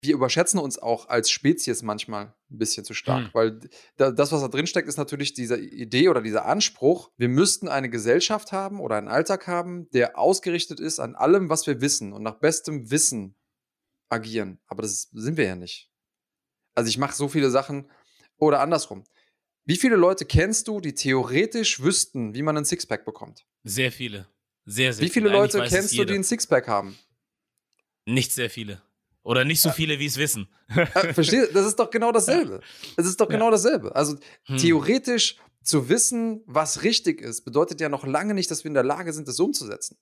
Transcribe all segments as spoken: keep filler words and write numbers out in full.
wir überschätzen uns auch als Spezies manchmal ein bisschen zu stark, Hm. weil da, das, was da drin steckt, ist natürlich diese Idee oder dieser Anspruch, wir müssten eine Gesellschaft haben oder einen Alltag haben, der ausgerichtet ist an allem, was wir wissen und nach bestem Wissen agieren. Aber das sind wir ja nicht. Also ich mache so viele Sachen oder andersrum. Wie viele Leute kennst du, die theoretisch wüssten, wie man einen Sixpack bekommt? Sehr viele. Sehr, sehr Wie viele viele. Eigentlich Leute weiß es kennst du, die jeder. einen Sixpack haben? Nicht sehr viele. Oder nicht so viele, wie es wissen. Äh, verstehst du? Das ist doch genau Ja. dasselbe. Es ist doch Ja. genau dasselbe. Also Hm. theoretisch zu wissen, was richtig ist, bedeutet ja noch lange nicht, dass wir in der Lage sind, das umzusetzen.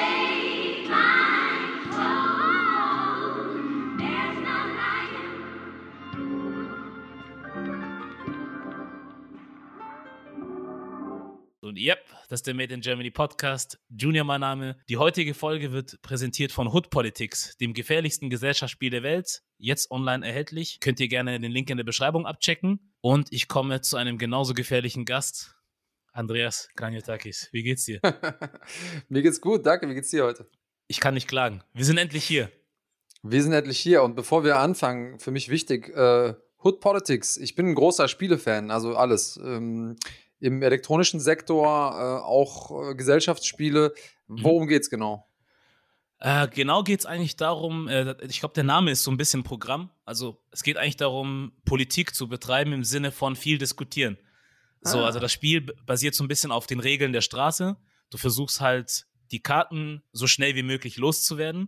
Und yep, das ist der Made in Germany Podcast. Junior mein Name. Die heutige Folge wird präsentiert von Hood Politics, dem gefährlichsten Gesellschaftsspiel der Welt. Jetzt online erhältlich. Könnt ihr gerne den Link in der Beschreibung abchecken. Und ich komme zu einem genauso gefährlichen Gast. Andreas Kranjotakis. Wie geht's dir? Mir geht's gut, danke. Wie geht's dir heute? Ich kann nicht klagen. Wir sind endlich hier. Wir sind endlich hier und bevor wir anfangen, für mich wichtig, äh, Hood Politics. Ich bin ein großer Spielefan, also alles. Ähm, Im elektronischen Sektor, äh, auch äh, Gesellschaftsspiele. Worum geht's genau? Äh, genau geht es eigentlich darum, äh, ich glaube, der Name ist so ein bisschen Programm. Also es geht eigentlich darum, Politik zu betreiben im Sinne von viel diskutieren. So, Ah. also das Spiel b- basiert so ein bisschen auf den Regeln der Straße. Du versuchst halt, die Karten so schnell wie möglich loszuwerden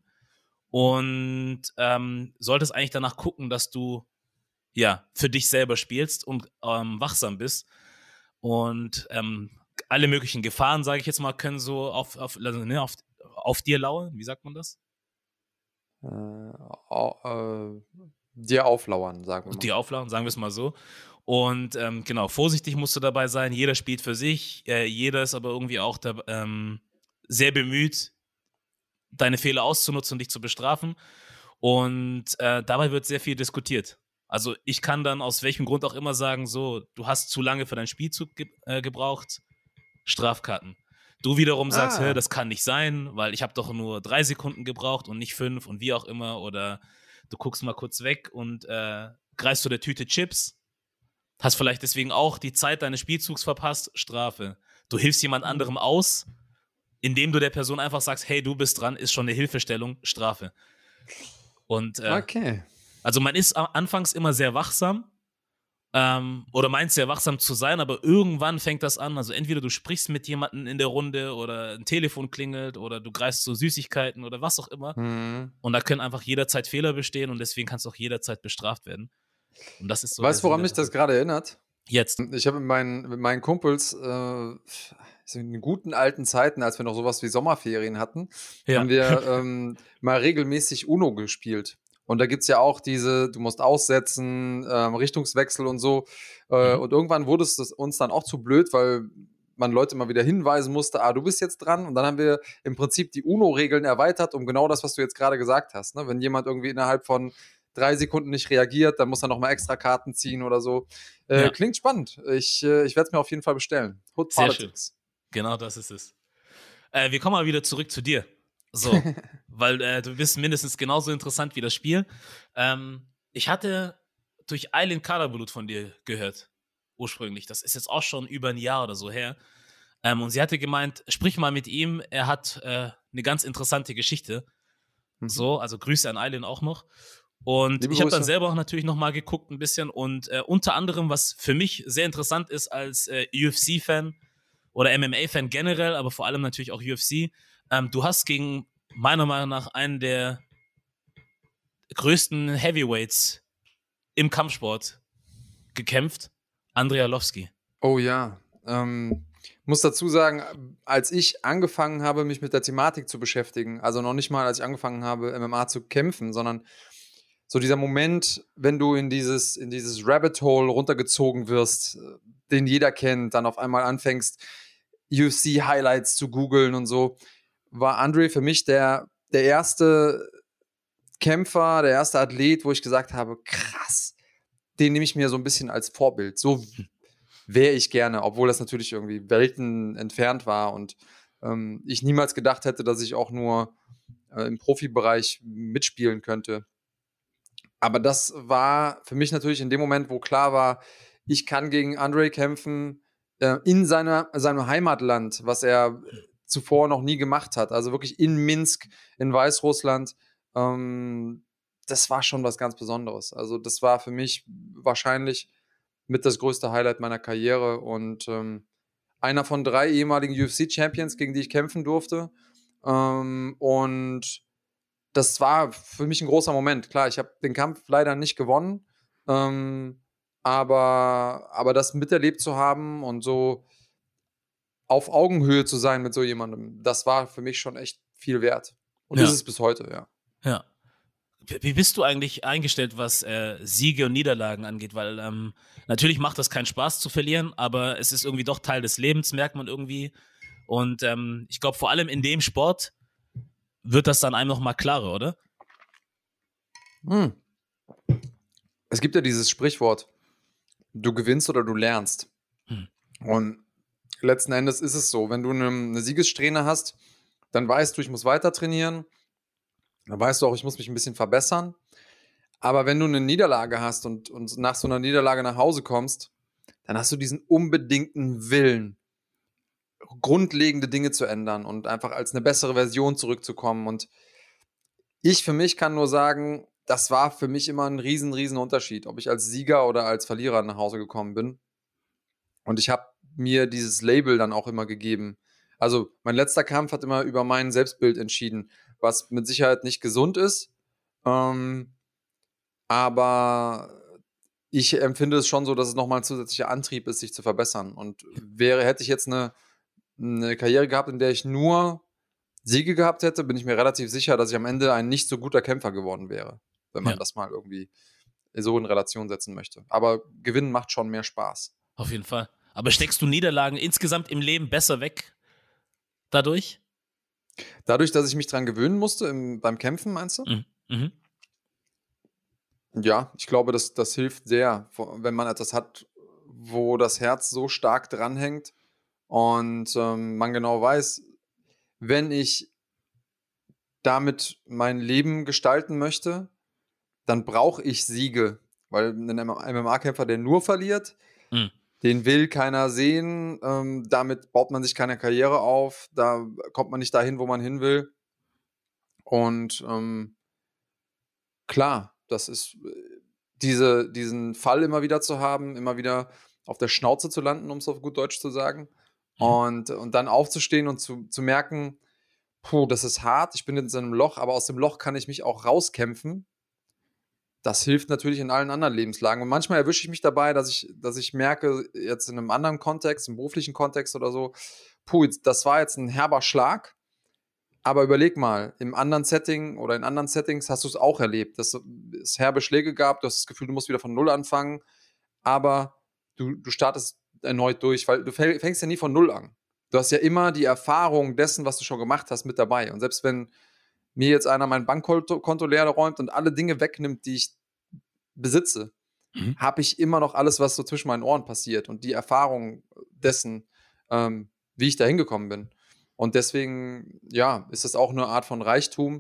und ähm, solltest eigentlich danach gucken, dass du ja für dich selber spielst und ähm, wachsam bist. Und ähm, alle möglichen Gefahren, sage ich jetzt mal, können so auf, auf, also, ne, auf, auf dir lauern. Wie sagt man das? Äh, au- äh, dir auflauern, sagen wir mal. Die aufladen, sagen wir es mal so. Und ähm, genau, vorsichtig musst du dabei sein. Jeder spielt für sich. Äh, jeder ist aber irgendwie auch da, ähm, sehr bemüht, deine Fehler auszunutzen und dich zu bestrafen. Und äh, dabei wird sehr viel diskutiert. Also ich kann dann aus welchem Grund auch immer sagen, so, du hast zu lange für deinen Spielzug ge äh, gebraucht, Strafkarten. Du wiederum sagst, hä, Ah, das kann nicht sein, weil ich habe doch nur drei Sekunden gebraucht und nicht fünf und wie auch immer. Oder du guckst mal kurz weg und äh, greifst zu der Tüte Chips, hast vielleicht deswegen auch die Zeit deines Spielzugs verpasst, Strafe. Du hilfst jemand anderem aus, indem du der Person einfach sagst, hey, du bist dran, ist schon eine Hilfestellung, Strafe. Und äh, okay. also man ist a- anfangs immer sehr wachsam, ähm, oder meint sehr wachsam zu sein, aber irgendwann fängt das an. Also entweder du sprichst mit jemandem in der Runde oder ein Telefon klingelt oder du greifst zu Süßigkeiten oder was auch immer. Hm. Und da können einfach jederzeit Fehler bestehen und deswegen kannst du auch jederzeit bestraft werden. Und das ist so der Weißt du, Sinn woran der mich das Sache. gerade erinnert? Jetzt. Ich habe mit meinen, mit meinen Kumpels äh, so in guten alten Zeiten, als wir noch sowas wie Sommerferien hatten, Ja. haben wir ähm, mal regelmäßig Uno gespielt. Und da gibt's ja auch diese, du musst aussetzen, ähm, Richtungswechsel und so. Äh, Mhm. und irgendwann wurde es das uns dann auch zu blöd, weil man Leute mal wieder hinweisen musste, ah, du bist jetzt dran. Und dann haben wir im Prinzip die Uno-Regeln erweitert, um genau das, was du jetzt gerade gesagt hast. Ne? Wenn jemand irgendwie innerhalb von drei Sekunden nicht reagiert, dann muss er nochmal extra Karten ziehen oder so. Äh, Ja, klingt spannend. Ich, äh, ich werde es mir auf jeden Fall bestellen. Hood sehr schön. Politics. Genau das ist es. Äh, wir kommen mal wieder zurück zu dir. So, weil äh, du bist mindestens genauso interessant wie das Spiel. Ähm, ich hatte durch Aylin Karabulut von dir gehört, ursprünglich. Das ist jetzt auch schon über ein Jahr oder so her. Ähm, und sie hatte gemeint, sprich mal mit ihm, er hat äh, eine ganz interessante Geschichte. Mhm. So, also Grüße an Aylin auch noch. Und Liebe ich habe dann Grüße. selber auch natürlich noch mal geguckt ein bisschen und äh, unter anderem, was für mich sehr interessant ist als äh, U F C-Fan oder M M A-Fan generell, aber vor allem natürlich auch U F C, ähm, du hast gegen meiner Meinung nach einen der größten Heavyweights im Kampfsport gekämpft, Andrei Arlovski. Oh ja. Ähm, muss dazu sagen, als ich angefangen habe, mich mit der Thematik zu beschäftigen, also noch nicht mal, als ich angefangen habe, M M A zu kämpfen, sondern so dieser Moment, wenn du in dieses, in dieses Rabbit Hole runtergezogen wirst, äh, den jeder kennt, dann auf einmal anfängst, U F C-Highlights zu googeln und so, war Andre für mich der, der erste Kämpfer, der erste Athlet, wo ich gesagt habe, krass, den nehme ich mir so ein bisschen als Vorbild. So wäre ich gerne, obwohl das natürlich irgendwie Welten entfernt war und ähm, ich niemals gedacht hätte, dass ich auch nur äh, im Profibereich mitspielen könnte. Aber das war für mich natürlich in dem Moment, wo klar war, ich kann gegen Andre kämpfen äh, in seiner, seinem Heimatland, was er zuvor noch nie gemacht hat. Also wirklich in Minsk, in Weißrussland. Ähm, das war schon was ganz Besonderes. Also das war für mich wahrscheinlich mit das größte Highlight meiner Karriere und ähm, einer von drei ehemaligen U F C-Champions, gegen die ich kämpfen durfte. Ähm, und das war für mich ein großer Moment. Klar, ich habe den Kampf leider nicht gewonnen, ähm, aber, aber das miterlebt zu haben und so auf Augenhöhe zu sein mit so jemandem, das war für mich schon echt viel wert. Und Ja. ist es bis heute, ja. Ja. Wie bist du eigentlich eingestellt, was äh, Siege und Niederlagen angeht? Weil ähm, natürlich macht das keinen Spaß zu verlieren, aber es ist irgendwie doch Teil des Lebens, merkt man irgendwie. Und ähm, ich glaube, vor allem in dem Sport wird das dann einem noch mal klarer, oder? Hm. Es gibt ja dieses Sprichwort, du gewinnst oder du lernst. Hm. Und letzten Endes ist es so, wenn du eine, eine Siegessträhne hast, dann weißt du, ich muss weiter trainieren. Dann weißt du auch, ich muss mich ein bisschen verbessern. Aber wenn du eine Niederlage hast und, und nach so einer Niederlage nach Hause kommst, dann hast du diesen unbedingten Willen, grundlegende Dinge zu ändern und einfach als eine bessere Version zurückzukommen. Und ich für mich kann nur sagen, das war für mich immer ein riesen, riesen Unterschied, ob ich als Sieger oder als Verlierer nach Hause gekommen bin. Und ich habe mir dieses Label dann auch immer gegeben. Also mein letzter Kampf hat immer über mein Selbstbild entschieden, was mit Sicherheit nicht gesund ist. Ähm, aber ich empfinde es schon so, dass es nochmal ein zusätzlicher Antrieb ist, sich zu verbessern. Und wäre, hätte ich jetzt eine, eine Karriere gehabt, in der ich nur Siege gehabt hätte, bin ich mir relativ sicher, dass ich am Ende ein nicht so guter Kämpfer geworden wäre, wenn man ja. das mal irgendwie so in Relation setzen möchte. Aber Gewinnen macht schon mehr Spaß. Auf jeden Fall. Aber steckst du Niederlagen insgesamt im Leben besser weg dadurch? Dadurch, dass ich mich dran gewöhnen musste im, beim Kämpfen, meinst du? Mhm. Mhm. Ja, ich glaube, das, das hilft sehr, wenn man etwas hat, wo das Herz so stark dranhängt und ähm, man genau weiß, wenn ich damit mein Leben gestalten möchte, dann brauche ich Siege. Weil ein M M A-Kämpfer, der nur verliert, mhm. den will keiner sehen. Ähm, damit baut man sich keine Karriere auf. Da kommt man nicht dahin, wo man hin will. Und ähm, klar, das ist diese, diesen Fall immer wieder zu haben, immer wieder auf der Schnauze zu landen, um es auf gut Deutsch zu sagen. Mhm. Und, und dann aufzustehen und zu, zu merken, puh, das ist hart, ich bin jetzt in einem Loch, aber aus dem Loch kann ich mich auch rauskämpfen. Das hilft natürlich in allen anderen Lebenslagen. Und manchmal erwische ich mich dabei, dass ich, dass ich merke, jetzt in einem anderen Kontext, im beruflichen Kontext oder so, puh, das war jetzt ein herber Schlag. Aber überleg mal, im anderen Setting oder in anderen Settings hast du es auch erlebt, dass es herbe Schläge gab, du hast das Gefühl, du musst wieder von Null anfangen, aber du, du startest erneut durch, weil du fängst ja nie von Null an. Du hast ja immer die Erfahrung dessen, was du schon gemacht hast, mit dabei. Und selbst wenn mir jetzt einer mein Bankkonto Konto leer räumt und alle Dinge wegnimmt, die ich besitze, mhm. habe ich immer noch alles, was so zwischen meinen Ohren passiert und die Erfahrung dessen, ähm, wie ich da hingekommen bin. Und deswegen, ja, ist das auch eine Art von Reichtum,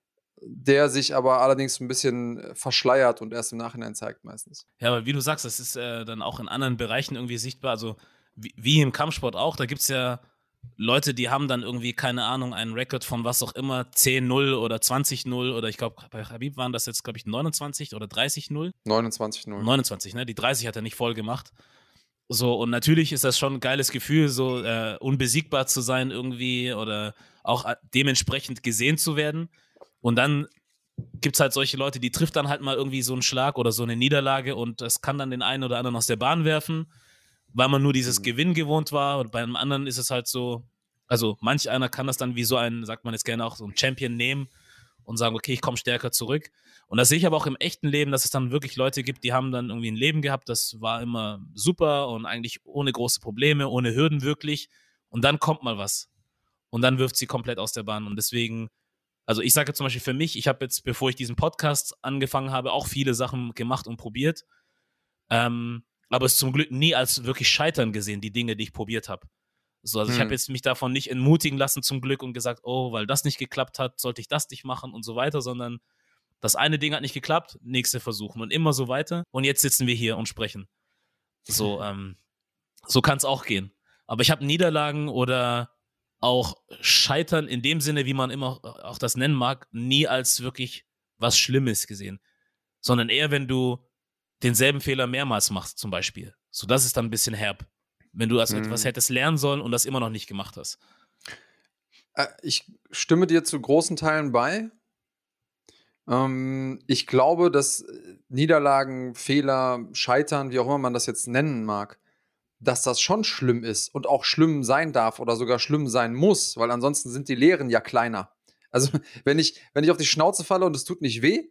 der sich aber allerdings ein bisschen verschleiert und erst im Nachhinein zeigt meistens. Ja, aber wie du sagst, das ist äh, dann auch in anderen Bereichen irgendwie sichtbar. Also wie, wie im Kampfsport auch, da gibt es ja Leute, die haben dann irgendwie, keine Ahnung, einen Rekord von was auch immer, zehn null oder zwanzig null oder ich glaube, bei Khabib waren das jetzt, glaube ich, neunundzwanzig oder dreißig null. neunundzwanzig null. neunundzwanzig, ne? Die dreißig hat er nicht voll gemacht. So, und natürlich ist das schon ein geiles Gefühl, so äh, unbesiegbar zu sein irgendwie oder auch dementsprechend gesehen zu werden. Und dann gibt es halt solche Leute, die trifft dann halt mal irgendwie so einen Schlag oder so eine Niederlage und das kann dann den einen oder anderen aus der Bahn werfen, weil man nur dieses mhm. Gewinn gewohnt war. Und bei einem anderen ist es halt so, also manch einer kann das dann wie so ein, sagt man jetzt gerne auch, so ein Champion nehmen und sagen, okay, ich komme stärker zurück. Und das sehe ich aber auch im echten Leben, dass es dann wirklich Leute gibt, die haben dann irgendwie ein Leben gehabt, das war immer super und eigentlich ohne große Probleme, ohne Hürden wirklich. Und dann kommt mal was. Und dann wirft sie komplett aus der Bahn. Und deswegen, also ich sage zum Beispiel für mich, ich habe jetzt, bevor ich diesen Podcast angefangen habe, auch viele Sachen gemacht und probiert. Ähm, aber es zum Glück nie als wirklich Scheitern gesehen, die Dinge, die ich probiert habe. So, also hm. ich habe jetzt mich davon nicht entmutigen lassen zum Glück und gesagt, oh, weil das nicht geklappt hat, sollte ich das nicht machen und so weiter, sondern Das eine Ding hat nicht geklappt, nächste versuchen und immer so weiter. Und jetzt sitzen wir hier und sprechen. So, ähm, so kann es auch gehen. Aber ich habe Niederlagen oder auch Scheitern in dem Sinne, wie man immer auch das nennen mag, nie als wirklich was Schlimmes gesehen. Sondern eher, wenn du denselben Fehler mehrmals machst, zum Beispiel. So, das ist dann ein bisschen herb. Wenn du also mhm. etwas hättest lernen sollen und das immer noch nicht gemacht hast. Äh, ich stimme dir zu großen Teilen bei. Ähm, ich glaube, dass Niederlagen, Fehler, Scheitern, wie auch immer man das jetzt nennen mag, dass das schon schlimm ist und auch schlimm sein darf oder sogar schlimm sein muss, weil ansonsten sind die Lehren ja kleiner. Also wenn ich, wenn ich auf die Schnauze falle und es tut nicht weh,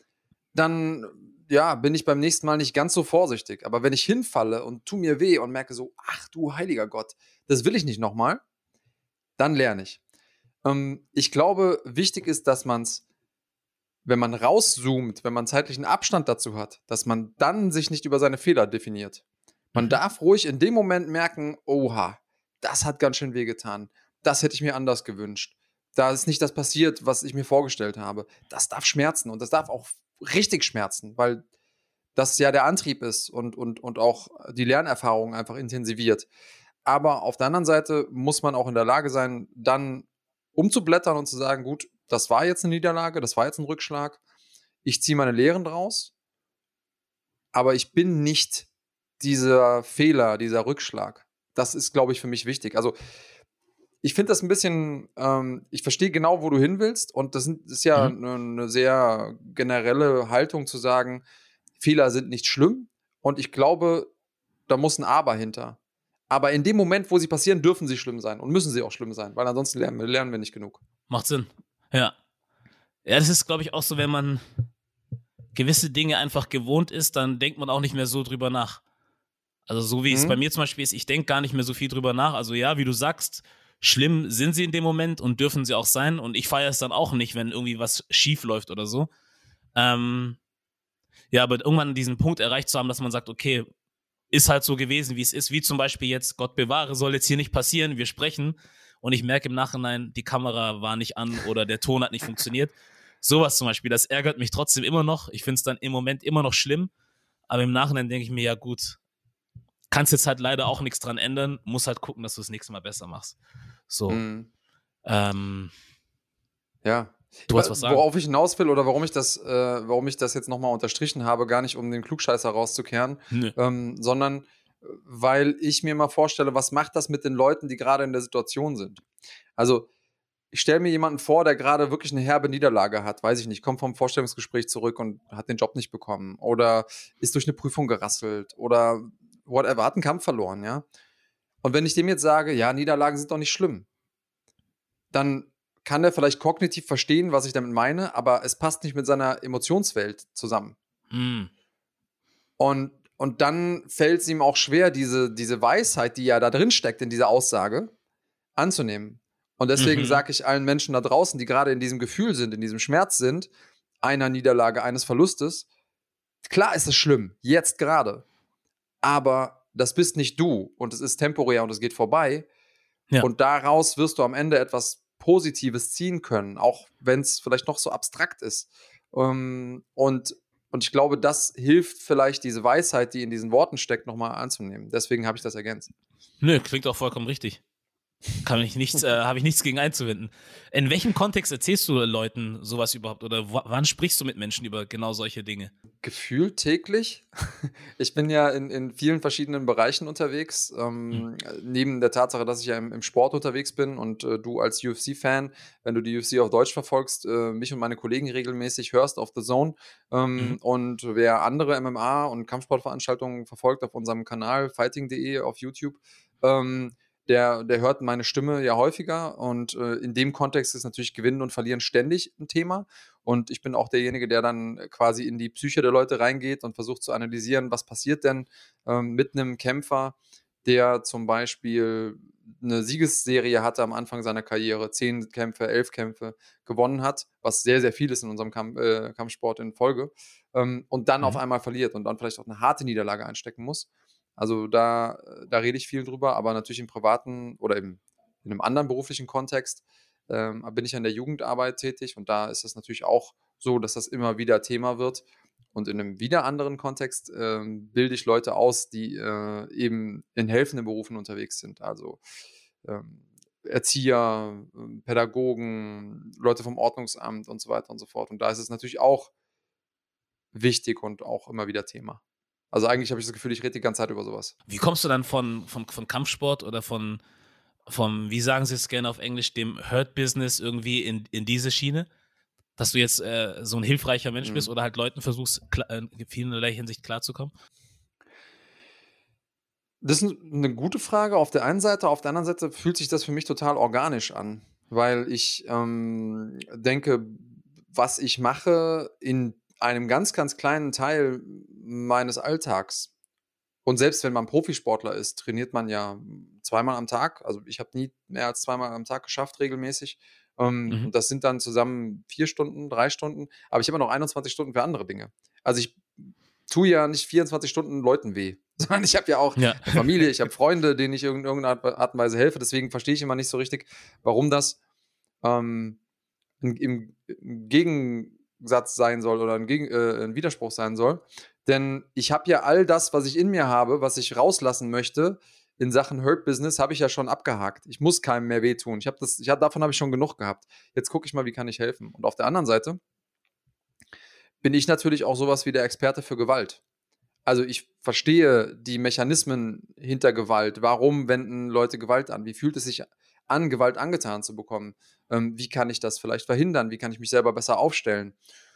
dann ja, bin ich beim nächsten Mal nicht ganz so vorsichtig. Aber wenn ich hinfalle und tu mir weh und merke so, ach du heiliger Gott, das will ich nicht nochmal, dann lerne ich. Ähm, ich glaube, wichtig ist, dass man es, wenn man rauszoomt, wenn man zeitlichen Abstand dazu hat, dass man dann sich nicht über seine Fehler definiert. Man mhm. darf ruhig in dem Moment merken, oha, das hat ganz schön wehgetan. Das hätte ich mir anders gewünscht. Da ist nicht das passiert, was ich mir vorgestellt habe. Das darf schmerzen und das darf auch richtig schmerzen, weil das ja der Antrieb ist und, und, und auch die Lernerfahrung einfach intensiviert. Aber auf der anderen Seite muss man auch in der Lage sein, dann umzublättern und zu sagen, gut, das war jetzt eine Niederlage, das war jetzt ein Rückschlag. Ich ziehe meine Lehren draus, aber ich bin nicht dieser Fehler, dieser Rückschlag. Das ist, glaube ich, für mich wichtig. Also ich finde das ein bisschen, ähm, ich verstehe genau, wo du hin willst und das ist ja mhm. eine, eine sehr generelle Haltung zu sagen, Fehler sind nicht schlimm und ich glaube, da muss ein Aber hinter. Aber in dem Moment, wo sie passieren, dürfen sie schlimm sein und müssen sie auch schlimm sein, weil ansonsten lernen wir, lernen wir nicht genug. Macht Sinn. Ja. Ja, das ist, glaube ich, auch so, wenn man gewisse Dinge einfach gewohnt ist, dann denkt man auch nicht mehr so drüber nach. Also so wie mhm. es bei mir zum Beispiel ist, ich denke gar nicht mehr so viel drüber nach. Also ja, wie du sagst, schlimm sind sie in dem Moment und dürfen sie auch sein und ich feiere es dann auch nicht, wenn irgendwie was schief läuft oder so. Ähm, ja, aber irgendwann diesen Punkt erreicht zu haben, dass man sagt, okay, ist halt so gewesen, wie es ist, wie zum Beispiel jetzt, Gott bewahre, soll jetzt hier nicht passieren, wir sprechen und ich merke im Nachhinein, die Kamera war nicht an oder der Ton hat nicht funktioniert. Sowas zum Beispiel, das ärgert mich trotzdem immer noch. Ich finde es dann im Moment immer noch schlimm, aber im Nachhinein denke ich mir, ja gut, kannst jetzt halt leider auch nichts dran ändern, muss halt gucken, dass du das nächste Mal besser machst. So. Mhm. Ähm, ja. Du hast was sagen. Worauf ich hinaus will oder warum ich das, äh, warum ich das jetzt nochmal unterstrichen habe, gar nicht um den Klugscheißer rauszukehren, ähm, sondern weil ich mir mal vorstelle, was macht das mit den Leuten, die gerade in der Situation sind? Also ich stelle mir jemanden vor, der gerade wirklich eine herbe Niederlage hat, weiß ich nicht, kommt vom Vorstellungsgespräch zurück und hat den Job nicht bekommen oder ist durch eine Prüfung gerasselt oder whatever, hat einen Kampf verloren, ja. Und wenn ich dem jetzt sage, ja, Niederlagen sind doch nicht schlimm, dann kann er vielleicht kognitiv verstehen, was ich damit meine, aber es passt nicht mit seiner Emotionswelt zusammen. Mm. Und, und dann fällt es ihm auch schwer, diese, diese Weisheit, die ja da drin steckt in dieser Aussage, anzunehmen. Und deswegen mhm. sage ich allen Menschen da draußen, die gerade in diesem Gefühl sind, in diesem Schmerz sind, einer Niederlage, eines Verlustes, klar ist es schlimm, jetzt gerade, aber das bist nicht du und es ist temporär und es geht vorbei. Ja. Und daraus wirst du am Ende etwas Positives ziehen können, auch wenn es vielleicht noch so abstrakt ist. Um, und, und ich glaube, das hilft vielleicht, diese Weisheit, die in diesen Worten steckt, nochmal anzunehmen. Deswegen habe ich das ergänzt. Nö, klingt auch vollkommen richtig. Kann ich nichts, äh, habe ich nichts gegen einzuwenden. In welchem Kontext erzählst du Leuten sowas überhaupt oder w- wann sprichst du mit Menschen über genau solche Dinge? Gefühlt täglich. Ich bin ja in, in vielen verschiedenen Bereichen unterwegs. Ähm, hm. Neben der Tatsache, dass ich ja im, im Sport unterwegs bin und äh, du als U F C-Fan, wenn du die U F C auf Deutsch verfolgst, äh, mich und meine Kollegen regelmäßig hörst auf The Zone. Ähm, mhm. Und wer andere M M A und Kampfsportveranstaltungen verfolgt auf unserem Kanal fighting punkt de auf YouTube, ähm, Der, der hört meine Stimme ja häufiger und äh, in dem Kontext ist natürlich Gewinnen und Verlieren ständig ein Thema und ich bin auch derjenige, der dann quasi in die Psyche der Leute reingeht und versucht zu analysieren, was passiert denn ähm, mit einem Kämpfer, der zum Beispiel eine Siegesserie hatte am Anfang seiner Karriere, zehn Kämpfe, elf Kämpfe gewonnen hat, was sehr, sehr viel ist in unserem Kamp- äh, Kampfsport in Folge ähm, und dann mhm. auf einmal verliert und dann vielleicht auch eine harte Niederlage einstecken muss. Also da, da rede ich viel drüber, aber natürlich im privaten oder im, in einem anderen beruflichen Kontext ähm, bin ich an der Jugendarbeit tätig und da ist es natürlich auch so, dass das immer wieder Thema wird. Und in einem wieder anderen Kontext äh, bilde ich Leute aus, die äh, eben in helfenden Berufen unterwegs sind. Also ähm, Erzieher, äh, Pädagogen, Leute vom Ordnungsamt und so weiter und so fort. Und da ist es natürlich auch wichtig und auch immer wieder Thema. Also eigentlich habe ich das Gefühl, ich rede die ganze Zeit über sowas. Wie kommst du dann von, von, von Kampfsport oder von, vom, wie sagen sie es gerne auf Englisch, dem Hurt-Business irgendwie in, in diese Schiene? Dass du jetzt äh, so ein hilfreicher Mensch Mhm. bist oder halt Leuten versuchst, kla- in vielerlei Hinsicht klarzukommen? Das ist eine gute Frage auf der einen Seite. Auf der anderen Seite fühlt sich das für mich total organisch an, weil ich ähm, denke, was ich mache in einem ganz, ganz kleinen Teil meines Alltags. Und selbst wenn man Profisportler ist, trainiert man ja zweimal am Tag. Also ich habe nie mehr als zweimal am Tag geschafft, regelmäßig. Ähm, Mhm. Und das sind dann zusammen vier Stunden, drei Stunden. Aber ich habe noch einundzwanzig Stunden für andere Dinge. Also ich tue ja nicht vierundzwanzig Stunden Leuten weh, sondern ich habe ja auch Ja. eine Familie, ich habe Freunde, denen ich in irgendeiner Art und Weise helfe. Deswegen verstehe ich immer nicht so richtig, warum das ähm, im, im Gegensatz sein soll oder ein, Gegen, äh, ein Widerspruch sein soll. Denn ich habe ja all das, was ich in mir habe, was ich rauslassen möchte, in Sachen Hurt Business, habe ich ja schon abgehakt. Ich muss keinem mehr wehtun. Ich habe das, ich hab, davon habe ich schon genug gehabt. Jetzt gucke ich mal, wie kann ich helfen. Und auf der anderen Seite bin ich natürlich auch sowas wie der Experte für Gewalt. Also ich verstehe die Mechanismen hinter Gewalt. Warum wenden Leute Gewalt an? Wie fühlt es sich an, Gewalt angetan zu bekommen? Ähm, wie kann ich das vielleicht verhindern? Wie kann ich mich selber besser aufstellen?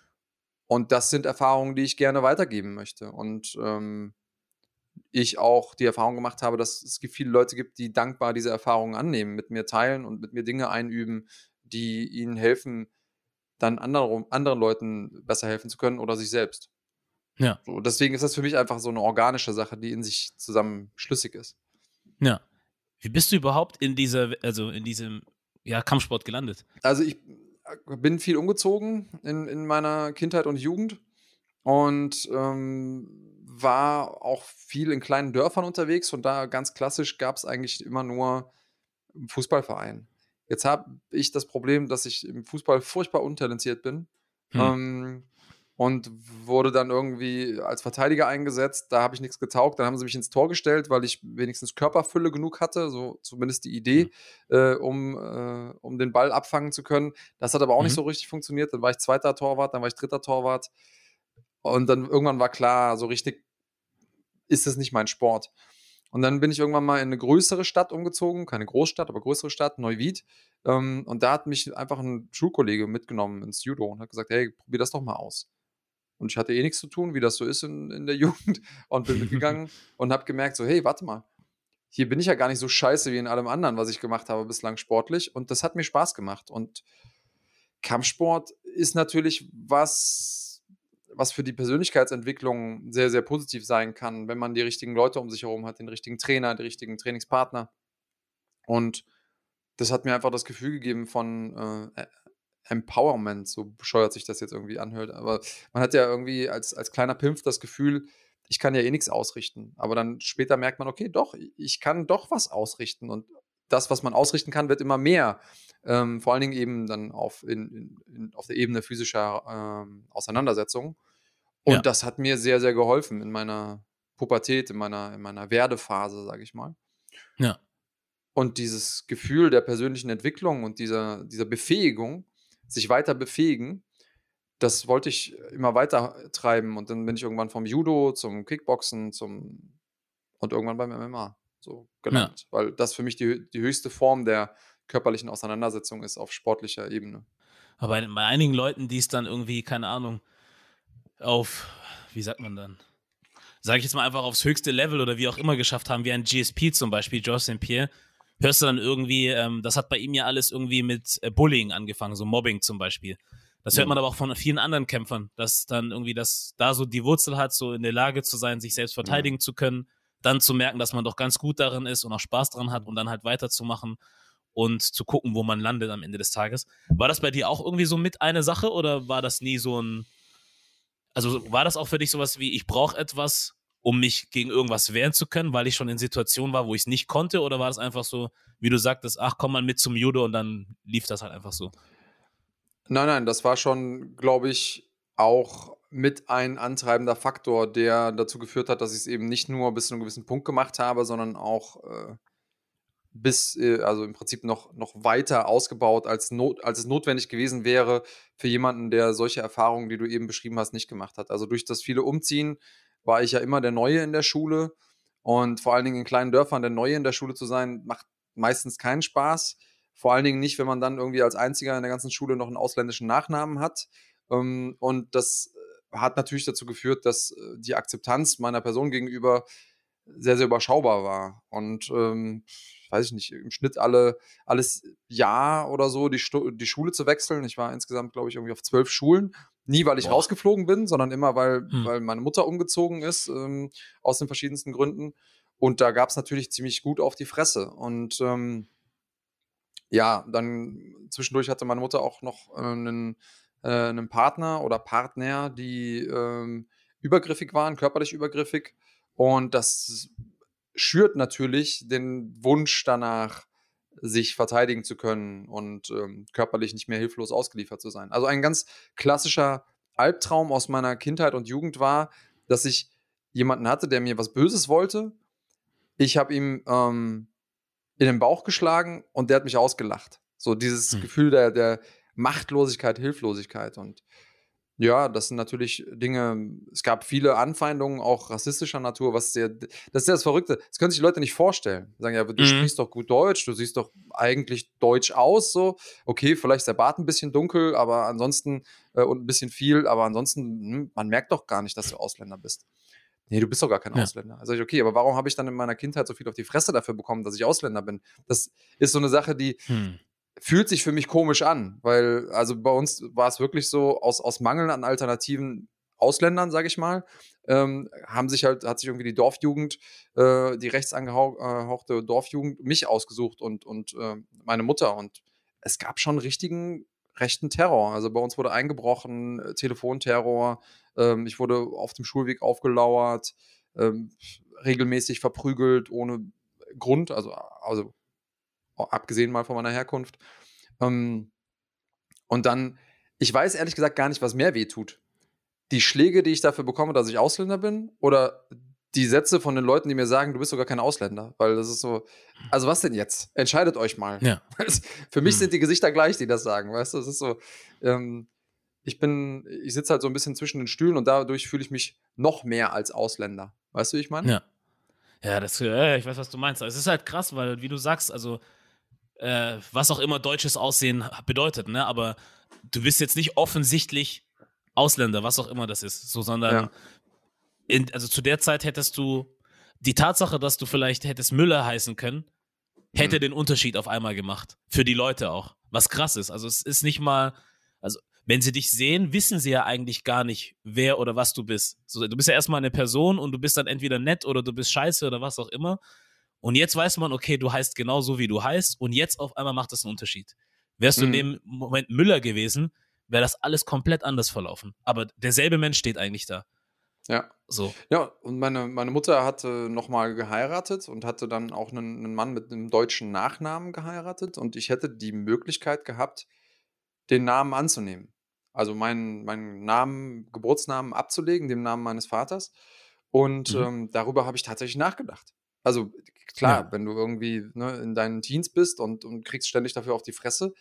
Und das sind Erfahrungen, die ich gerne weitergeben möchte. Und ähm, ich auch die Erfahrung gemacht habe, dass es viele Leute gibt, die dankbar diese Erfahrungen annehmen, mit mir teilen und mit mir Dinge einüben, die ihnen helfen, dann anderen, anderen Leuten besser helfen zu können oder sich selbst. Ja. So, deswegen ist das für mich einfach so eine organische Sache, die in sich zusammen schlüssig ist. Ja. Wie bist du überhaupt in dieser, also in diesem ja, Kampfsport gelandet? Also ich bin viel umgezogen in, in meiner Kindheit und Jugend und ähm, war auch viel in kleinen Dörfern unterwegs und da ganz klassisch gab es eigentlich immer nur einen Fußballverein. Jetzt habe ich das Problem, dass ich im Fußball furchtbar untalentiert bin. Hm. Ähm, und wurde dann irgendwie als Verteidiger eingesetzt. Da habe ich nichts getaugt. Dann haben sie mich ins Tor gestellt, weil ich wenigstens Körperfülle genug hatte, so zumindest die Idee, mhm. äh, um, äh, um den Ball abfangen zu können. Das hat aber auch mhm. nicht so richtig funktioniert. Dann war ich zweiter Torwart, dann war ich dritter Torwart. Und dann irgendwann war klar, so richtig ist das nicht mein Sport. Und dann bin ich irgendwann mal in eine größere Stadt umgezogen, keine Großstadt, aber größere Stadt, Neuwied. Ähm, und da hat mich einfach ein Schulkollege mitgenommen ins Judo und hat gesagt, hey, probier das doch mal aus. Und ich hatte eh nichts zu tun, wie das so ist in, in der Jugend und bin mitgegangen und habe gemerkt so, hey, warte mal, hier bin ich ja gar nicht so scheiße wie in allem anderen, was ich gemacht habe bislang sportlich und das hat mir Spaß gemacht und Kampfsport ist natürlich was, was für die Persönlichkeitsentwicklung sehr, sehr positiv sein kann, wenn man die richtigen Leute um sich herum hat, den richtigen Trainer, den richtigen Trainingspartner und das hat mir einfach das Gefühl gegeben von äh, Empowerment, so bescheuert sich das jetzt irgendwie anhört, aber man hat ja irgendwie als, als kleiner Pimpf das Gefühl, ich kann ja eh nichts ausrichten, aber dann später merkt man, okay, doch, ich kann doch was ausrichten und das, was man ausrichten kann, wird immer mehr, ähm, vor allen Dingen eben dann auf, in, in, auf der Ebene physischer ähm, Auseinandersetzungen und ja. Das hat mir sehr, sehr geholfen in meiner Pubertät, in meiner, in meiner Werdephase, sage ich mal. Ja. Und dieses Gefühl der persönlichen Entwicklung und dieser, dieser Befähigung, sich weiter befähigen, das wollte ich immer weiter treiben. Und dann bin ich irgendwann vom Judo zum Kickboxen zum und irgendwann beim M M A so gelandet. Ja. Weil das für mich die, die höchste Form der körperlichen Auseinandersetzung ist auf sportlicher Ebene. Aber bei, bei einigen Leuten, die es dann irgendwie, keine Ahnung, auf, wie sagt man dann, sage ich jetzt mal einfach aufs höchste Level oder wie auch immer geschafft haben, wie ein G S P zum Beispiel, Georges Saint-Pierre, hörst du dann irgendwie, ähm, das hat bei ihm ja alles irgendwie mit äh, Bullying angefangen, so Mobbing zum Beispiel. Das hört man aber auch von vielen anderen Kämpfern, dass dann irgendwie das da so die Wurzel hat, so in der Lage zu sein, sich selbst verteidigen mhm. zu können, dann zu merken, dass man doch ganz gut darin ist und auch Spaß dran hat und dann halt weiterzumachen und zu gucken, wo man landet am Ende des Tages. War das bei dir auch irgendwie so mit eine Sache oder war das nie so ein, also war das auch für dich sowas wie, ich brauche etwas, um mich gegen irgendwas wehren zu können, weil ich schon in Situationen war, wo ich es nicht konnte, oder war das einfach so, wie du sagtest, ach, komm mal mit zum Judo und dann lief das halt einfach so? Nein, nein, das war schon, glaube ich, auch mit ein antreibender Faktor, der dazu geführt hat, dass ich es eben nicht nur bis zu einem gewissen Punkt gemacht habe, sondern auch äh, bis, äh, also im Prinzip noch, noch weiter ausgebaut, als, not, als es notwendig gewesen wäre für jemanden, der solche Erfahrungen, die du eben beschrieben hast, nicht gemacht hat. Also durch das viele Umziehen war ich ja immer der Neue in der Schule und vor allen Dingen in kleinen Dörfern der Neue in der Schule zu sein, macht meistens keinen Spaß. Vor allen Dingen nicht, wenn man dann irgendwie als Einziger in der ganzen Schule noch einen ausländischen Nachnamen hat. Ähm, und das hat natürlich dazu geführt, dass äh, die Akzeptanz meiner Person gegenüber sehr, sehr überschaubar war. Und ähm, weiß ich nicht, im Schnitt alle, alles Jahr oder so die, Stu die Schule zu wechseln. Ich war insgesamt, glaube ich, irgendwie auf zwölf Schulen. Nie, weil ich Boah. rausgeflogen bin, sondern immer, weil, Hm. weil meine Mutter umgezogen ist, ähm, aus den verschiedensten Gründen. Und da gab es natürlich ziemlich gut auf die Fresse. Und ähm, ja, dann zwischendurch hatte meine Mutter auch noch äh, einen, äh, einen Partner oder Partner, die ähm, übergriffig waren, körperlich übergriffig. Und das schürt natürlich den Wunsch danach, sich verteidigen zu können und ähm, körperlich nicht mehr hilflos ausgeliefert zu sein. Also ein ganz klassischer Albtraum aus meiner Kindheit und Jugend war, dass ich jemanden hatte, der mir was Böses wollte. Ich habe ihm ähm, in den Bauch geschlagen und der hat mich ausgelacht. So dieses Hm. Gefühl der, der Machtlosigkeit, Hilflosigkeit. Und ja, das sind natürlich Dinge, es gab viele Anfeindungen, auch rassistischer Natur, was der, das ist ja das Verrückte. Das können sich die Leute nicht vorstellen. Die sagen, ja, du Mhm. sprichst doch gut Deutsch, du siehst doch eigentlich deutsch aus, so. Okay, vielleicht ist der Bart ein bisschen dunkel, aber ansonsten, äh, und ein bisschen viel, aber ansonsten, hm, man merkt doch gar nicht, dass du Ausländer bist. Nee, du bist doch gar kein Ja. Ausländer. Also ich, okay, aber warum habe ich dann in meiner Kindheit so viel auf die Fresse dafür bekommen, dass ich Ausländer bin? Das ist so eine Sache, die Hm. fühlt sich für mich komisch an, weil, also bei uns war es wirklich so, aus, aus Mangel an alternativen Ausländern, sage ich mal, ähm, haben sich halt, hat sich irgendwie die Dorfjugend, äh, die rechts angehauchte Dorfjugend mich ausgesucht und, und äh, meine Mutter. Und es gab schon richtigen rechten Terror. Also bei uns wurde eingebrochen, äh, Telefonterror, ähm, ich wurde auf dem Schulweg aufgelauert, ähm, regelmäßig verprügelt ohne Grund, also, also abgesehen mal von meiner Herkunft. Ähm, und dann, ich weiß ehrlich gesagt gar nicht, was mehr weh tut. Die Schläge, die ich dafür bekomme, dass ich Ausländer bin, oder die Sätze von den Leuten, die mir sagen, du bist sogar kein Ausländer. Weil das ist so, also was denn jetzt? Entscheidet euch mal. Ja. Für mich Hm. sind die Gesichter gleich, die das sagen, weißt du? Es ist so, ähm, ich bin, ich sitze halt so ein bisschen zwischen den Stühlen und dadurch fühle ich mich noch mehr als Ausländer. Weißt du, wie ich meine? Ja. Ja, das, äh, ich weiß, was du meinst. Es ist halt krass, weil, wie du sagst, also, äh, was auch immer deutsches Aussehen bedeutet, ne? Aber du bist jetzt nicht offensichtlich Ausländer, was auch immer das ist, so, sondern Ja. in, also zu der Zeit hättest du die Tatsache, dass du vielleicht hättest Müller heißen können, hätte Hm. den Unterschied auf einmal gemacht. Für die Leute auch. Was krass ist. Also es ist nicht mal, also wenn sie dich sehen, wissen sie ja eigentlich gar nicht, wer oder was du bist. So, du bist ja erstmal eine Person und du bist dann entweder nett oder du bist scheiße oder was auch immer. Und jetzt weiß man, okay, du heißt genau so, wie du heißt, und jetzt auf einmal macht das einen Unterschied. Wärst du in Mhm. dem Moment Müller gewesen, wäre das alles komplett anders verlaufen. Aber derselbe Mensch steht eigentlich da. Ja. So. Ja, und meine, meine Mutter hatte nochmal geheiratet und hatte dann auch einen, einen Mann mit einem deutschen Nachnamen geheiratet. Und ich hätte die Möglichkeit gehabt, den Namen anzunehmen. Also meinen, meinen Namen, Geburtsnamen abzulegen, dem Namen meines Vaters. Und Mhm. ähm, darüber habe ich tatsächlich nachgedacht. Also klar, Ja. wenn du irgendwie ne, in deinen Teens bist und, und kriegst ständig dafür auf die Fresse.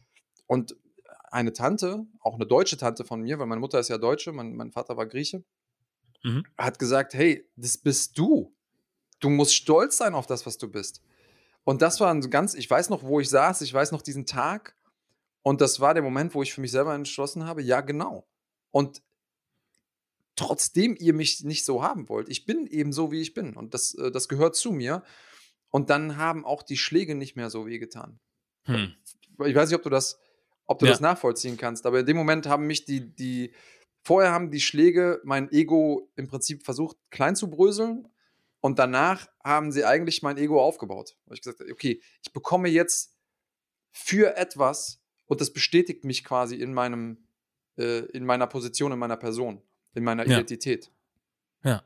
Und eine Tante, auch eine deutsche Tante von mir, weil meine Mutter ist ja Deutsche, mein, mein Vater war Grieche, Mhm. hat gesagt, hey, das bist du. Du musst stolz sein auf das, was du bist. Und das war ein ganz, ich weiß noch, wo ich saß, ich weiß noch diesen Tag. Und das war der Moment, wo ich für mich selber entschlossen habe, ja, genau. Und trotzdem ihr mich nicht so haben wollt, ich bin eben so, wie ich bin. Und das, äh, das gehört zu mir. Und dann haben auch die Schläge nicht mehr so wehgetan. Hm. Ich weiß nicht, ob du das, ob du Ja. das nachvollziehen kannst, aber in dem Moment haben mich die, die, vorher haben die Schläge mein Ego im Prinzip versucht, klein zu bröseln. Und danach haben sie eigentlich mein Ego aufgebaut. Weil ich gesagt habe, okay, ich bekomme jetzt für etwas und das bestätigt mich quasi in meinem, äh, in meiner Position, in meiner Person, in meiner Ja. Identität. Ja.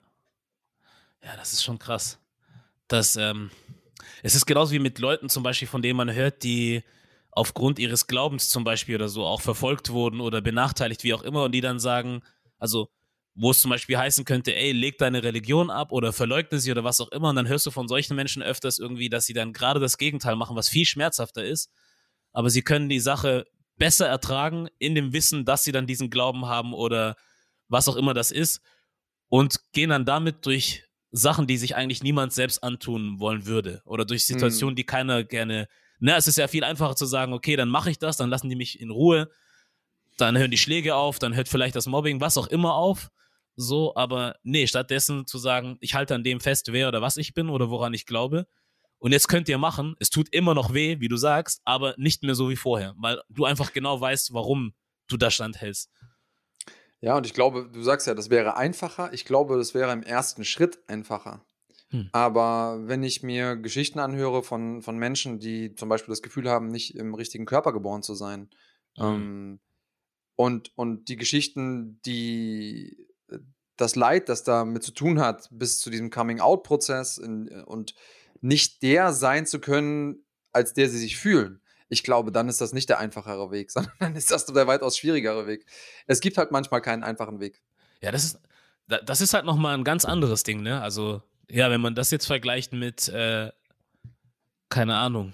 Ja, das ist schon krass. Das, ähm, es ist genauso wie mit Leuten zum Beispiel, von denen man hört, die aufgrund ihres Glaubens zum Beispiel oder so auch verfolgt wurden oder benachteiligt, wie auch immer, und die dann sagen, also wo es zum Beispiel heißen könnte, ey, leg deine Religion ab oder verleugne sie oder was auch immer, und dann hörst du von solchen Menschen öfters irgendwie, dass sie dann gerade das Gegenteil machen, was viel schmerzhafter ist, aber sie können die Sache besser ertragen in dem Wissen, dass sie dann diesen Glauben haben oder was auch immer das ist, und gehen dann damit durch Sachen, die sich eigentlich niemand selbst antun wollen würde oder durch Situationen, Hm. die keiner gerne, ne, es ist ja viel einfacher zu sagen, okay, dann mache ich das, dann lassen die mich in Ruhe, dann hören die Schläge auf, dann hört vielleicht das Mobbing, was auch immer auf, so, aber nee, stattdessen zu sagen, ich halte an dem fest, wer oder was ich bin oder woran ich glaube, und jetzt könnt ihr machen, es tut immer noch weh, wie du sagst, aber nicht mehr so wie vorher, weil du einfach genau weißt, warum du da standhältst. Ja, und ich glaube, du sagst ja, das wäre einfacher. Ich glaube, das wäre im ersten Schritt einfacher. Hm. Aber wenn ich mir Geschichten anhöre von, von Menschen, die zum Beispiel das Gefühl haben, nicht im richtigen Körper geboren zu sein, Hm. ähm, und, und die Geschichten, die äh, das Leid, das damit zu tun hat, bis zu diesem Coming-out-Prozess in, und nicht der sein zu können, als der sie sich fühlen. Ich glaube, dann ist das nicht der einfachere Weg, sondern dann ist das der weitaus schwierigere Weg. Es gibt halt manchmal keinen einfachen Weg. Ja, das ist, da- das ist halt nochmal ein ganz anderes Ding, ne? Also, ja, wenn man das jetzt vergleicht mit, äh, keine Ahnung.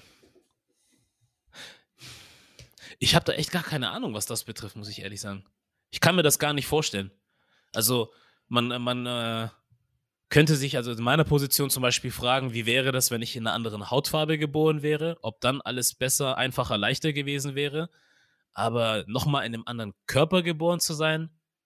Ich habe da echt gar keine Ahnung, was das betrifft, muss ich ehrlich sagen. Ich kann mir das gar nicht vorstellen. Also, man, man äh, könnte sich also in meiner Position zum Beispiel fragen, wie wäre das, wenn ich in einer anderen Hautfarbe geboren wäre? Ob dann alles besser, einfacher, leichter gewesen wäre? Aber nochmal in einem anderen Körper geboren zu sein,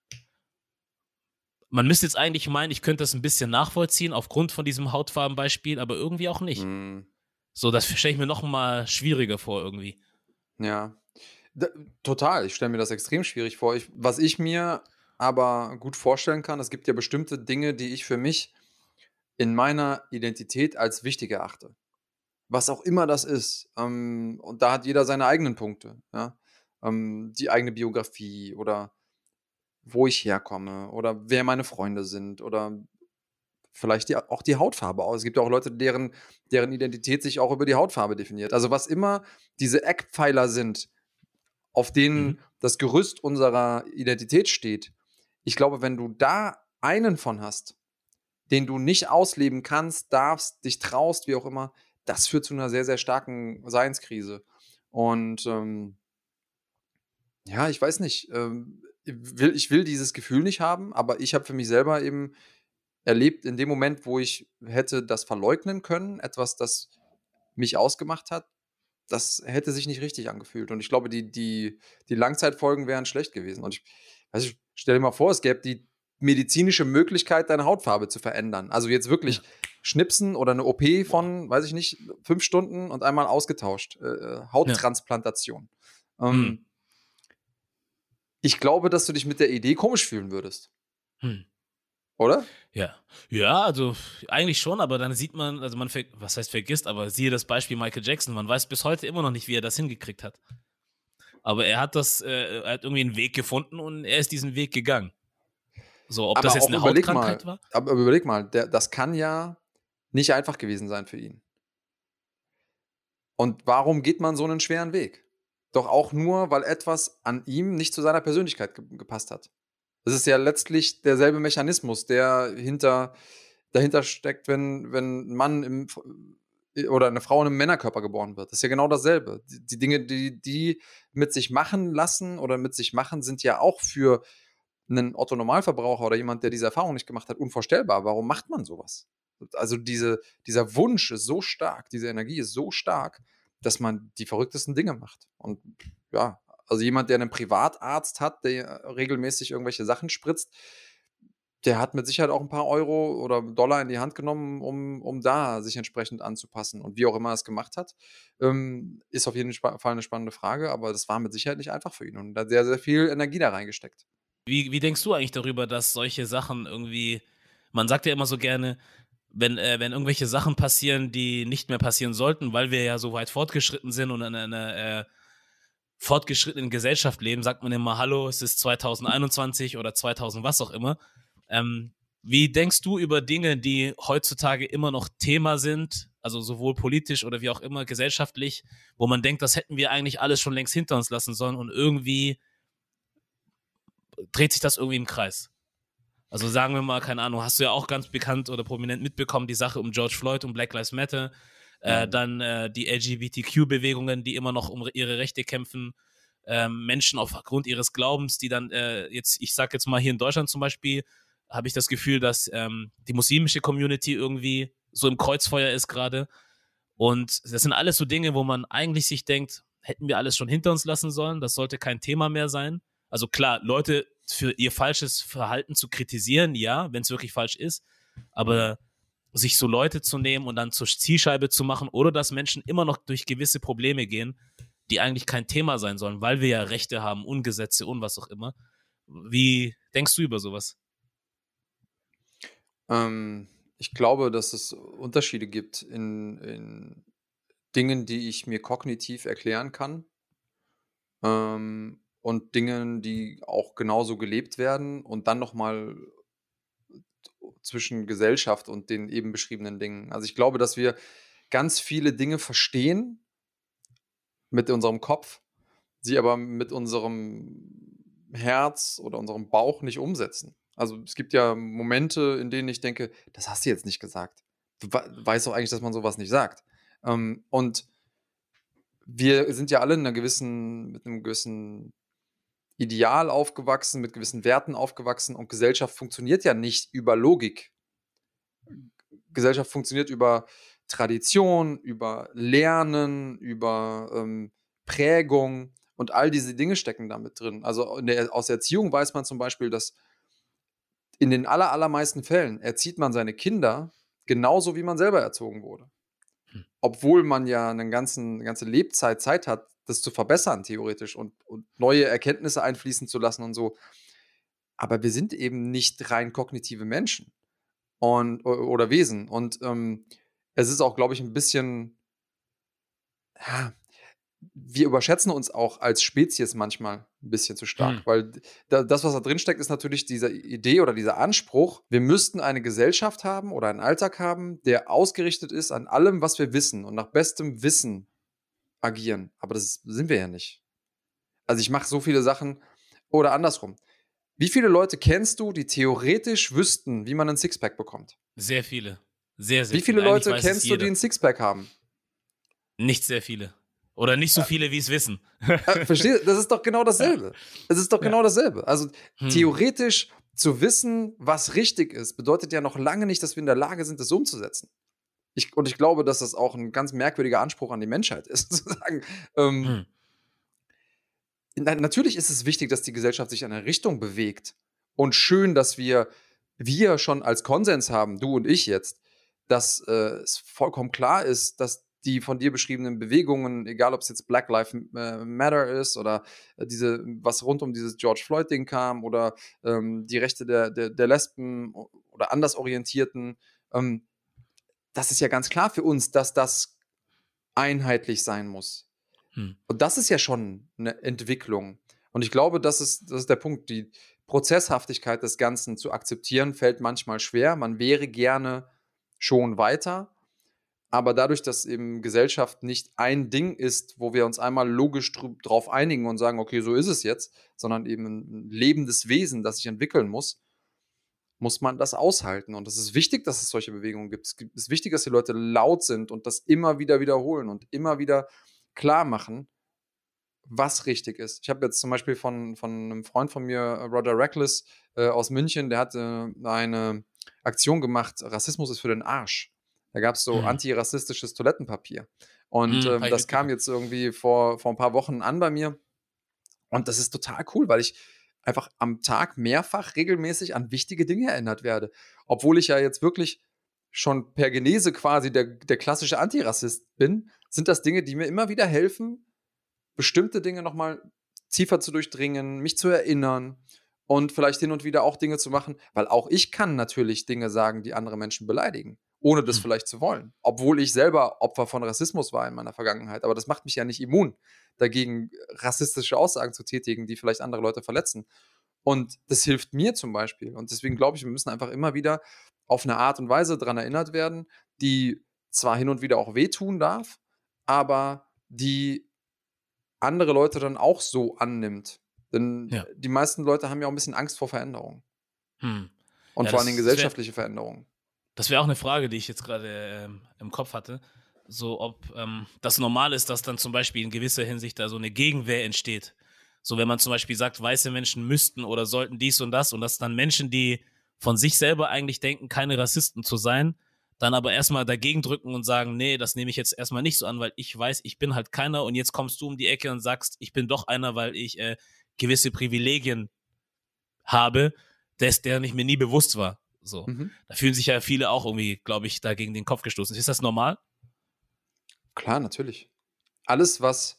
man müsste jetzt eigentlich meinen, ich könnte das ein bisschen nachvollziehen aufgrund von diesem Hautfarbenbeispiel, aber irgendwie auch nicht. Hm, So, das stelle ich mir noch mal schwieriger vor irgendwie. ja, D total. Ich stelle mir das extrem schwierig vor. Ich, was ich mir aber gut vorstellen kann, es gibt ja bestimmte Dinge, die ich für mich in meiner Identität als wichtig erachte. Was auch immer das ist. Ähm, und da hat jeder seine eigenen Punkte, ja. Ähm, die eigene Biografie oder wo ich herkomme oder wer meine Freunde sind oder vielleicht die, auch die Hautfarbe auch. Es gibt ja auch Leute, deren, deren Identität sich auch über die Hautfarbe definiert. Also was immer diese Eckpfeiler sind, auf Mhm. denen das Gerüst unserer Identität steht. Ich glaube, wenn du da einen von hast, den du nicht ausleben kannst, darfst, dich traust, wie auch immer, das führt zu einer sehr, sehr starken Seinskrise. Und ähm, ja, ich weiß nicht, ähm, ich will, ich will dieses Gefühl nicht haben, aber ich habe für mich selber eben erlebt, in dem Moment, wo ich hätte das verleugnen können, etwas, das mich ausgemacht hat, das hätte sich nicht richtig angefühlt. Und ich glaube, die, die, die Langzeitfolgen wären schlecht gewesen. Und ich, weiß ich stell dir mal vor, es gäbe die medizinische Möglichkeit, deine Hautfarbe zu verändern. Also jetzt Ja. wirklich schnipsen oder eine O P Boah. von, weiß ich nicht, fünf Stunden und einmal ausgetauscht. Äh, äh, Ja. Hauttransplantation. Hm. Ähm, ich glaube, dass du dich mit der Idee komisch fühlen würdest, Hm. oder? Ja. Ja, also eigentlich schon, aber dann sieht man, also man, ver was heißt vergisst, aber siehe das Beispiel Michael Jackson, man weiß bis heute immer noch nicht, wie er das hingekriegt hat. Aber er hat das, äh, er hat irgendwie einen Weg gefunden und er ist diesen Weg gegangen. So, ob das Aber jetzt auch eine überleg mal, Hautkrankheit war? aber überleg mal, der, das kann ja nicht einfach gewesen sein für ihn. Und warum geht man so einen schweren Weg? Doch auch nur, weil etwas an ihm nicht zu seiner Persönlichkeit ge gepasst hat. Es ist ja letztlich derselbe Mechanismus, der hinter dahinter steckt, wenn wenn 'n Mann im F oder eine Frau in 'nem Männerkörper geboren wird. Das ist ja genau dasselbe. Die die Dinge, die die mit sich machen lassen oder mit sich machen, sind ja auch für einen Otto-Normalverbraucher oder jemand, der diese Erfahrung nicht gemacht hat, unvorstellbar. Warum macht man sowas? Also, diese dieser Wunsch ist so stark, diese Energie ist so stark, dass man die verrücktesten Dinge macht. Und ja, also jemand, der einen Privatarzt hat, der regelmäßig irgendwelche Sachen spritzt, der hat mit Sicherheit auch ein paar Euro oder Dollar in die Hand genommen, um um da sich entsprechend anzupassen. Und wie auch immer er es gemacht hat, ähm, ist auf jeden Spa Fall 'ne spannende Frage, aber das war mit Sicherheit nicht einfach für ihn und er hat sehr, sehr viel Energie da reingesteckt. Wie, wie denkst du eigentlich darüber, dass solche Sachen irgendwie, man sagt ja immer so gerne, wenn, äh, wenn irgendwelche Sachen passieren, die nicht mehr passieren sollten, weil wir ja so weit fortgeschritten sind und in einer äh, fortgeschrittenen Gesellschaft leben, sagt man immer, hallo, es ist zwanzig einundzwanzig oder zweitausend, was auch immer. Ähm, wie denkst du über Dinge, die heutzutage immer noch Thema sind? also sowohl politisch oder wie auch immer gesellschaftlich, wo man denkt, das hätten wir eigentlich alles schon längst hinter uns lassen sollen und irgendwie dreht sich das irgendwie im Kreis. Also sagen wir mal, keine Ahnung, hast du ja auch ganz bekannt oder prominent mitbekommen, die Sache um George Floyd und Black Lives Matter, äh, mhm. dann äh, die L G B T Q-Bewegungen, die immer noch um ihre Rechte kämpfen, ähm, Menschen aufgrund ihres Glaubens, die dann äh, jetzt, ich sag jetzt mal hier in Deutschland zum Beispiel, habe ich das Gefühl, dass ähm, die muslimische Community irgendwie so im Kreuzfeuer ist gerade. Und das sind alles so Dinge, wo man eigentlich sich denkt, hätten wir alles schon hinter uns lassen sollen, das sollte kein Thema mehr sein. Also klar, Leute für ihr falsches Verhalten zu kritisieren, ja, wenn es wirklich falsch ist, aber sich so Leute zu nehmen und dann zur Zielscheibe zu machen oder dass Menschen immer noch durch gewisse Probleme gehen, die eigentlich kein Thema sein sollen, weil wir ja Rechte haben und Gesetze und was auch immer. Wie denkst du über sowas? Ähm, ich glaube, dass es Unterschiede gibt in, in Dingen, die ich mir kognitiv erklären kann, ähm, und Dingen, die auch genauso gelebt werden und dann nochmal zwischen Gesellschaft und den eben beschriebenen Dingen. Also ich glaube, dass wir ganz viele Dinge verstehen mit unserem Kopf, sie aber mit unserem Herz oder unserem Bauch nicht umsetzen. Also es gibt ja Momente, in denen ich denke, das hast du jetzt nicht gesagt. Du weißt doch eigentlich, dass man sowas nicht sagt. Ähm, und wir sind ja alle in einer gewissen, mit einem gewissen Ideal aufgewachsen, mit gewissen Werten aufgewachsen und Gesellschaft funktioniert ja nicht über Logik. Gesellschaft funktioniert über Tradition, über Lernen, über ähm, Prägung und all diese Dinge stecken damit drin. Also in der, aus der Erziehung weiß man zum Beispiel, dass in den aller, allermeisten Fällen erzieht man seine Kinder genauso, wie man selber erzogen wurde. Hm. Obwohl man ja eine, ganzen, eine ganze Lebzeit Zeit hat, das zu verbessern, theoretisch, und, und neue Erkenntnisse einfließen zu lassen und so. Aber wir sind eben nicht rein kognitive Menschen und, oder Wesen. Und ähm, es ist auch, glaube ich, ein bisschen, ja, wir überschätzen uns auch als Spezies manchmal ein bisschen zu stark, hm. weil da, das, was da drin steckt, ist natürlich diese Idee oder dieser Anspruch, wir müssten eine Gesellschaft haben oder einen Alltag haben, der ausgerichtet ist an allem, was wir wissen und nach bestem Wissen agieren. Aber das sind wir ja nicht. Also ich mache so viele Sachen, oder andersrum. Wie viele Leute kennst du, die theoretisch wüssten, wie man einen Sixpack bekommt? Sehr viele. Sehr, sehr Wie viele viele. Leute kennst du, die einen Sixpack haben? Nicht sehr viele. Oder nicht so viele, wie es wissen. Äh, verstehst du? Das ist doch genau dasselbe. Es ist doch genau dasselbe. Also Hm. theoretisch zu wissen, was richtig ist, bedeutet ja noch lange nicht, dass wir in der Lage sind, das umzusetzen. Ich, und ich glaube, dass das auch ein ganz merkwürdiger Anspruch an die Menschheit ist, zu sagen, ähm, Hm. na, natürlich ist es wichtig, dass die Gesellschaft sich in eine Richtung bewegt. Und schön, dass wir, wir schon als Konsens haben, du und ich jetzt, dass äh, es vollkommen klar ist, dass die von dir beschriebenen Bewegungen, egal ob es jetzt Black Lives Matter ist oder äh, diese, was rund um dieses George Floyd-Ding kam oder ähm, die Rechte der, der, der Lesben oder Andersorientierten, ähm, das ist ja ganz klar für uns, dass das einheitlich sein muss. Hm. Und das ist ja schon eine Entwicklung. Und ich glaube, das ist, das ist der Punkt. Die Prozesshaftigkeit des Ganzen zu akzeptieren, fällt manchmal schwer. Man wäre gerne schon weiter. Aber dadurch, dass eben Gesellschaft nicht ein Ding ist, wo wir uns einmal logisch dr- drauf einigen und sagen, okay, so ist es jetzt, sondern eben ein lebendes Wesen, das sich entwickeln muss, muss man das aushalten. Und es ist wichtig, dass es solche Bewegungen gibt. Es ist wichtig, dass die Leute laut sind und das immer wieder wiederholen und immer wieder klar machen, was richtig ist. Ich habe jetzt zum Beispiel von, von einem Freund von mir, Roger Reckless äh, aus München, der hat äh, eine Aktion gemacht, Rassismus ist für den Arsch. Da gab es so hm. antirassistisches Toilettenpapier. Und hm, ähm, das kam jetzt irgendwie vor, vor ein paar Wochen an bei mir. Und das ist total cool, weil ich einfach am Tag mehrfach regelmäßig an wichtige Dinge erinnert werde. Obwohl ich ja jetzt wirklich schon per Genese quasi der, der klassische Antirassist bin, sind das Dinge, die mir immer wieder helfen, bestimmte Dinge nochmal tiefer zu durchdringen, mich zu erinnern und vielleicht hin und wieder auch Dinge zu machen, weil auch ich kann natürlich Dinge sagen, die andere Menschen beleidigen, ohne das hm. vielleicht zu wollen. Obwohl ich selber Opfer von Rassismus war in meiner Vergangenheit. Aber das macht mich ja nicht immun, dagegen rassistische Aussagen zu tätigen, die vielleicht andere Leute verletzen. Und das hilft mir zum Beispiel. Und deswegen glaube ich, wir müssen einfach immer wieder auf eine Art und Weise daran erinnert werden, die zwar hin und wieder auch wehtun darf, aber die andere Leute dann auch so annimmt. Denn Ja. die meisten Leute haben ja auch ein bisschen Angst vor Veränderung. Hm. Und Ja, vor allem das, das gesellschaftliche wäre Veränderung. das wär auch eine Frage, die ich jetzt gerade ähm, im Kopf hatte. So, ob ähm, das normal ist, dass dann zum Beispiel in gewisser Hinsicht da so eine Gegenwehr entsteht. So, wenn man zum Beispiel sagt, weiße Menschen müssten oder sollten dies und das und dass dann Menschen, die von sich selber eigentlich denken, keine Rassisten zu sein, dann aber erstmal dagegen drücken und sagen, nee, das nehme ich jetzt erstmal nicht so an, weil ich weiß, ich bin halt keiner und jetzt kommst du um die Ecke und sagst, ich bin doch einer, weil ich äh, gewisse Privilegien habe, des, deren ich mir nie bewusst war. So. Mhm. Da fühlen sich ja viele auch irgendwie, glaube ich, da gegen den Kopf gestoßen. Ist das normal? Klar, natürlich. Alles, was,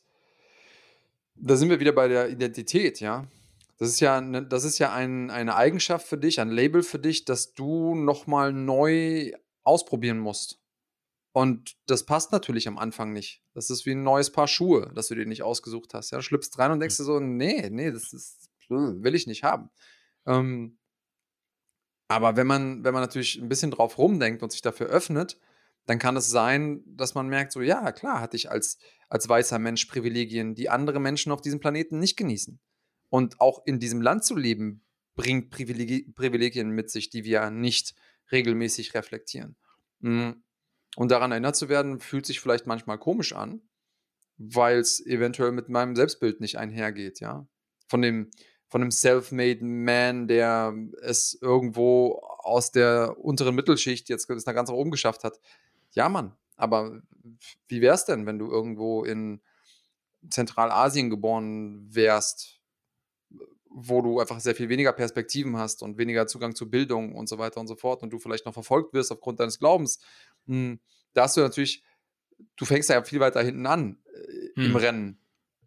da sind wir wieder bei der Identität, ja. Das ist ja, ne, das ist ja ein, eine Eigenschaft für dich, ein Label für dich, das du nochmal neu ausprobieren musst. Und das passt natürlich am Anfang nicht. Das ist wie ein neues Paar Schuhe, das du dir nicht ausgesucht hast. Ja, du schlüpfst rein und denkst dir so, nee, nee, das ist, will ich nicht haben. Ähm, aber wenn man, wenn man natürlich ein bisschen drauf rumdenkt und sich dafür öffnet, dann kann es sein, dass man merkt, so, ja, klar, hatte ich als, als weißer Mensch Privilegien, die andere Menschen auf diesem Planeten nicht genießen. Und auch in diesem Land zu leben, bringt Privilegi Privilegien mit sich, die wir nicht regelmäßig reflektieren. Mm. Und daran erinnert zu werden, fühlt sich vielleicht manchmal komisch an, weil es eventuell mit meinem Selbstbild nicht einhergeht, ja. Von dem, von dem self-made Man, der es irgendwo aus der unteren Mittelschicht jetzt bis nach ganz nach oben geschafft hat. Ja, Mann, aber wie wär's denn, wenn du irgendwo in Zentralasien geboren wärst, wo du einfach sehr viel weniger Perspektiven hast und weniger Zugang zu Bildung und so weiter und so fort und du vielleicht noch verfolgt wirst aufgrund deines Glaubens. Hm, da hast du natürlich, du fängst ja viel weiter hinten an äh, im Hm. Rennen.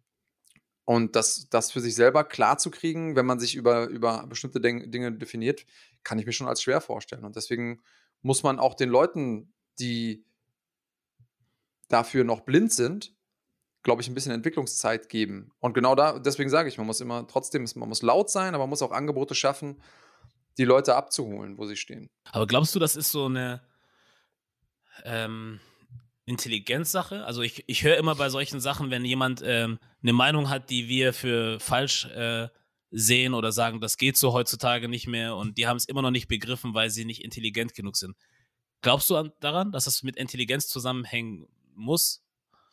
Und das, das für sich selber klar zu kriegen, wenn man sich über, über bestimmte Den- Dinge definiert, kann ich mir schon als schwer vorstellen. Und deswegen muss man auch den Leuten, die dafür noch blind sind, glaube ich, ein bisschen Entwicklungszeit geben. Und genau da, deswegen sage ich, man muss immer trotzdem, man muss laut sein, aber man muss auch Angebote schaffen, die Leute abzuholen, wo sie stehen. Aber glaubst du, das ist so eine ähm, Intelligenzsache? Also ich, ich höre immer bei solchen Sachen, wenn jemand ähm, eine Meinung hat, die wir für falsch äh, sehen oder sagen, das geht so heutzutage nicht mehr und die haben es immer noch nicht begriffen, weil sie nicht intelligent genug sind. Glaubst du an, daran, dass das mit Intelligenz zusammenhängen muss?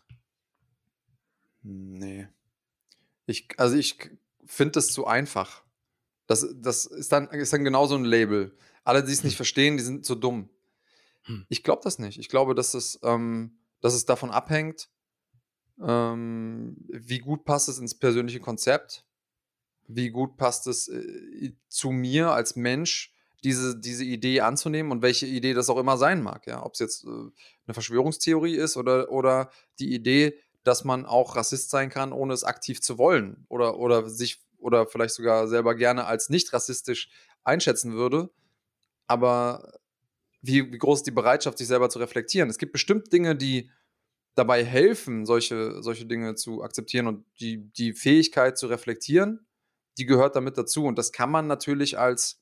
Nee. Ich, also ich finde das zu einfach. Das, das ist, dann, ist dann genauso ein Label. Alle, die es nicht Hm. verstehen, die sind zu dumm. Hm. Ich glaube das nicht. Ich glaube, dass es, ähm, dass es davon abhängt, ähm, wie gut passt es ins persönliche Konzept, wie gut passt es äh, zu mir als Mensch, diese, diese Idee anzunehmen und welche Idee das auch immer sein mag. Ja? Ob es jetzt äh, eine Verschwörungstheorie ist oder, oder die Idee, dass man auch Rassist sein kann, ohne es aktiv zu wollen oder, oder sich oder vielleicht sogar selber gerne als nicht rassistisch einschätzen würde. Aber wie, wie groß ist die Bereitschaft, sich selber zu reflektieren? Es gibt bestimmt Dinge, die dabei helfen, solche, solche Dinge zu akzeptieren und die, die Fähigkeit zu reflektieren, die gehört damit dazu. Und das kann man natürlich als,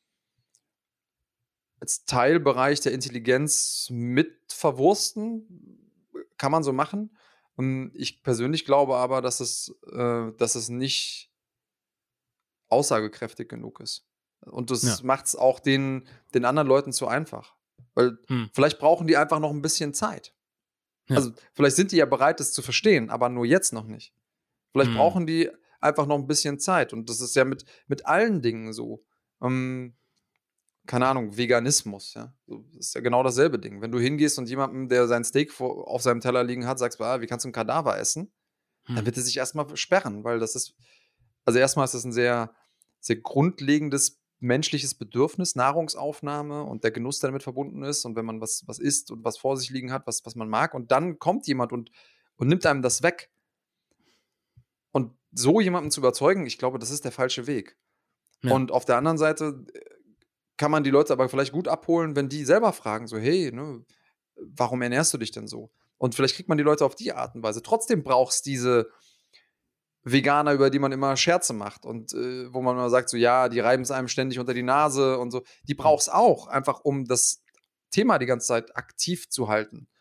als Teilbereich der Intelligenz mit verwursten, kann man so machen. Und ich persönlich glaube aber, dass es, äh, dass es nicht aussagekräftig genug ist. Und das Ja. macht es auch den, den anderen Leuten zu einfach. Weil Hm. vielleicht brauchen die einfach noch ein bisschen Zeit. Ja. Also vielleicht sind die ja bereit, es zu verstehen, aber nur jetzt noch nicht. Vielleicht Hm. brauchen die einfach noch ein bisschen Zeit. Und das ist ja mit, mit allen Dingen so. Ähm, keine Ahnung, Veganismus, ja. So, das ist ja genau dasselbe Ding. Wenn du hingehst und jemandem, der sein Steak vor, auf seinem Teller liegen hat, sagst, ah, wie kannst du einen Kadaver essen? Dann Hm. wird er sich erstmal sperren, weil das ist, also erstmal ist das ein sehr, sehr grundlegendes menschliches Bedürfnis, Nahrungsaufnahme und der Genuss, der damit verbunden ist. Und wenn man was, was isst und was vor sich liegen hat, was, was man mag, und dann kommt jemand und, und nimmt einem das weg. Und so jemanden zu überzeugen, ich glaube, das ist der falsche Weg. Ja. Und auf der anderen Seite kann man die Leute aber vielleicht gut abholen, wenn die selber fragen, so, hey, ne, warum ernährst du dich denn so? Und vielleicht kriegt man die Leute auf die Art und Weise. Trotzdem braucht es diese Veganer, über die man immer Scherze macht und äh, wo man immer sagt, so, ja, die reiben es einem ständig unter die Nase und so. Die braucht es auch, einfach um das Thema die ganze Zeit aktiv zu halten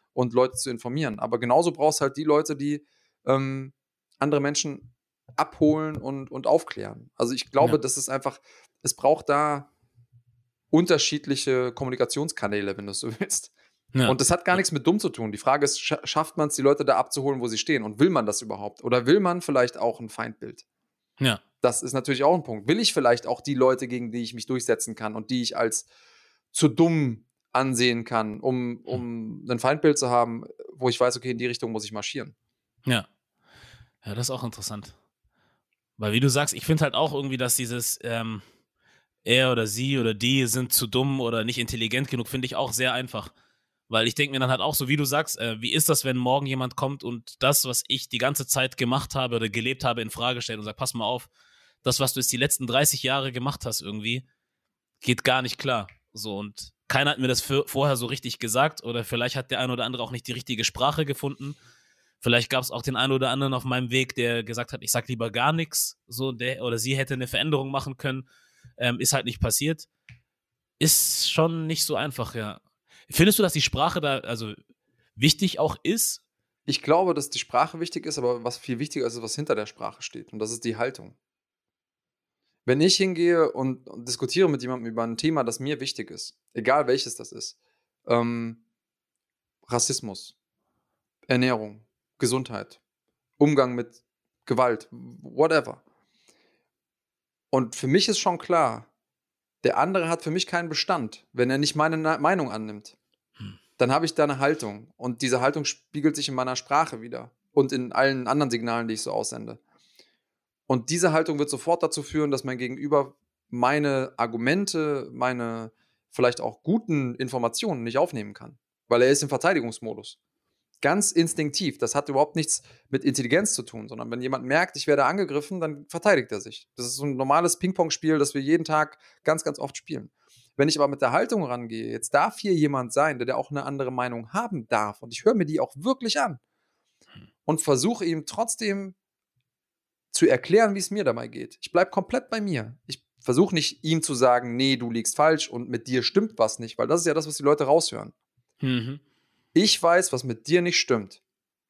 und Leute zu informieren. Aber genauso brauchst du halt die Leute, die ähm, andere Menschen abholen und, und aufklären. Also ich glaube, Ja. das ist einfach, es braucht da unterschiedliche Kommunikationskanäle, wenn du es so willst. Ja. Und das hat gar nichts mit dumm zu tun. Die Frage ist, scha- schafft man es, die Leute da abzuholen, wo sie stehen? Und will man das überhaupt? Oder will man vielleicht auch ein Feindbild? Ja. Das ist natürlich auch ein Punkt. Will ich vielleicht auch die Leute, gegen die ich mich durchsetzen kann und die ich als zu dumm ansehen kann, um, um ein Feindbild zu haben, wo ich weiß, okay, in die Richtung muss ich marschieren. Ja. Ja, das ist auch interessant. Weil wie du sagst, ich finde halt auch irgendwie, dass dieses ähm, er oder sie oder die sind zu dumm oder nicht intelligent genug, finde ich auch sehr einfach. Weil ich denke mir dann halt auch so, wie du sagst, äh, wie ist das, wenn morgen jemand kommt und das, was ich die ganze Zeit gemacht habe oder gelebt habe, in Frage stellt und sagt, pass mal auf, das, was du jetzt die letzten dreißig Jahre gemacht hast irgendwie, geht gar nicht klar. So, und keiner hat mir das für, vorher so richtig gesagt oder vielleicht hat der eine oder andere auch nicht die richtige Sprache gefunden. Vielleicht gab es auch den einen oder anderen auf meinem Weg, der gesagt hat, ich sag lieber gar nichts, so, der oder sie hätte eine Veränderung machen können, ähm, ist halt nicht passiert. Ist schon nicht so einfach, ja. Findest du, dass die Sprache da also wichtig auch ist? Ich glaube, dass die Sprache wichtig ist, aber was viel wichtiger ist, ist, was hinter der Sprache steht. Und das ist die Haltung. Wenn ich hingehe und, und diskutiere mit jemandem über ein Thema, das mir wichtig ist, egal welches das ist, ähm, Rassismus, Ernährung, Gesundheit, Umgang mit Gewalt, whatever. Und für mich ist schon klar, der andere hat für mich keinen Bestand, wenn er nicht meine Na- Meinung annimmt. Hm. Dann habe ich da eine Haltung. Und diese Haltung spiegelt sich in meiner Sprache wieder und in allen anderen Signalen, die ich so aussende. Und diese Haltung wird sofort dazu führen, dass mein Gegenüber meine Argumente, meine vielleicht auch guten Informationen nicht aufnehmen kann. Weil er ist im Verteidigungsmodus. Ganz instinktiv. Das hat überhaupt nichts mit Intelligenz zu tun, sondern wenn jemand merkt, ich werde angegriffen, dann verteidigt er sich. Das ist so ein normales Ping-Pong-Spiel, das wir jeden Tag ganz, ganz oft spielen. Wenn ich aber mit der Haltung rangehe, jetzt darf hier jemand sein, der, der auch eine andere Meinung haben darf und ich höre mir die auch wirklich an und versuche ihm trotzdem zu erklären, wie es mir dabei geht. Ich bleibe komplett bei mir. Ich versuche nicht ihm zu sagen, nee, du liegst falsch und mit dir stimmt was nicht, weil das ist ja das, was die Leute raushören. Mhm. Ich weiß, was mit dir nicht stimmt,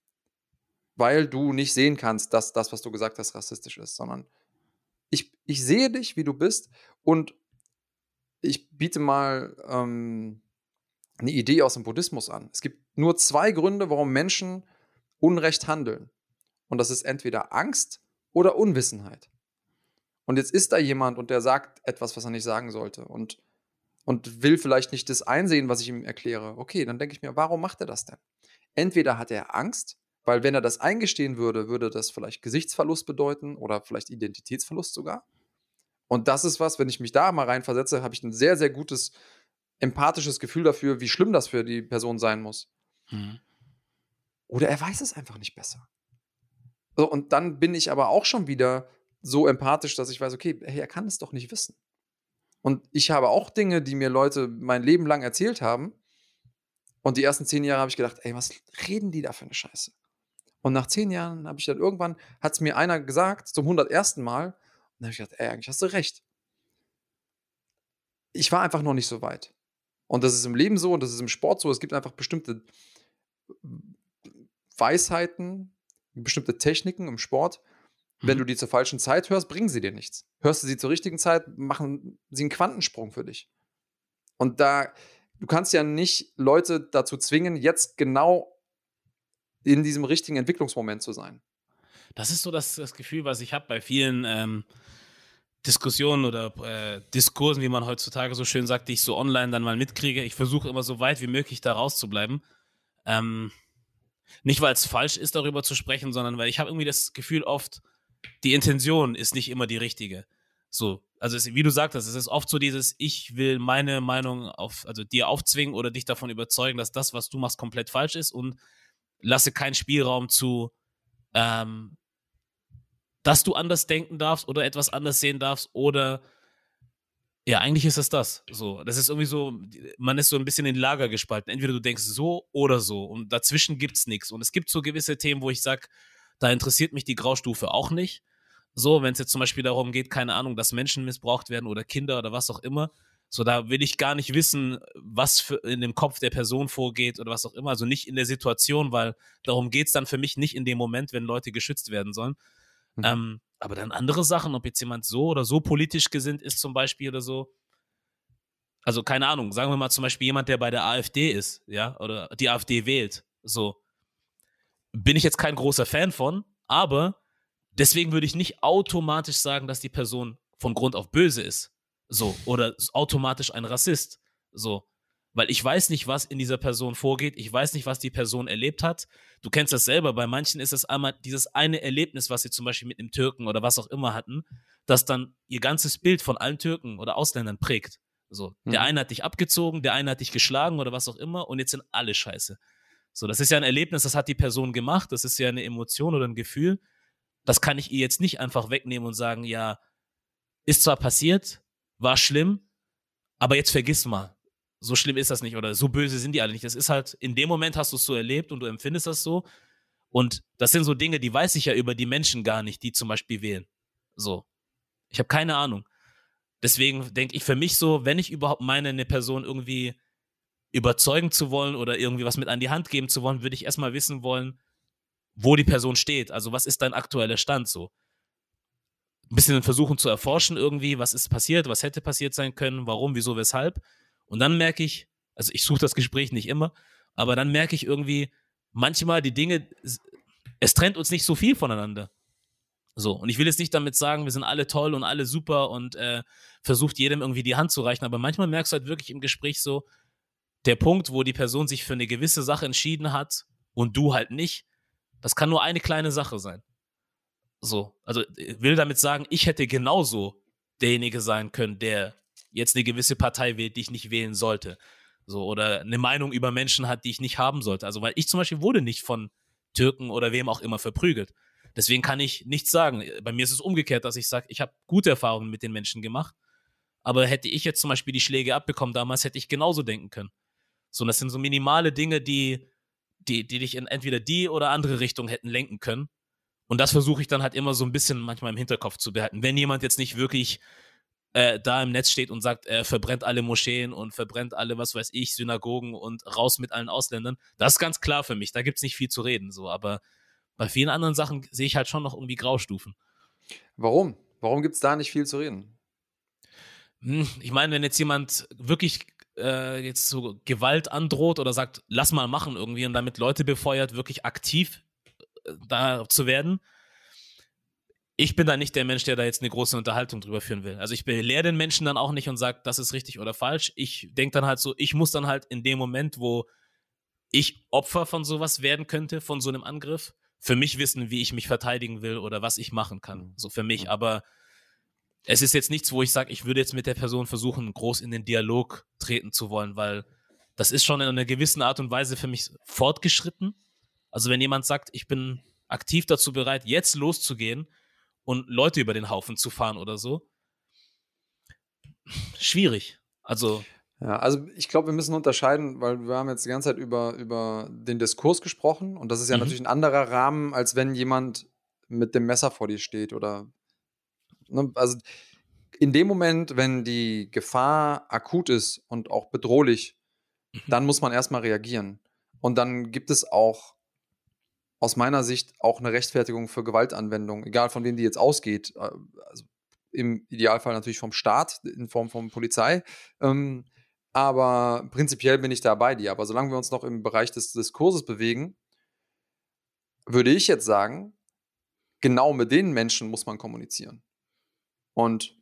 weil du nicht sehen kannst, dass das, was du gesagt hast, rassistisch ist, sondern ich, ich sehe dich, wie du bist und ich biete mal ähm, eine Idee aus dem Buddhismus an. Es gibt nur zwei Gründe, warum Menschen Unrecht handeln. Und das ist entweder Angst oder Unwissenheit. Und jetzt ist da jemand und der sagt etwas, was er nicht sagen sollte und, und will vielleicht nicht das einsehen, was ich ihm erkläre. Okay, dann denke ich mir, warum macht er das denn? Entweder hat er Angst, weil wenn er das eingestehen würde, würde das vielleicht Gesichtsverlust bedeuten oder vielleicht Identitätsverlust sogar. Und das ist was, wenn ich mich da mal reinversetze, habe ich ein sehr, sehr gutes, empathisches Gefühl dafür, wie schlimm das für die Person sein muss. Mhm. Oder er weiß es einfach nicht besser. So, und dann bin ich aber auch schon wieder so empathisch, dass ich weiß, okay, hey, er kann es doch nicht wissen. Und ich habe auch Dinge, die mir Leute mein Leben lang erzählt haben. Und die ersten zehn Jahre habe ich gedacht, ey, was reden die da für eine Scheiße? Und nach zehn Jahren habe ich dann irgendwann, hat es mir einer gesagt, zum hundertersten Mal. Und dann habe ich gedacht, ey, eigentlich hast du recht. Ich war einfach noch nicht so weit. Und das ist im Leben so und das ist im Sport so. Es gibt einfach bestimmte Weisheiten, bestimmte Techniken im Sport. Wenn Mhm. du die zur falschen Zeit hörst, bringen sie dir nichts. Hörst du sie zur richtigen Zeit, machen sie einen Quantensprung für dich. Und da, du kannst ja nicht Leute dazu zwingen, jetzt genau in diesem richtigen Entwicklungsmoment zu sein. Das ist so das, das Gefühl, was ich habe bei vielen ähm, Diskussionen oder äh, Diskursen, wie man heutzutage so schön sagt, die ich so online dann mal mitkriege. Ich versuche immer so weit wie möglich da rauszubleiben. Ähm, nicht, weil es falsch ist, darüber zu sprechen, sondern weil ich habe irgendwie das Gefühl oft, die Intention ist nicht immer die richtige. So, also es, wie du sagtest, es ist oft so dieses, ich will meine Meinung auf, also dir aufzwingen oder dich davon überzeugen, dass das, was du machst, komplett falsch ist und lasse keinen Spielraum zu, ähm, dass du anders denken darfst oder etwas anders sehen darfst oder ja, eigentlich ist es das. So, das ist irgendwie so, man ist so ein bisschen in Lager gespalten. Entweder du denkst so oder so und dazwischen gibt's nichts. Und es gibt so gewisse Themen, wo ich sag, da interessiert mich die Graustufe auch nicht. So, wenn es jetzt zum Beispiel darum geht, keine Ahnung, dass Menschen missbraucht werden oder Kinder oder was auch immer, So, da will ich gar nicht wissen, was für in dem Kopf der Person vorgeht oder was auch immer. Also nicht in der Situation, weil darum geht's dann für mich nicht in dem Moment, wenn Leute geschützt werden sollen. Mhm. Ähm, aber dann andere Sachen, ob jetzt jemand so oder so politisch gesinnt ist zum Beispiel oder so. Also keine Ahnung, sagen wir mal zum Beispiel jemand, der bei der AfD ist, ja, oder die AfD wählt. So, bin ich jetzt kein großer Fan von, aber deswegen würde ich nicht automatisch sagen, dass die Person von Grund auf böse ist. So, oder automatisch ein Rassist. So, weil ich weiß nicht, was in dieser Person vorgeht. Ich weiß nicht, was die Person erlebt hat. Du kennst das selber. Bei manchen ist es einmal dieses eine Erlebnis, was sie zum Beispiel mit einem Türken oder was auch immer hatten, das dann ihr ganzes Bild von allen Türken oder Ausländern prägt. So, mhm. Der eine hat dich abgezogen, der eine hat dich geschlagen oder was auch immer und jetzt sind alle scheiße. So, das ist ja ein Erlebnis, das hat die Person gemacht. Das ist ja eine Emotion oder ein Gefühl. Das kann ich ihr jetzt nicht einfach wegnehmen und sagen, ja, ist zwar passiert, war schlimm, aber jetzt vergiss mal. So schlimm ist das nicht oder so böse sind die alle nicht. Das ist halt, in dem Moment hast du es so erlebt und du empfindest das so. Und das sind so Dinge, die weiß ich ja über die Menschen gar nicht, die zum Beispiel wählen. So. Ich habe keine Ahnung. Deswegen denke ich für mich so, wenn ich überhaupt meine, eine Person irgendwie überzeugen zu wollen oder irgendwie was mit an die Hand geben zu wollen, würde ich erstmal wissen wollen, wo die Person steht. Also was ist dein aktueller Stand so? Ein bisschen versuchen zu erforschen irgendwie, was ist passiert, was hätte passiert sein können, warum, wieso, weshalb. Und dann merke ich, also ich suche das Gespräch nicht immer, aber dann merke ich irgendwie, manchmal die Dinge, es trennt uns nicht so viel voneinander. So, und ich will jetzt nicht damit sagen, wir sind alle toll und alle super und äh, versucht jedem irgendwie die Hand zu reichen, aber manchmal merkst du halt wirklich im Gespräch so, der Punkt, wo die Person sich für eine gewisse Sache entschieden hat und du halt nicht, das kann nur eine kleine Sache sein. So, also ich will damit sagen, ich hätte genauso derjenige sein können, der jetzt eine gewisse Partei wählt, die ich nicht wählen sollte. So, oder eine Meinung über Menschen hat, die ich nicht haben sollte. Also, weil ich zum Beispiel wurde nicht von Türken oder wem auch immer verprügelt. Deswegen kann ich nichts sagen. Bei mir ist es umgekehrt, dass ich sage, ich habe gute Erfahrungen mit den Menschen gemacht, aber hätte ich jetzt zum Beispiel die Schläge abbekommen damals, hätte ich genauso denken können. So, und das sind so minimale Dinge, die, die, die dich in entweder die oder andere Richtung hätten lenken können. Und das versuche ich dann halt immer so ein bisschen manchmal im Hinterkopf zu behalten. Wenn jemand jetzt nicht wirklich äh, da im Netz steht und sagt, er verbrennt alle Moscheen und verbrennt alle, was weiß ich, Synagogen und raus mit allen Ausländern, das ist ganz klar für mich. Da gibt es nicht viel zu reden. So, aber bei vielen anderen Sachen sehe ich halt schon noch irgendwie Graustufen. Warum? Warum gibt es da nicht viel zu reden? Hm, ich meine, wenn jetzt jemand wirklich äh, jetzt so Gewalt androht oder sagt, lass mal machen irgendwie und damit Leute befeuert, wirklich aktiv äh, da zu werden, ich bin da nicht der Mensch, der da jetzt eine große Unterhaltung drüber führen will. Also ich belehre den Menschen dann auch nicht und sage, das ist richtig oder falsch. Ich denke dann halt so, ich muss dann halt in dem Moment, wo ich Opfer von sowas werden könnte, von so einem Angriff, für mich wissen, wie ich mich verteidigen will oder was ich machen kann. So für mich. Aber es ist jetzt nichts, wo ich sage, ich würde jetzt mit der Person versuchen, groß in den Dialog treten zu wollen, weil das ist schon in einer gewissen Art und Weise für mich fortgeschritten. Also wenn jemand sagt, ich bin aktiv dazu bereit, jetzt loszugehen und Leute über den Haufen zu fahren oder so, schwierig. Also Ja, also ich glaube, wir müssen unterscheiden, weil wir haben jetzt die ganze Zeit über, über den Diskurs gesprochen und das ist ja Mhm. natürlich ein anderer Rahmen, als wenn jemand mit dem Messer vor dir steht oder ne, also in dem Moment, wenn die Gefahr akut ist und auch bedrohlich, Mhm. dann muss man erstmal reagieren. Und dann gibt es auch aus meiner Sicht auch eine Rechtfertigung für Gewaltanwendung, egal von wem die jetzt ausgeht. äh, Also im Idealfall natürlich vom Staat in Form von Polizei. Ähm, aber prinzipiell bin ich da bei dir. Aber solange wir uns noch im Bereich des Diskurses bewegen, würde ich jetzt sagen, genau mit den Menschen muss man kommunizieren. Und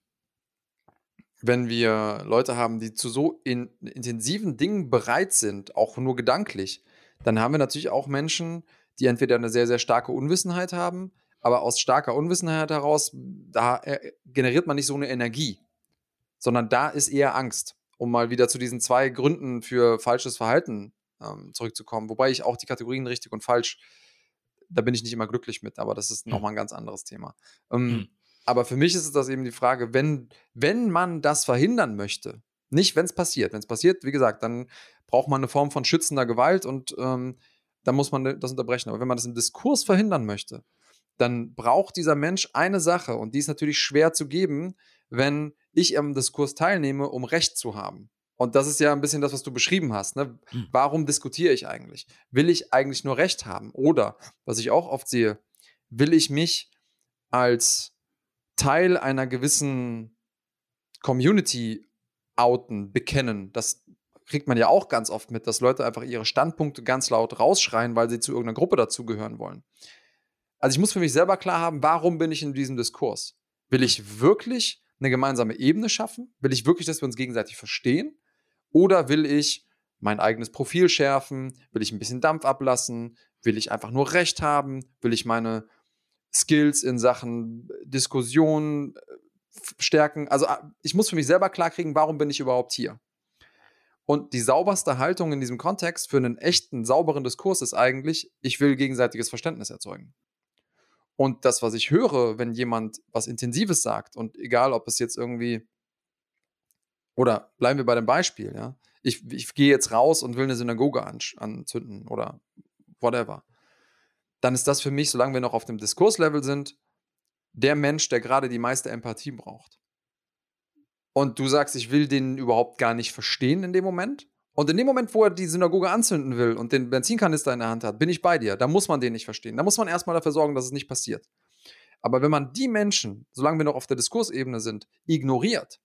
wenn wir Leute haben, die zu so in, intensiven Dingen bereit sind, auch nur gedanklich, dann haben wir natürlich auch Menschen, die entweder eine sehr, sehr starke Unwissenheit haben, aber aus starker Unwissenheit heraus, da äh, generiert man nicht so eine Energie, sondern da ist eher Angst, um mal wieder zu diesen zwei Gründen für falsches Verhalten ähm, zurückzukommen. Wobei ich auch die Kategorien richtig und falsch, da bin ich nicht immer glücklich mit, aber das ist nochmal ein ganz anderes Thema. Ähm, Mhm. Aber für mich ist es das eben die Frage, wenn, wenn man das verhindern möchte, nicht wenn es passiert. Wenn es passiert, wie gesagt, dann braucht man eine Form von schützender Gewalt und ähm, dann muss man das unterbrechen. Aber wenn man das im Diskurs verhindern möchte, dann braucht dieser Mensch eine Sache und die ist natürlich schwer zu geben, wenn ich am Diskurs teilnehme, um Recht zu haben. Und das ist ja ein bisschen das, was du beschrieben hast. Ne? Hm. Warum diskutiere ich eigentlich? Will ich eigentlich nur Recht haben? Oder, was ich auch oft sehe, will ich mich als Teil einer gewissen Community outen, bekennen? Das kriegt man ja auch ganz oft mit, dass Leute einfach ihre Standpunkte ganz laut rausschreien, weil sie zu irgendeiner Gruppe dazugehören wollen. Also ich muss für mich selber klar haben, warum bin ich in diesem Diskurs? Will ich wirklich eine gemeinsame Ebene schaffen? Will ich wirklich, dass wir uns gegenseitig verstehen? Oder will ich mein eigenes Profil schärfen? Will ich ein bisschen Dampf ablassen? Will ich einfach nur Recht haben? Will ich meine Skills in Sachen Diskussion stärken? Also ich muss für mich selber klarkriegen, warum bin ich überhaupt hier? Und die sauberste Haltung in diesem Kontext für einen echten, sauberen Diskurs ist eigentlich, ich will gegenseitiges Verständnis erzeugen. Und das, was ich höre, wenn jemand was Intensives sagt, und egal, ob es jetzt irgendwie, oder bleiben wir bei dem Beispiel, ja, ich, ich gehe jetzt raus und will eine Synagoge anzünden oder whatever, dann ist das für mich, solange wir noch auf dem Diskurslevel sind, der Mensch, der gerade die meiste Empathie braucht. Und du sagst, ich will den überhaupt gar nicht verstehen in dem Moment. Und in dem Moment, wo er die Synagoge anzünden will und den Benzinkanister in der Hand hat, bin ich bei dir. Da muss man den nicht verstehen. Da muss man erstmal dafür sorgen, dass es nicht passiert. Aber wenn man die Menschen, solange wir noch auf der Diskursebene sind, ignoriert,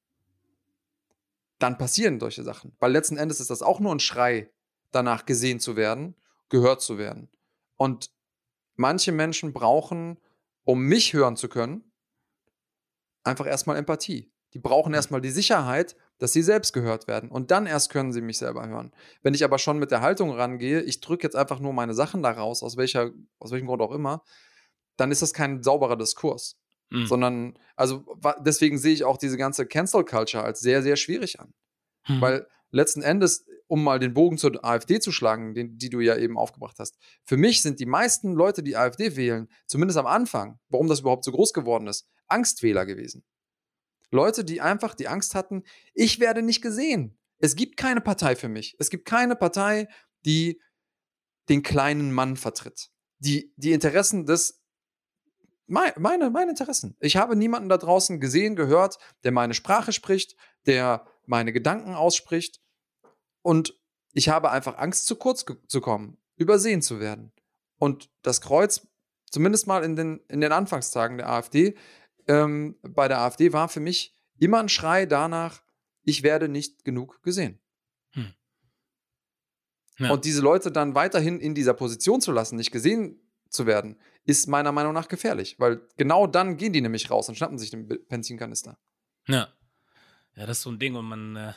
dann passieren solche Sachen. Weil letzten Endes ist das auch nur ein Schrei, danach gesehen zu werden, gehört zu werden. Und manche Menschen brauchen, um mich hören zu können, einfach erstmal Empathie. Die brauchen erstmal die Sicherheit, dass sie selbst gehört werden. Und dann erst können sie mich selber hören. Wenn ich aber schon mit der Haltung rangehe, ich drücke jetzt einfach nur meine Sachen da raus, aus, welcher, aus welchem Grund auch immer, dann ist das kein sauberer Diskurs. Mhm. Sondern, also deswegen sehe ich auch diese ganze Cancel Culture als sehr, sehr schwierig an. Mhm. Weil letzten Endes, um mal den Bogen zur AfD zu schlagen, den, die du ja eben aufgebracht hast, für mich sind die meisten Leute, die AfD wählen, zumindest am Anfang, warum das überhaupt so groß geworden ist, Angstwähler gewesen. Leute, die einfach die Angst hatten, ich werde nicht gesehen. Es gibt keine Partei für mich. Es gibt keine Partei, die den kleinen Mann vertritt. Die, die Interessen des, meine, meine, meine Interessen. Ich habe niemanden da draußen gesehen, gehört, der meine Sprache spricht, der meine Gedanken ausspricht. Und ich habe einfach Angst, zu kurz ge- zu kommen, übersehen zu werden. Und das Kreuz, zumindest mal in den, in den Anfangstagen der AfD, Ähm, bei der AfD war für mich immer ein Schrei danach, ich werde nicht genug gesehen. Hm. Ja. Und diese Leute dann weiterhin in dieser Position zu lassen, nicht gesehen zu werden, ist meiner Meinung nach gefährlich, weil genau dann gehen die nämlich raus und schnappen sich den Benzinkanister. Ja, ja, das ist so ein Ding und man, äh,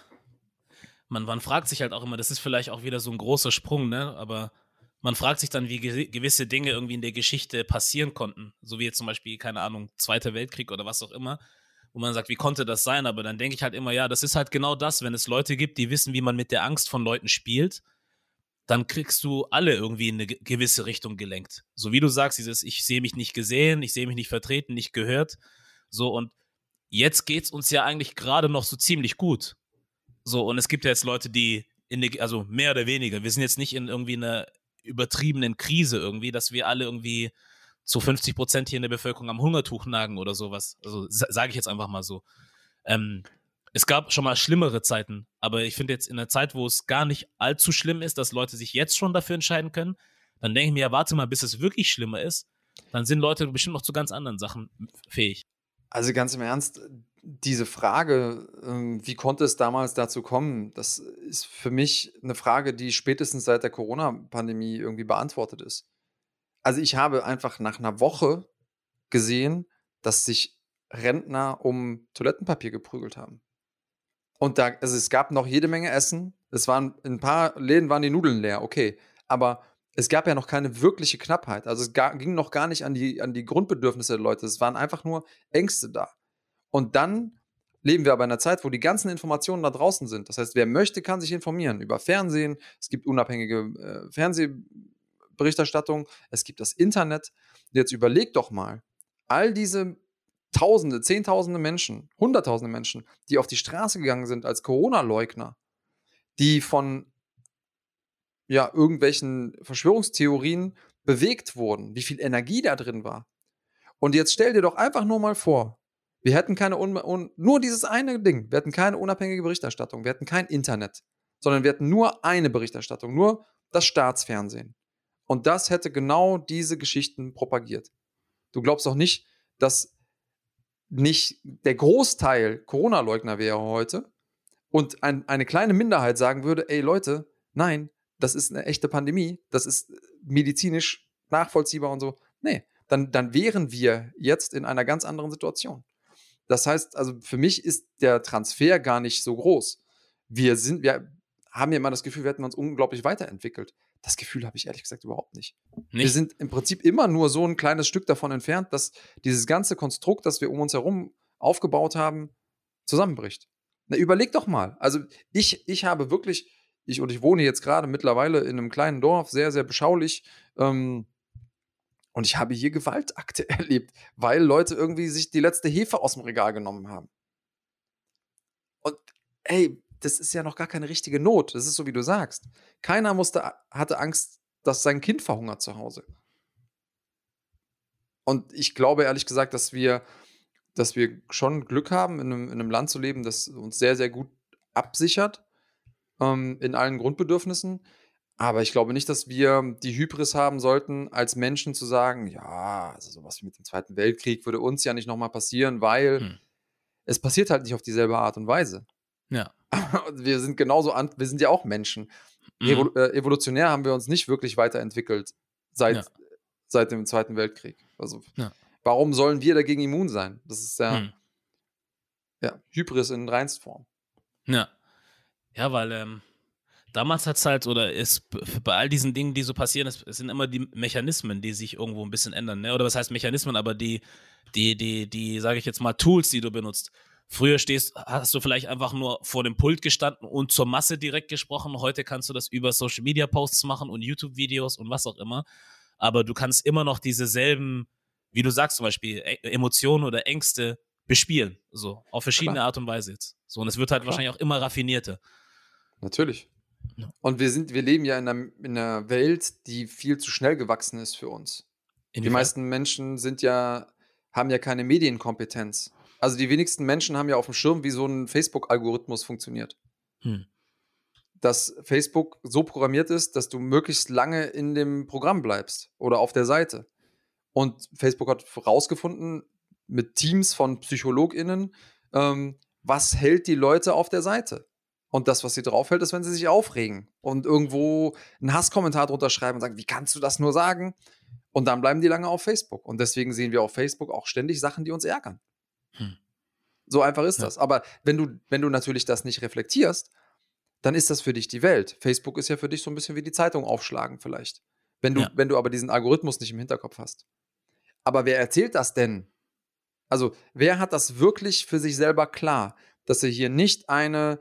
man, man fragt sich halt auch immer, das ist vielleicht auch wieder so ein großer Sprung, ne, aber man fragt sich dann, wie ge- gewisse Dinge irgendwie in der Geschichte passieren konnten. So wie jetzt zum Beispiel, keine Ahnung, Zweiter Weltkrieg oder was auch immer. Wo man sagt, wie konnte das sein? Aber dann denke ich halt immer, ja, das ist halt genau das, wenn es Leute gibt, die wissen, wie man mit der Angst von Leuten spielt, dann kriegst du alle irgendwie in eine gewisse Richtung gelenkt. So wie du sagst, dieses, ich sehe mich nicht gesehen, ich sehe mich nicht vertreten, nicht gehört. So, und jetzt geht's uns ja eigentlich gerade noch so ziemlich gut. So, und es gibt ja jetzt Leute, die in eine, also mehr oder weniger, wir sind jetzt nicht in irgendwie einer übertriebenen Krise irgendwie, dass wir alle irgendwie zu fünfzig Prozent hier in der Bevölkerung am Hungertuch nagen oder sowas. Also sage ich jetzt einfach mal so. Ähm, es gab schon mal schlimmere Zeiten, aber ich finde jetzt in einer Zeit, wo es gar nicht allzu schlimm ist, dass Leute sich jetzt schon dafür entscheiden können, dann denke ich mir, ja, warte mal, bis es wirklich schlimmer ist, dann sind Leute bestimmt noch zu ganz anderen Sachen fähig. Also ganz im Ernst, diese Frage, wie konnte es damals dazu kommen, das ist für mich eine Frage, die spätestens seit der Corona-Pandemie irgendwie beantwortet ist. Also ich habe einfach nach einer Woche gesehen, dass sich Rentner um Toilettenpapier geprügelt haben. Und da, also es gab noch jede Menge Essen. Es waren, in ein paar Läden waren die Nudeln leer, okay. Aber es gab ja noch keine wirkliche Knappheit. Also es ga, ging noch gar nicht an die, an die Grundbedürfnisse der Leute. Es waren einfach nur Ängste da. Und dann leben wir aber in einer Zeit, wo die ganzen Informationen da draußen sind. Das heißt, wer möchte, kann sich informieren über Fernsehen. Es gibt unabhängige äh, Fernsehberichterstattung. Es gibt das Internet. Jetzt überleg doch mal, all diese Tausende, Zehntausende Menschen, Hunderttausende Menschen, die auf die Straße gegangen sind als Corona-Leugner, die von ja, irgendwelchen Verschwörungstheorien bewegt wurden, wie viel Energie da drin war. Und jetzt stell dir doch einfach nur mal vor, wir hätten keine, un- un- nur dieses eine Ding, wir hätten keine unabhängige Berichterstattung, wir hätten kein Internet, sondern wir hätten nur eine Berichterstattung, nur das Staatsfernsehen. Und das hätte genau diese Geschichten propagiert. Du glaubst doch nicht, dass nicht der Großteil Corona-Leugner wäre heute und ein, eine kleine Minderheit sagen würde, ey Leute, nein, das ist eine echte Pandemie, das ist medizinisch nachvollziehbar und so. Nee, dann, dann wären wir jetzt in einer ganz anderen Situation. Das heißt, also für mich ist der Transfer gar nicht so groß. Wir sind, wir haben ja immer das Gefühl, wir hätten uns unglaublich weiterentwickelt. Das Gefühl habe ich ehrlich gesagt überhaupt nicht. Nicht? Wir sind im Prinzip immer nur so ein kleines Stück davon entfernt, dass dieses ganze Konstrukt, das wir um uns herum aufgebaut haben, zusammenbricht. Na, überleg doch mal. Also ich, ich habe wirklich, ich und ich wohne jetzt gerade mittlerweile in einem kleinen Dorf, sehr, sehr beschaulich. Ähm, und ich habe hier Gewaltakte erlebt, weil Leute irgendwie sich die letzte Hefe aus dem Regal genommen haben. Und ey, das ist ja noch gar keine richtige Not. Das ist so, wie du sagst. Keiner musste, hatte Angst, dass sein Kind verhungert zu Hause. Und ich glaube ehrlich gesagt, dass wir, dass wir schon Glück haben, in einem, in einem Land zu leben, das uns sehr, sehr gut absichert ähm, in allen Grundbedürfnissen. Aber ich glaube nicht, dass wir die Hybris haben sollten, als Menschen zu sagen, ja, also sowas wie mit dem Zweiten Weltkrieg würde uns ja nicht nochmal passieren, weil Hm. es passiert halt nicht auf dieselbe Art und Weise. Ja. Wir sind genauso, an, wir sind ja auch Menschen. Mhm. Revo- äh, evolutionär haben wir uns nicht wirklich weiterentwickelt seit, Ja. seit dem Zweiten Weltkrieg. Also Ja. warum sollen wir dagegen immun sein? Das ist ja, Hm. ja Hybris in Reinstform. Ja. Ja, weil ähm, damals hat es halt, oder ist bei all diesen Dingen, die so passieren, es, es sind immer die Mechanismen, die sich irgendwo ein bisschen ändern. Ne? Oder was heißt Mechanismen, aber die, die, die, die, sage ich jetzt mal, Tools, die du benutzt. Früher stehst, hast du vielleicht einfach nur vor dem Pult gestanden und zur Masse direkt gesprochen. Heute kannst du das über Social Media Posts machen und YouTube-Videos und was auch immer. Aber du kannst immer noch diese selben, wie du sagst zum Beispiel, E- Emotionen oder Ängste bespielen. So, auf verschiedene Klar. Art und Weise jetzt. So, und es wird halt Klar. wahrscheinlich auch immer raffinierter. Natürlich. Ja. Und wir sind, wir leben ja in einer, in einer Welt, die viel zu schnell gewachsen ist für uns. Die Inwiefern? meisten Menschen sind ja, haben ja keine Medienkompetenz. Also die wenigsten Menschen haben ja auf dem Schirm, wie so ein Facebook-Algorithmus funktioniert. Hm. Dass Facebook so programmiert ist, dass du möglichst lange in dem Programm bleibst oder auf der Seite. Und Facebook hat herausgefunden, mit Teams von PsychologInnen, ähm, was hält die Leute auf der Seite. Und das, was sie draufhält, ist, wenn sie sich aufregen und irgendwo einen Hasskommentar drunter schreiben und sagen, wie kannst du das nur sagen? Und dann bleiben die lange auf Facebook. Und deswegen sehen wir auf Facebook auch ständig Sachen, die uns ärgern. Hm. So einfach ist Ja. das. Aber wenn du, wenn du natürlich das nicht reflektierst, dann ist das für dich die Welt. Facebook ist ja für dich so ein bisschen wie die Zeitung aufschlagen vielleicht. Wenn du, Ja. wenn du aber diesen Algorithmus nicht im Hinterkopf hast. Aber wer erzählt das denn? Also, wer hat das wirklich für sich selber klar, dass er hier nicht eine,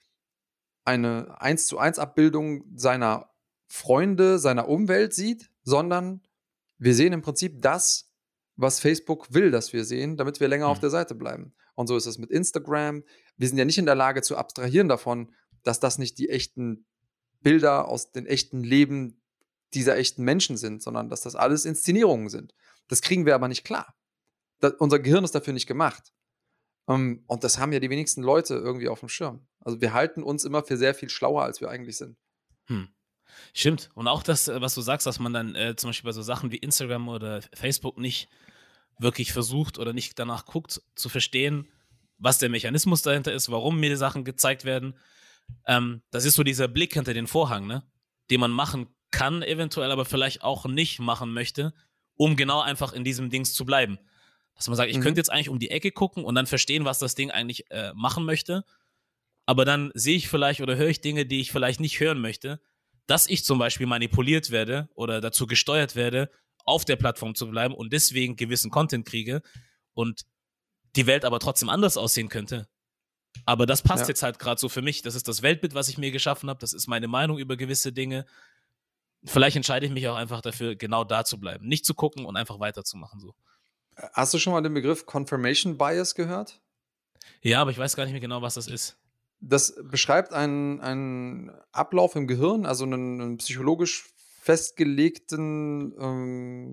eine eins zu eins Abbildung seiner Freunde, seiner Umwelt sieht, sondern wir sehen im Prinzip das, was Facebook will, dass wir sehen, damit wir länger Hm. auf der Seite bleiben. Und so ist es mit Instagram. Wir sind ja nicht in der Lage zu abstrahieren davon, dass das nicht die echten Bilder aus dem echten Leben dieser echten Menschen sind, sondern dass das alles Inszenierungen sind. Das kriegen wir aber nicht klar. Das, unser Gehirn ist dafür nicht gemacht. Um, und das haben ja die wenigsten Leute irgendwie auf dem Schirm. Also wir halten uns immer für sehr viel schlauer, als wir eigentlich sind. Hm. Stimmt. Und auch das, äh, was du sagst, dass man dann äh, zum Beispiel bei so Sachen wie Instagram oder Facebook nicht wirklich versucht oder nicht danach guckt, zu verstehen, was der Mechanismus dahinter ist, warum mir die Sachen gezeigt werden. Ähm, das ist so dieser Blick hinter den Vorhang, ne? Den man machen kann eventuell, aber vielleicht auch nicht machen möchte, um genau einfach in diesem Dings zu bleiben. Dass man sagt, ich Mhm. könnte jetzt eigentlich um die Ecke gucken und dann verstehen, was das Ding eigentlich äh, machen möchte, aber dann sehe ich vielleicht oder höre ich Dinge, die ich vielleicht nicht hören möchte, dass ich zum Beispiel manipuliert werde oder dazu gesteuert werde, auf der Plattform zu bleiben und deswegen gewissen Content kriege und die Welt aber trotzdem anders aussehen könnte. Aber das passt Ja. jetzt halt gerade so für mich. Das ist das Weltbild, was ich mir geschaffen habe. Das ist meine Meinung über gewisse Dinge. Vielleicht entscheide ich mich auch einfach dafür, genau da zu bleiben. Nicht zu gucken und einfach weiterzumachen. So. Hast du schon mal den Begriff Confirmation Bias gehört? Ja, aber ich weiß gar nicht mehr genau, was das ist. Das beschreibt einen, einen Ablauf im Gehirn, also einen, einen psychologisch festgelegten ähm,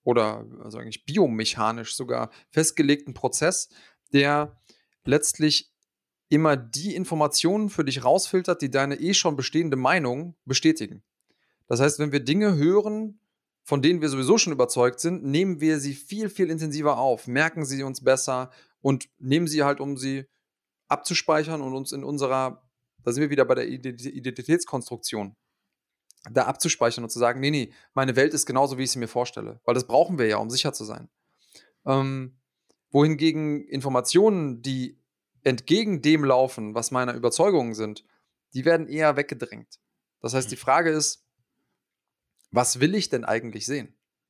oder also eigentlich biomechanisch sogar festgelegten Prozess, der letztlich immer die Informationen für dich rausfiltert, die deine eh schon bestehende Meinung bestätigen. Das heißt, wenn wir Dinge hören, von denen wir sowieso schon überzeugt sind, nehmen wir sie viel, viel intensiver auf, merken sie uns besser und nehmen sie halt, um sie abzuspeichern und uns in unserer, da sind wir wieder bei der Identitätskonstruktion, da abzuspeichern und zu sagen, nee, nee, meine Welt ist genauso, wie ich sie mir vorstelle. Weil das brauchen wir ja, um sicher zu sein. Ähm, wohingegen Informationen, die entgegen dem laufen, was meine Überzeugungen sind, die werden eher weggedrängt. Das heißt, die Frage ist, was will ich denn eigentlich sehen?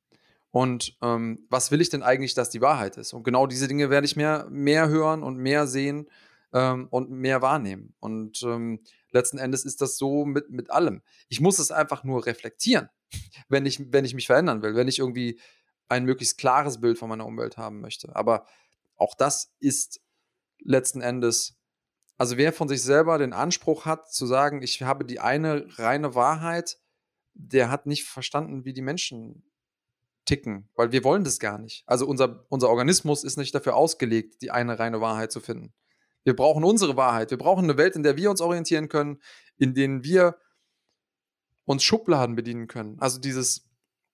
Und ähm, was will ich denn eigentlich, dass die Wahrheit ist? Und genau diese Dinge werde ich mehr, mehr hören und mehr sehen ähm, und mehr wahrnehmen. Und ähm, letzten Endes ist das so mit, mit allem. Ich muss es einfach nur reflektieren, wenn ich, wenn ich mich verändern will, wenn ich irgendwie ein möglichst klares Bild von meiner Umwelt haben möchte. Aber auch das ist letzten Endes, also wer von sich selber den Anspruch hat, zu sagen, ich habe die eine reine Wahrheit, der hat nicht verstanden, wie die Menschen ticken, weil wir wollen das gar nicht. Also unser, unser Organismus ist nicht dafür ausgelegt, die eine reine Wahrheit zu finden. Wir brauchen unsere Wahrheit. Wir brauchen eine Welt, in der wir uns orientieren können, in denen wir uns Schubladen bedienen können. Also dieses,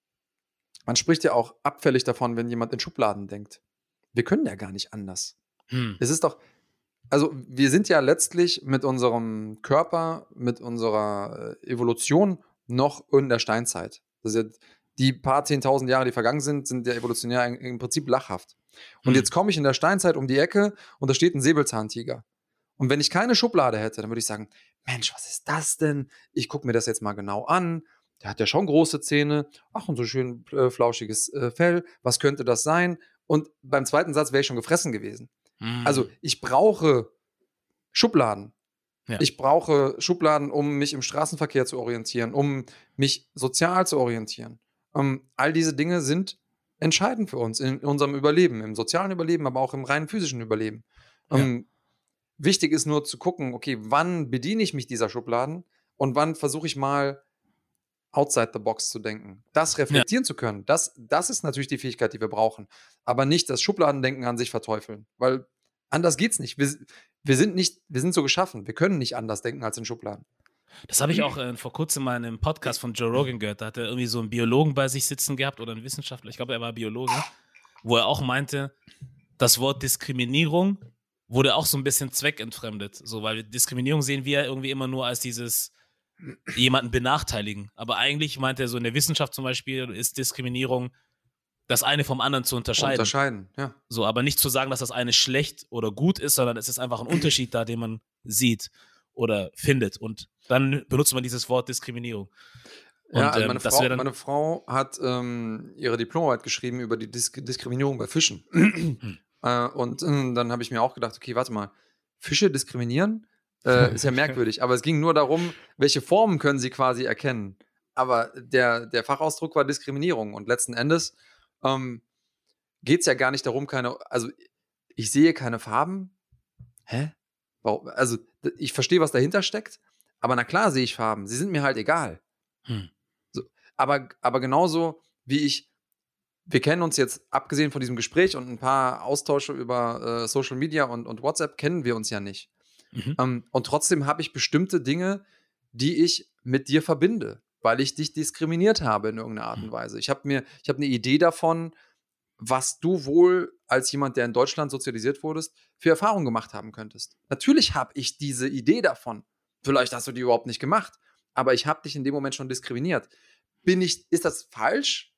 man spricht ja auch abfällig davon, wenn jemand in Schubladen denkt. Wir können ja gar nicht anders. Hm. Es ist doch, also wir sind ja letztlich mit unserem Körper, mit unserer Evolution noch in der Steinzeit. Das ist ja, die paar zehntausend Jahre, die vergangen sind, sind ja evolutionär im Prinzip lachhaft. Und hm. jetzt komme ich in der Steinzeit um die Ecke und da steht ein Säbelzahntiger. Und wenn ich keine Schublade hätte, dann würde ich sagen, Mensch, was ist das denn? Ich gucke mir das jetzt mal genau an. Der hat ja schon große Zähne. Ach, und so schön äh, flauschiges äh, Fell. Was könnte das sein? Und beim zweiten Satz wäre ich schon gefressen gewesen. Hm. Also ich brauche Schubladen. Ja. Ich brauche Schubladen, um mich im Straßenverkehr zu orientieren, um mich sozial zu orientieren. Um, all diese Dinge sind entscheidend für uns in unserem Überleben, im sozialen Überleben, aber auch im rein physischen Überleben. Ja. Um, wichtig ist nur zu gucken, okay, wann bediene ich mich dieser Schubladen und wann versuche ich mal outside the box zu denken. Das reflektieren ja. zu können, das, das ist natürlich die Fähigkeit, die wir brauchen. Aber nicht das Schubladendenken an sich verteufeln, weil anders geht's nicht. Wir, wir sind nicht, wir sind so geschaffen. Wir können nicht anders denken als in Schubladen. Das habe ich auch äh, vor kurzem mal in einem Podcast von Joe Rogan gehört. Da hat er irgendwie so einen Biologen bei sich sitzen gehabt oder einen Wissenschaftler, ich glaube, er war Biologe, wo er auch meinte, das Wort Diskriminierung wurde auch so ein bisschen zweckentfremdet. So, weil Diskriminierung sehen wir irgendwie immer nur als dieses jemanden benachteiligen. Aber eigentlich meint er so, in der Wissenschaft zum Beispiel ist Diskriminierung das eine vom anderen zu unterscheiden. Unterscheiden, ja. So, aber nicht zu sagen, dass das eine schlecht oder gut ist, sondern es ist einfach ein Unterschied da, den man sieht oder findet. Und dann benutzt man dieses Wort Diskriminierung. Und, ja, also meine, ähm, Frau, dann meine Frau hat ähm, ihre Diplomarbeit geschrieben über die Disk- Diskriminierung bei Fischen. hm. äh, und äh, dann habe ich mir auch gedacht, okay, warte mal, Fische diskriminieren? Äh, ist ja merkwürdig. Aber es ging nur darum, welche Formen können sie quasi erkennen. Aber der, der Fachausdruck war Diskriminierung. Und letzten Endes ähm, geht es ja gar nicht darum, keine, also ich sehe keine Farben. Hä? Warum? Also ich verstehe, was dahinter steckt, aber na klar sehe ich Farben. Sie sind mir halt egal. Hm. So, aber, aber genauso wie ich, wir kennen uns jetzt, abgesehen von diesem Gespräch und ein paar Austausche über äh, Social Media und, und WhatsApp, kennen wir uns ja nicht. Mhm. Ähm, und trotzdem habe ich bestimmte Dinge, die ich mit dir verbinde, weil ich dich diskriminiert habe in irgendeiner Art und Weise. Ich habe mir, ich habe eine Idee davon, was du wohl als jemand, der in Deutschland sozialisiert wurdest, für Erfahrungen gemacht haben könntest. Natürlich habe ich diese Idee davon. Vielleicht hast du die überhaupt nicht gemacht, aber ich habe dich in dem Moment schon diskriminiert. Bin ich, ist das falsch?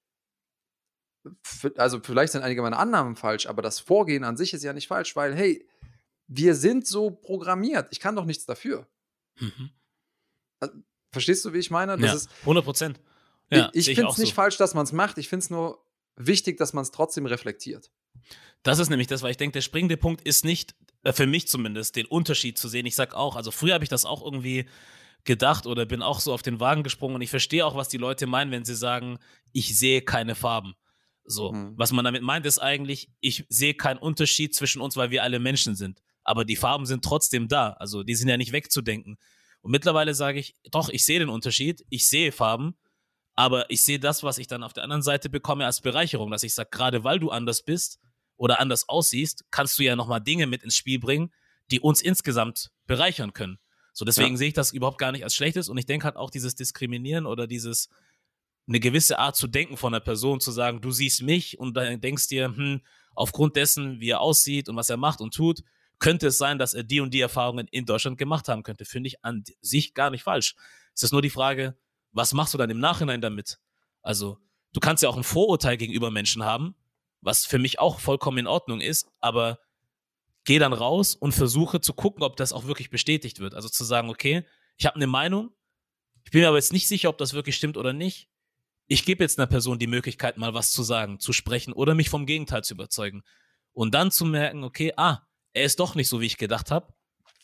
Also vielleicht sind einige meiner Annahmen falsch, aber das Vorgehen an sich ist ja nicht falsch, weil, hey, wir sind so programmiert. Ich kann doch nichts dafür. Mhm. Verstehst du, wie ich meine? Das ja, ist, hundert Prozent. Ja, ich ich finde es nicht so falsch, dass man es macht. Ich finde es nur wichtig, dass man es trotzdem reflektiert. Das ist nämlich das, weil ich denke, der springende Punkt ist nicht, äh, für mich zumindest, den Unterschied zu sehen. Ich sag auch, also früher habe ich das auch irgendwie gedacht oder bin auch so auf den Wagen gesprungen und ich verstehe auch, was die Leute meinen, wenn sie sagen, ich sehe keine Farben. So, hm. Was man damit meint, ist eigentlich, ich sehe keinen Unterschied zwischen uns, weil wir alle Menschen sind. Aber die Farben sind trotzdem da. Also die sind ja nicht wegzudenken. Und mittlerweile sage ich, doch, ich sehe den Unterschied, ich sehe Farben, Aber ich sehe das, was ich dann auf der anderen Seite bekomme, als Bereicherung, dass ich sage, gerade weil du anders bist oder anders aussiehst, kannst du ja nochmal Dinge mit ins Spiel bringen, die uns insgesamt bereichern können. So, deswegen Ja. sehe ich das überhaupt gar nicht als Schlechtes und ich denke halt auch dieses Diskriminieren oder dieses eine gewisse Art zu denken von einer Person, zu sagen, du siehst mich und dann denkst dir, hm, aufgrund dessen, wie er aussieht und was er macht und tut, könnte es sein, dass er die und die Erfahrungen in Deutschland gemacht haben könnte. Finde ich an sich gar nicht falsch. Es ist nur die Frage, was machst du dann im Nachhinein damit? Also, du kannst ja auch ein Vorurteil gegenüber Menschen haben, was für mich auch vollkommen in Ordnung ist, aber geh dann raus und versuche zu gucken, ob das auch wirklich bestätigt wird. Also zu sagen, okay, ich habe eine Meinung, ich bin mir aber jetzt nicht sicher, ob das wirklich stimmt oder nicht. Ich gebe jetzt einer Person die Möglichkeit, mal was zu sagen, zu sprechen oder mich vom Gegenteil zu überzeugen. Und dann zu merken, okay, ah, er ist doch nicht so, wie ich gedacht habe.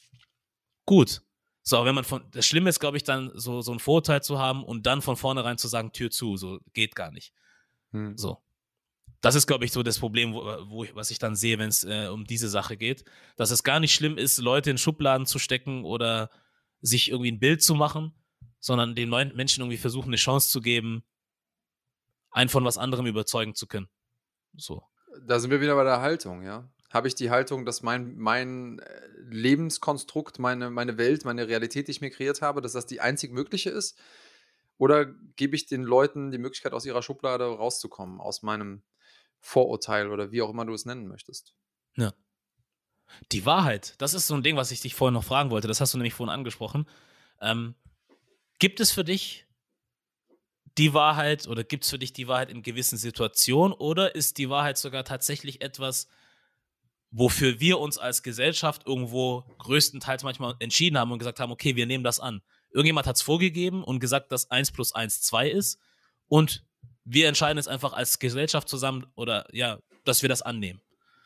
Gut. So, wenn man von, das Schlimme ist, glaube ich, dann so, so ein Vorurteil zu haben und dann von vornherein zu sagen, Tür zu, so geht gar nicht. Hm. So. Das ist, glaube ich, so das Problem, wo, wo ich, was ich dann sehe, wenn es äh, um diese Sache geht. Dass es gar nicht schlimm ist, Leute in Schubladen zu stecken oder sich irgendwie ein Bild zu machen, sondern den neuen Menschen irgendwie versuchen, eine Chance zu geben, einen von was anderem überzeugen zu können. So. Da sind wir wieder bei der Haltung, ja. Habe ich die Haltung, dass mein, mein äh, Lebenskonstrukt, meine, meine Welt, meine Realität, die ich mir kreiert habe, dass das die einzig mögliche ist? Oder gebe ich den Leuten die Möglichkeit, aus ihrer Schublade rauszukommen, aus meinem Vorurteil oder wie auch immer du es nennen möchtest? Ja. Die Wahrheit, das ist so ein Ding, was ich dich vorhin noch fragen wollte. Das hast du nämlich vorhin angesprochen. Ähm, gibt es für dich die Wahrheit oder gibt es für dich die Wahrheit in gewissen Situationen oder ist die Wahrheit sogar tatsächlich etwas, wofür wir uns als Gesellschaft irgendwo größtenteils manchmal entschieden haben und gesagt haben, okay, wir nehmen das an. Irgendjemand hat es vorgegeben und gesagt, dass eins plus eins zwei ist und wir entscheiden es einfach als Gesellschaft zusammen oder ja, dass wir das annehmen.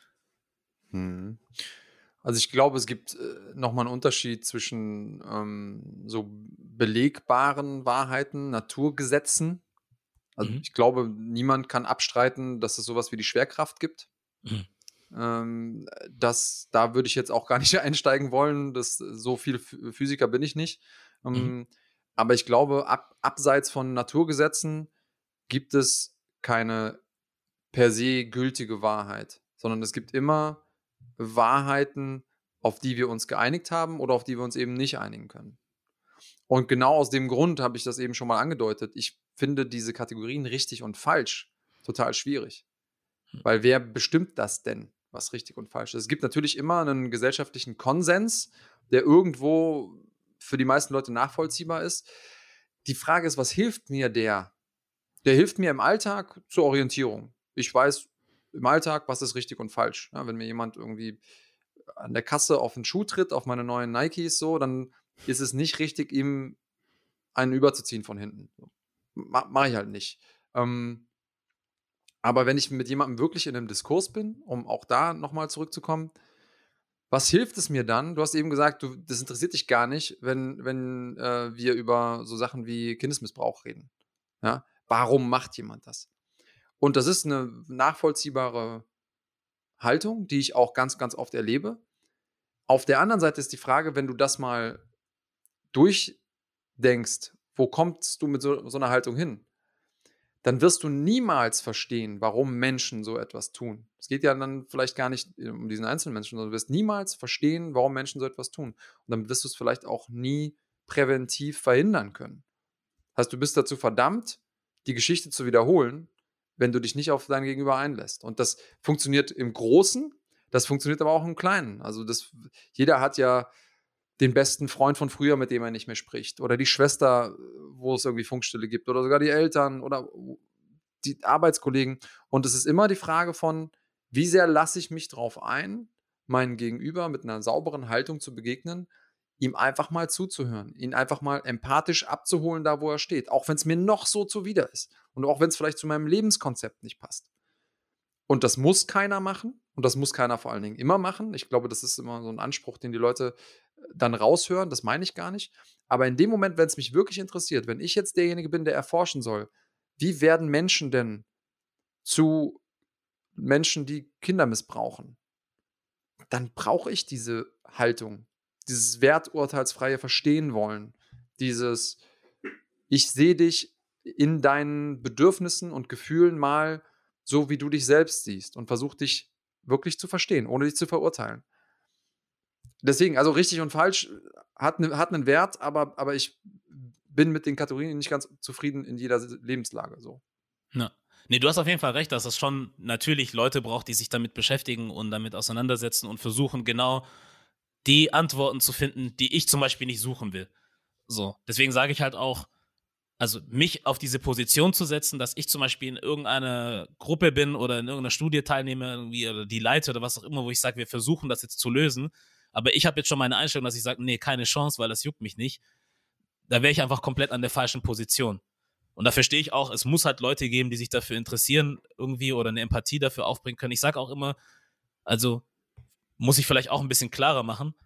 Hm. Also ich glaube, es gibt äh, nochmal einen Unterschied zwischen ähm, so belegbaren Wahrheiten, Naturgesetzen. Also Mhm. ich glaube, niemand kann abstreiten, dass es sowas wie die Schwerkraft gibt. Mhm. Ähm, das, da würde ich jetzt auch gar nicht einsteigen wollen. Das, so viel Ph- Physiker bin ich nicht. Ähm, Mhm. aber ich glaube, ab, abseits von Naturgesetzen gibt es keine per se gültige Wahrheit, sondern es gibt immer Wahrheiten, auf die wir uns geeinigt haben oder auf die wir uns eben nicht einigen können. Und genau aus dem Grund habe ich das eben schon mal angedeutet. Ich finde diese Kategorien richtig und falsch total schwierig. Weil wer bestimmt das denn, was richtig und falsch ist? Es gibt natürlich immer einen gesellschaftlichen Konsens, der irgendwo für die meisten Leute nachvollziehbar ist. Die Frage ist, was hilft mir der? Der hilft mir im Alltag zur Orientierung. Ich weiß im Alltag, was ist richtig und falsch. Ja, wenn mir jemand irgendwie an der Kasse auf den Schuh tritt, auf meine neuen Nikes, so, dann ist es nicht richtig, ihm einen überzuziehen von hinten. Ma Mache ich halt nicht. Ähm, aber wenn ich mit jemandem wirklich in einem Diskurs bin, um auch da nochmal zurückzukommen, was hilft es mir dann? Du hast eben gesagt, du, das interessiert dich gar nicht, wenn, wenn äh, wir über so Sachen wie Kindesmissbrauch reden. Ja? Warum macht jemand das? Und das ist eine nachvollziehbare Haltung, die ich auch ganz, ganz oft erlebe. Auf der anderen Seite ist die Frage, wenn du das mal durchdenkst, wo kommst du mit so, so einer Haltung hin? Dann wirst du niemals verstehen, warum Menschen so etwas tun. Es geht ja dann vielleicht gar nicht um diesen einzelnen Menschen, sondern du wirst niemals verstehen, warum Menschen so etwas tun. Und damit wirst du es vielleicht auch nie präventiv verhindern können. Das heißt, du bist dazu verdammt, die Geschichte zu wiederholen, wenn du dich nicht auf dein Gegenüber einlässt. Und das funktioniert im Großen, das funktioniert aber auch im Kleinen. Also das, jeder hat ja den besten Freund von früher, mit dem er nicht mehr spricht. Oder die Schwester, wo es irgendwie Funkstille gibt. Oder sogar die Eltern oder die Arbeitskollegen. Und es ist immer die Frage von, wie sehr lasse ich mich darauf ein, meinen Gegenüber mit einer sauberen Haltung zu begegnen, ihm einfach mal zuzuhören, ihn einfach mal empathisch abzuholen, da wo er steht. Auch wenn es mir noch so zuwider ist. Und auch wenn es vielleicht zu meinem Lebenskonzept nicht passt. Und das muss keiner machen. Und das muss keiner vor allen Dingen immer machen. Ich glaube, das ist immer so ein Anspruch, den die Leute dann raushören. Das meine ich gar nicht. Aber in dem Moment, wenn es mich wirklich interessiert, wenn ich jetzt derjenige bin, der erforschen soll, wie werden Menschen denn zu Menschen, die Kinder missbrauchen, dann brauche ich diese Haltung, dieses werturteilsfreie Verstehen wollen, dieses, ich sehe dich in deinen Bedürfnissen und Gefühlen mal so, wie du dich selbst siehst und versuch dich wirklich zu verstehen, ohne dich zu verurteilen. Deswegen, also richtig und falsch hat, ne, hat einen Wert, aber, aber ich bin mit den Kategorien nicht ganz zufrieden in jeder Lebenslage. So. Ja. Nee, du hast auf jeden Fall recht, dass es schon natürlich Leute braucht, die sich damit beschäftigen und damit auseinandersetzen und versuchen, genau die Antworten zu finden, die ich zum Beispiel nicht suchen will. So, deswegen sage ich halt auch, also mich auf diese Position zu setzen, dass ich zum Beispiel in irgendeiner Gruppe bin oder in irgendeiner Studie teilnehme, irgendwie, oder die leite oder was auch immer, wo ich sage, wir versuchen das jetzt zu lösen, aber ich habe jetzt schon meine Einstellung, dass ich sage, nee, keine Chance, weil das juckt mich nicht. Da wäre ich einfach komplett an der falschen Position. Und da verstehe ich auch, es muss halt Leute geben, die sich dafür interessieren irgendwie oder eine Empathie dafür aufbringen können. Ich sage auch immer, also muss ich vielleicht auch ein bisschen klarer machen,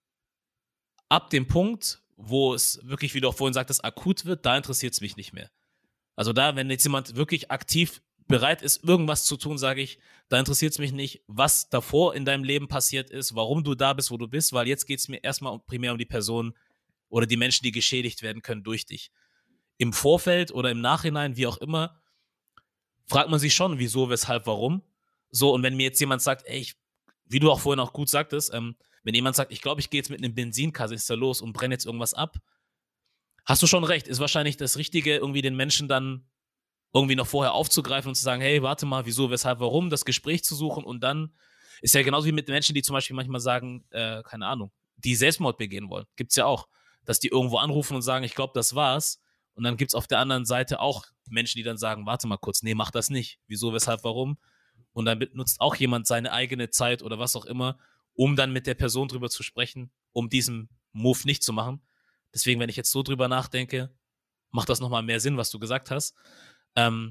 ab dem Punkt, wo es wirklich, wie du auch vorhin sagtest, akut wird, da interessiert es mich nicht mehr. Also da, wenn jetzt jemand wirklich aktiv bereit ist, irgendwas zu tun, sage ich, da interessiert es mich nicht, was davor in deinem Leben passiert ist, warum du da bist, wo du bist, weil jetzt geht es mir erstmal primär um die Person oder die Menschen, die geschädigt werden können durch dich. Im Vorfeld oder im Nachhinein, wie auch immer, fragt man sich schon, wieso, weshalb, warum. So, und wenn mir jetzt jemand sagt, ey, ich, wie du auch vorhin auch gut sagtest, ähm, wenn jemand sagt, ich glaube, ich gehe jetzt mit einem Benzinkanister los und brenne jetzt irgendwas ab, hast du schon recht, ist wahrscheinlich das Richtige, irgendwie den Menschen dann irgendwie noch vorher aufzugreifen und zu sagen, hey, warte mal, wieso, weshalb, warum, das Gespräch zu suchen und dann ist ja genauso wie mit Menschen, die zum Beispiel manchmal sagen, äh, keine Ahnung, die Selbstmord begehen wollen, gibt's ja auch, dass die irgendwo anrufen und sagen, ich glaube, das war's. Und dann gibt es auf der anderen Seite auch Menschen, die dann sagen, warte mal kurz, nee, mach das nicht. Wieso, weshalb, warum? Und dann nutzt auch jemand seine eigene Zeit oder was auch immer, um dann mit der Person drüber zu sprechen, um diesen Move nicht zu machen. Deswegen, wenn ich jetzt so drüber nachdenke, macht das nochmal mehr Sinn, was du gesagt hast. Ähm,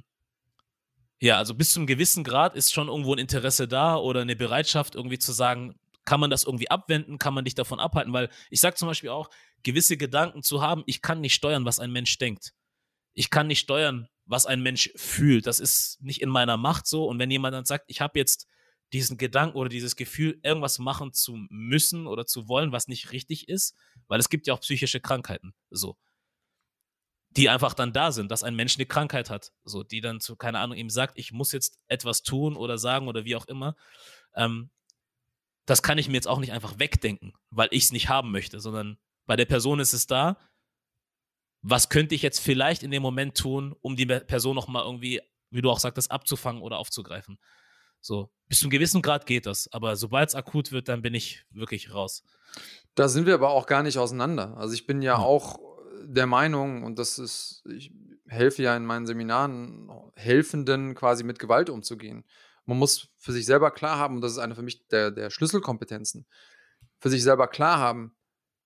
ja, also bis zum gewissen Grad ist schon irgendwo ein Interesse da oder eine Bereitschaft, irgendwie zu sagen, kann man das irgendwie abwenden, kann man dich davon abhalten, weil ich sage zum Beispiel auch, gewisse Gedanken zu haben, ich kann nicht steuern, was ein Mensch denkt. Ich kann nicht steuern, was ein Mensch fühlt. Das ist nicht in meiner Macht so. Und wenn jemand dann sagt, ich habe jetzt diesen Gedanken oder dieses Gefühl, irgendwas machen zu müssen oder zu wollen, was nicht richtig ist, weil es gibt ja auch psychische Krankheiten, so, die einfach dann da sind, dass ein Mensch eine Krankheit hat, so, die dann zu, keine Ahnung, ihm sagt, ich muss jetzt etwas tun oder sagen oder wie auch immer. Ähm, das kann ich mir jetzt auch nicht einfach wegdenken, weil ich es nicht haben möchte, sondern bei der Person ist es da. Was könnte ich jetzt vielleicht in dem Moment tun, um die Person nochmal irgendwie, wie du auch sagtest, abzufangen oder aufzugreifen? So, bis zu einem gewissen Grad geht das, aber sobald es akut wird, dann bin ich wirklich raus. Da sind wir aber auch gar nicht auseinander. Also ich bin ja, Ja. auch der Meinung, und das ist, ich helfe ja in meinen Seminaren, Helfenden quasi mit Gewalt umzugehen. Man muss für sich selber klar haben, und das ist eine für mich der, der Schlüsselkompetenzen, für sich selber klar haben,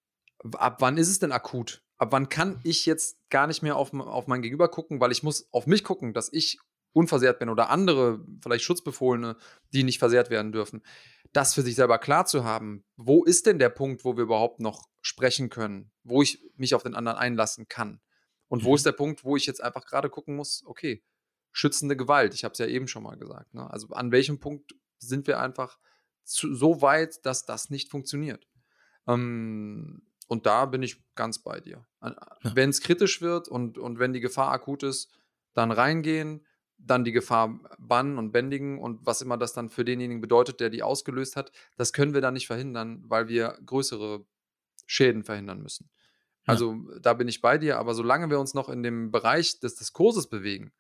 ab wann ist es denn akut? Ab wann kann ich jetzt gar nicht mehr auf, auf mein Gegenüber gucken, weil ich muss auf mich gucken, dass ich unversehrt bin oder andere, vielleicht Schutzbefohlene, die nicht versehrt werden dürfen. Das für sich selber klar zu haben, wo ist denn der Punkt, wo wir überhaupt noch sprechen können, wo ich mich auf den anderen einlassen kann? Und wo Mhm. ist der Punkt, wo ich jetzt einfach gerade gucken muss, okay, schützende Gewalt, ich habe es ja eben schon mal gesagt. Ne? Also an welchem Punkt sind wir einfach zu, so weit, dass das nicht funktioniert? Ähm, und da bin ich ganz bei dir. Ja. Wenn es kritisch wird und, und wenn die Gefahr akut ist, dann reingehen, dann die Gefahr bannen und bändigen und was immer das dann für denjenigen bedeutet, der die ausgelöst hat, das können wir dann nicht verhindern, weil wir größere Schäden verhindern müssen. Ja. Also da bin ich bei dir, aber solange wir uns noch in dem Bereich des Diskurses bewegen,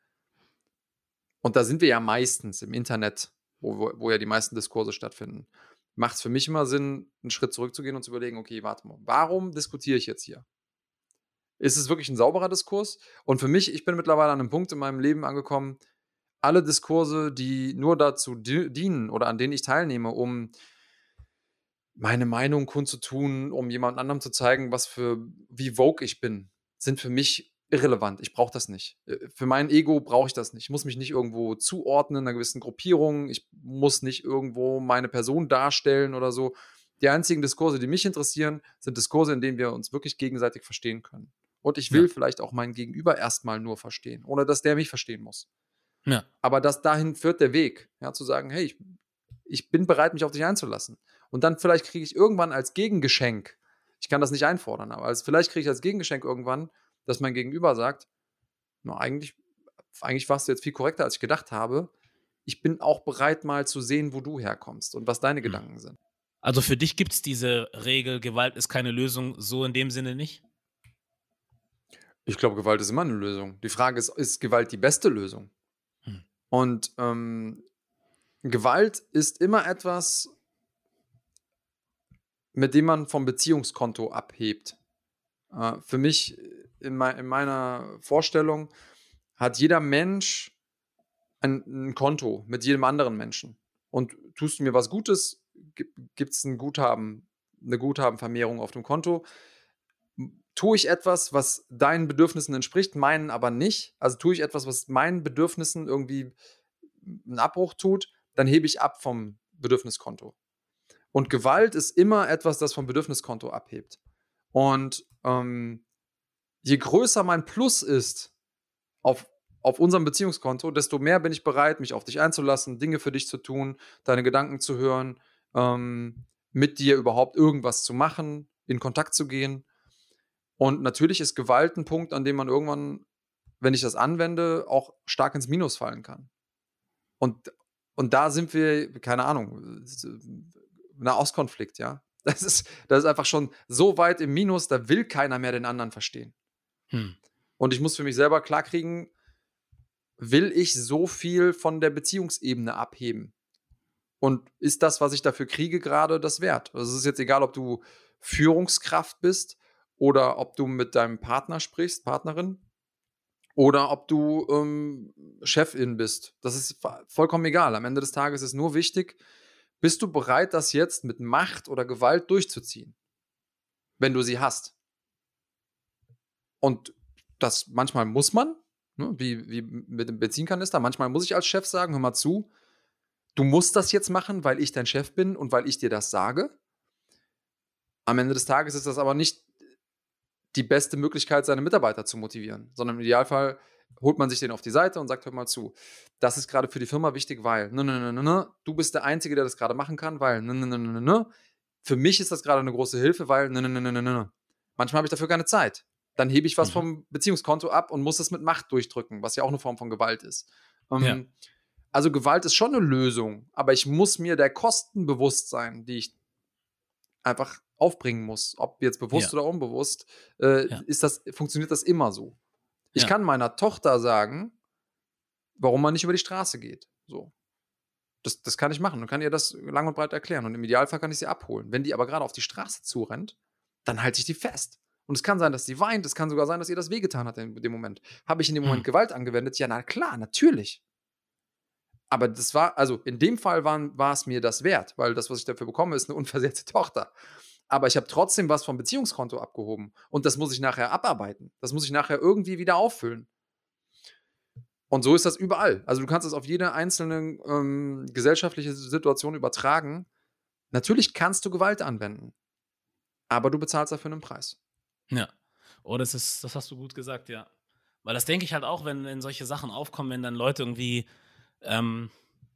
und da sind wir ja meistens im Internet, wo, wo, wo ja die meisten Diskurse stattfinden, macht es für mich immer Sinn, einen Schritt zurückzugehen und zu überlegen, okay, warte mal, warum diskutiere ich jetzt hier? Ist es wirklich ein sauberer Diskurs? Und für mich, ich bin mittlerweile an einem Punkt in meinem Leben angekommen, alle Diskurse, die nur dazu di- dienen oder an denen ich teilnehme, um meine Meinung kundzutun, um jemand anderem zu zeigen, was für, wie vogue ich bin, sind für mich irrelevant. Ich brauche das nicht. Äh, Für mein Ego brauche ich das nicht. Ich muss mich nicht irgendwo zuordnen, einer gewissen Gruppierung. Ich muss nicht irgendwo meine Person darstellen oder so. Die einzigen Diskurse, die mich interessieren, sind Diskurse, in denen wir uns wirklich gegenseitig verstehen können. Und ich will Ja. vielleicht auch meinen Gegenüber erstmal nur verstehen, ohne dass der mich verstehen muss. Ja. Aber das dahin führt der Weg, ja, zu sagen, hey, ich, ich bin bereit, mich auf dich einzulassen. Und dann vielleicht kriege ich irgendwann als Gegengeschenk, ich kann das nicht einfordern, aber als, vielleicht kriege ich als Gegengeschenk irgendwann, dass mein Gegenüber sagt, Na, eigentlich, eigentlich warst du jetzt viel korrekter, als ich gedacht habe. Ich bin auch bereit, mal zu sehen, wo du herkommst und was deine Hm. Gedanken sind. Also für dich gibt es diese Regel, Gewalt ist keine Lösung, so in dem Sinne nicht? Ich glaube, Gewalt ist immer eine Lösung. Die Frage ist, ist Gewalt die beste Lösung? Hm. Und ähm, Gewalt ist immer etwas, mit dem man vom Beziehungskonto abhebt. Äh, für mich, in, mei in meiner Vorstellung, hat jeder Mensch ein, ein Konto mit jedem anderen Menschen. Und tust du mir was Gutes, gibt es ein Guthaben, eine Guthabenvermehrung auf dem Konto. Tue ich etwas, was deinen Bedürfnissen entspricht, meinen aber nicht, also tue ich etwas, was meinen Bedürfnissen irgendwie einen Abbruch tut, dann hebe ich ab vom Bedürfniskonto. Und Gewalt ist immer etwas, das vom Bedürfniskonto abhebt. Und ähm, je größer mein Plus ist auf, auf unserem Beziehungskonto, desto mehr bin ich bereit, mich auf dich einzulassen, Dinge für dich zu tun, deine Gedanken zu hören, ähm, mit dir überhaupt irgendwas zu machen, in Kontakt zu gehen. Und natürlich ist Gewalt ein Punkt, an dem man irgendwann, wenn ich das anwende, auch stark ins Minus fallen kann. Und, und da sind wir, keine Ahnung, Nahostkonflikt, ja. Das ist, das ist einfach schon so weit im Minus, da will keiner mehr den anderen verstehen. Hm. Und ich muss für mich selber klarkriegen, will ich so viel von der Beziehungsebene abheben? Und ist das, was ich dafür kriege, gerade das wert? Also es ist jetzt egal, ob du Führungskraft bist oder ob du mit deinem Partner sprichst, Partnerin, oder ob du ähm, Chefin bist. Das ist vollkommen egal. Am Ende des Tages ist nur wichtig, bist du bereit, das jetzt mit Macht oder Gewalt durchzuziehen, wenn du sie hast? Und das manchmal muss man, ne, wie, wie mit dem Benzinkanister, manchmal muss ich als Chef sagen, hör mal zu, du musst das jetzt machen, weil ich dein Chef bin und weil ich dir das sage. Am Ende des Tages ist das aber nicht die beste Möglichkeit, seine Mitarbeiter zu motivieren, sondern im Idealfall holt man sich den auf die Seite und sagt, hör mal zu, das ist gerade für die Firma wichtig, weil, ne, ne, ne, ne, ne, du bist der Einzige, der das gerade machen kann, weil, ne, ne, ne, ne, ne, für mich ist das gerade eine große Hilfe, weil, ne, ne, ne, ne, ne, ne. Manchmal habe ich dafür keine Zeit. Dann hebe ich was mhm. vom Beziehungskonto ab und muss es mit Macht durchdrücken, was ja auch eine Form von Gewalt ist. Ähm, ja. Also Gewalt ist schon eine Lösung, aber ich muss mir der Kosten bewusst sein, die ich einfach aufbringen muss, ob jetzt bewusst ja. oder unbewusst, äh, ja. ist das, funktioniert das immer so. Ich ja. kann meiner Tochter sagen, warum man nicht über die Straße geht. So. Das, das kann ich machen und kann ihr das lang und breit erklären. Und im Idealfall kann ich sie abholen. Wenn die aber gerade auf die Straße zurennt, dann halte ich die fest. Und es kann sein, dass sie weint, es kann sogar sein, dass ihr das wehgetan hat in dem Moment. Habe ich in dem Moment hm. Gewalt angewendet? Ja, na klar, natürlich. Aber das war, also in dem Fall war, war es mir das wert, weil das, was ich dafür bekomme, ist eine unversehrte Tochter. Aber ich habe trotzdem was vom Beziehungskonto abgehoben. Und das muss ich nachher abarbeiten. Das muss ich nachher irgendwie wieder auffüllen. Und so ist das überall. Also du kannst es auf jede einzelne ähm, gesellschaftliche Situation übertragen. Natürlich kannst du Gewalt anwenden. Aber du bezahlst dafür einen Preis. Ja. Oh, das ist, das hast du gut gesagt, ja. Weil das denke ich halt auch, wenn, wenn solche Sachen aufkommen, wenn dann Leute irgendwie ähm,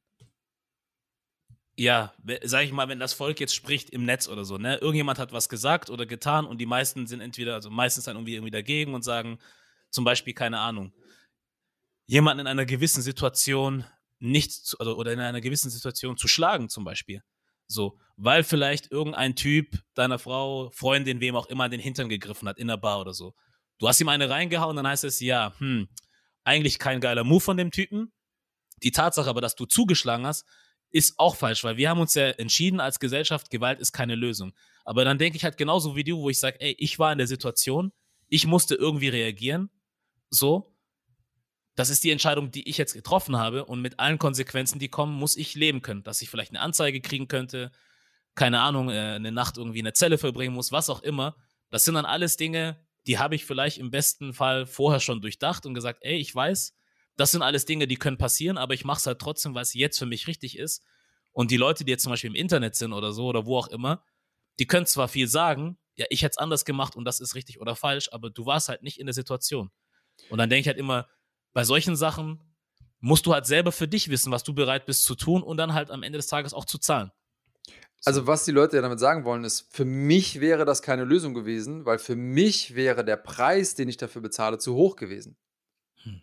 ja, sag ich mal, wenn das Volk jetzt spricht im Netz oder so, ne, irgendjemand hat was gesagt oder getan und die meisten sind entweder, also meistens dann irgendwie, irgendwie dagegen und sagen, zum Beispiel, keine Ahnung, jemanden in einer gewissen Situation nicht, zu, also, oder in einer gewissen Situation zu schlagen zum Beispiel, so, weil vielleicht irgendein Typ deiner Frau, Freundin, wem auch immer, den Hintern gegriffen hat in der Bar oder so. Du hast ihm eine reingehauen, dann heißt es, ja, hm, eigentlich kein geiler Move von dem Typen. Die Tatsache aber, dass du zugeschlagen hast, ist auch falsch, weil wir haben uns ja entschieden als Gesellschaft, Gewalt ist keine Lösung. Aber dann denke ich halt genauso wie du, wo ich sage, ey, ich war in der Situation, ich musste irgendwie reagieren, so, das ist die Entscheidung, die ich jetzt getroffen habe und mit allen Konsequenzen, die kommen, muss ich leben können, dass ich vielleicht eine Anzeige kriegen könnte, keine Ahnung, eine Nacht irgendwie in der Zelle verbringen muss, was auch immer. Das sind dann alles Dinge, die habe ich vielleicht im besten Fall vorher schon durchdacht und gesagt, ey, ich weiß, das sind alles Dinge, die können passieren, aber ich mache es halt trotzdem, weil es jetzt für mich richtig ist. Und die Leute, die jetzt zum Beispiel im Internet sind oder so oder wo auch immer, die können zwar viel sagen, ja, ich hätte es anders gemacht und das ist richtig oder falsch, aber du warst halt nicht in der Situation. Und dann denke ich halt immer, bei solchen Sachen musst du halt selber für dich wissen, was du bereit bist zu tun und dann halt am Ende des Tages auch zu zahlen. So. Also was die Leute ja damit sagen wollen, ist, für mich wäre das keine Lösung gewesen, weil für mich wäre der Preis, den ich dafür bezahle, zu hoch gewesen. Hm.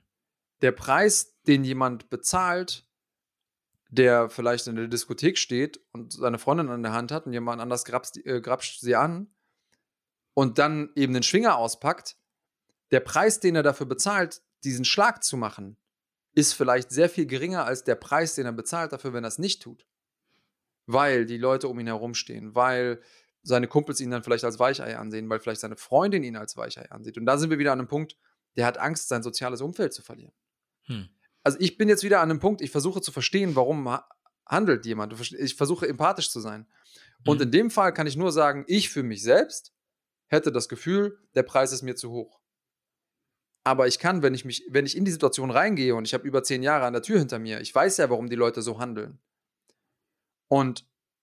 der Preis, den jemand bezahlt, der vielleicht in der Diskothek steht und seine Freundin an der Hand hat und jemand anders grapscht, äh, grapscht sie an und dann eben den Schwinger auspackt, der Preis, den er dafür bezahlt, diesen Schlag zu machen, ist vielleicht sehr viel geringer als der Preis, den er bezahlt dafür, wenn er es nicht tut. Weil die Leute um ihn herum stehen, weil seine Kumpels ihn dann vielleicht als Weichei ansehen, weil vielleicht seine Freundin ihn als Weichei ansieht. Und da sind wir wieder an einem Punkt, der hat Angst, sein soziales Umfeld zu verlieren. Hm. Also ich bin jetzt wieder an einem Punkt, ich versuche zu verstehen, warum ha- handelt jemand. Ich versuche empathisch zu sein. Und hm. in dem Fall kann ich nur sagen, ich für mich selbst hätte das Gefühl, der Preis ist mir zu hoch. Aber ich kann, wenn ich mich, wenn ich in die Situation reingehe und ich habe über zehn Jahre an der Tür hinter mir, ich weiß ja, warum die Leute so handeln. Und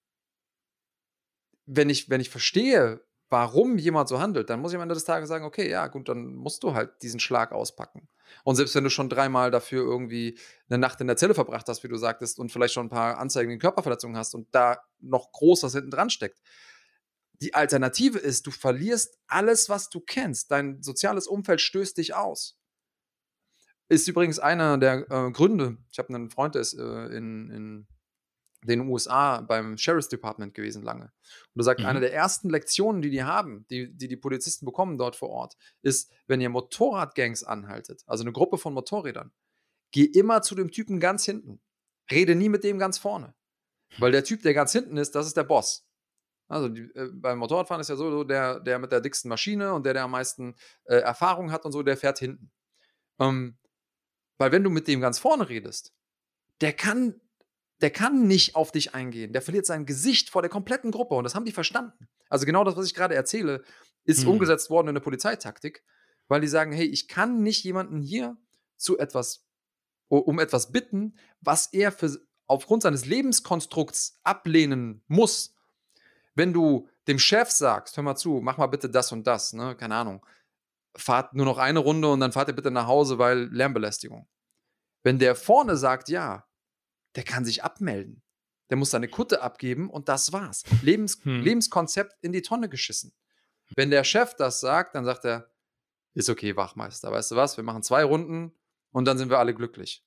wenn ich, wenn ich verstehe, warum jemand so handelt, dann muss ich am Ende des Tages sagen, okay, ja, gut, dann musst du halt diesen Schlag auspacken. Und selbst wenn du schon dreimal dafür irgendwie eine Nacht in der Zelle verbracht hast, wie du sagtest, und vielleicht schon ein paar Anzeigen in Körperverletzungen hast und da noch groß was hinten dran steckt. Die Alternative ist, du verlierst alles, was du kennst. Dein soziales Umfeld stößt dich aus. Ist übrigens einer der äh, Gründe, ich habe einen Freund, der ist äh, in, in den U S A beim Sheriff's Department gewesen lange. Und er sagt, mhm. eine der ersten Lektionen, die die haben, die, die die Polizisten bekommen dort vor Ort, ist, wenn ihr Motorradgangs anhaltet, also eine Gruppe von Motorrädern, geh immer zu dem Typen ganz hinten. Rede nie mit dem ganz vorne. Weil der Typ, der ganz hinten ist, das ist der Boss. Also die, äh, beim Motorradfahren ist ja so, der, der mit der dicksten Maschine und der, der am meisten äh, Erfahrung hat und so, der fährt hinten. Ähm, weil wenn du mit dem ganz vorne redest, der kann Der kann nicht auf dich eingehen. Der verliert sein Gesicht vor der kompletten Gruppe. Und das haben die verstanden. Also genau das, was ich gerade erzähle, ist hm. umgesetzt worden in der Polizeitaktik. Weil die sagen, hey, ich kann nicht jemanden hier zu etwas, um etwas bitten, was er für, aufgrund seines Lebenskonstrukts ablehnen muss. Wenn du dem Chef sagst, hör mal zu, mach mal bitte das und das, ne, keine Ahnung, fahrt nur noch eine Runde und dann fahrt ihr bitte nach Hause, weil Lärmbelästigung. Wenn der vorne sagt, ja, der kann sich abmelden. Der muss seine Kutte abgeben und das war's. Lebens- hm. Lebenskonzept in die Tonne geschissen. Wenn der Chef das sagt, dann sagt er, ist okay, Wachmeister, weißt du was, wir machen zwei Runden und dann sind wir alle glücklich.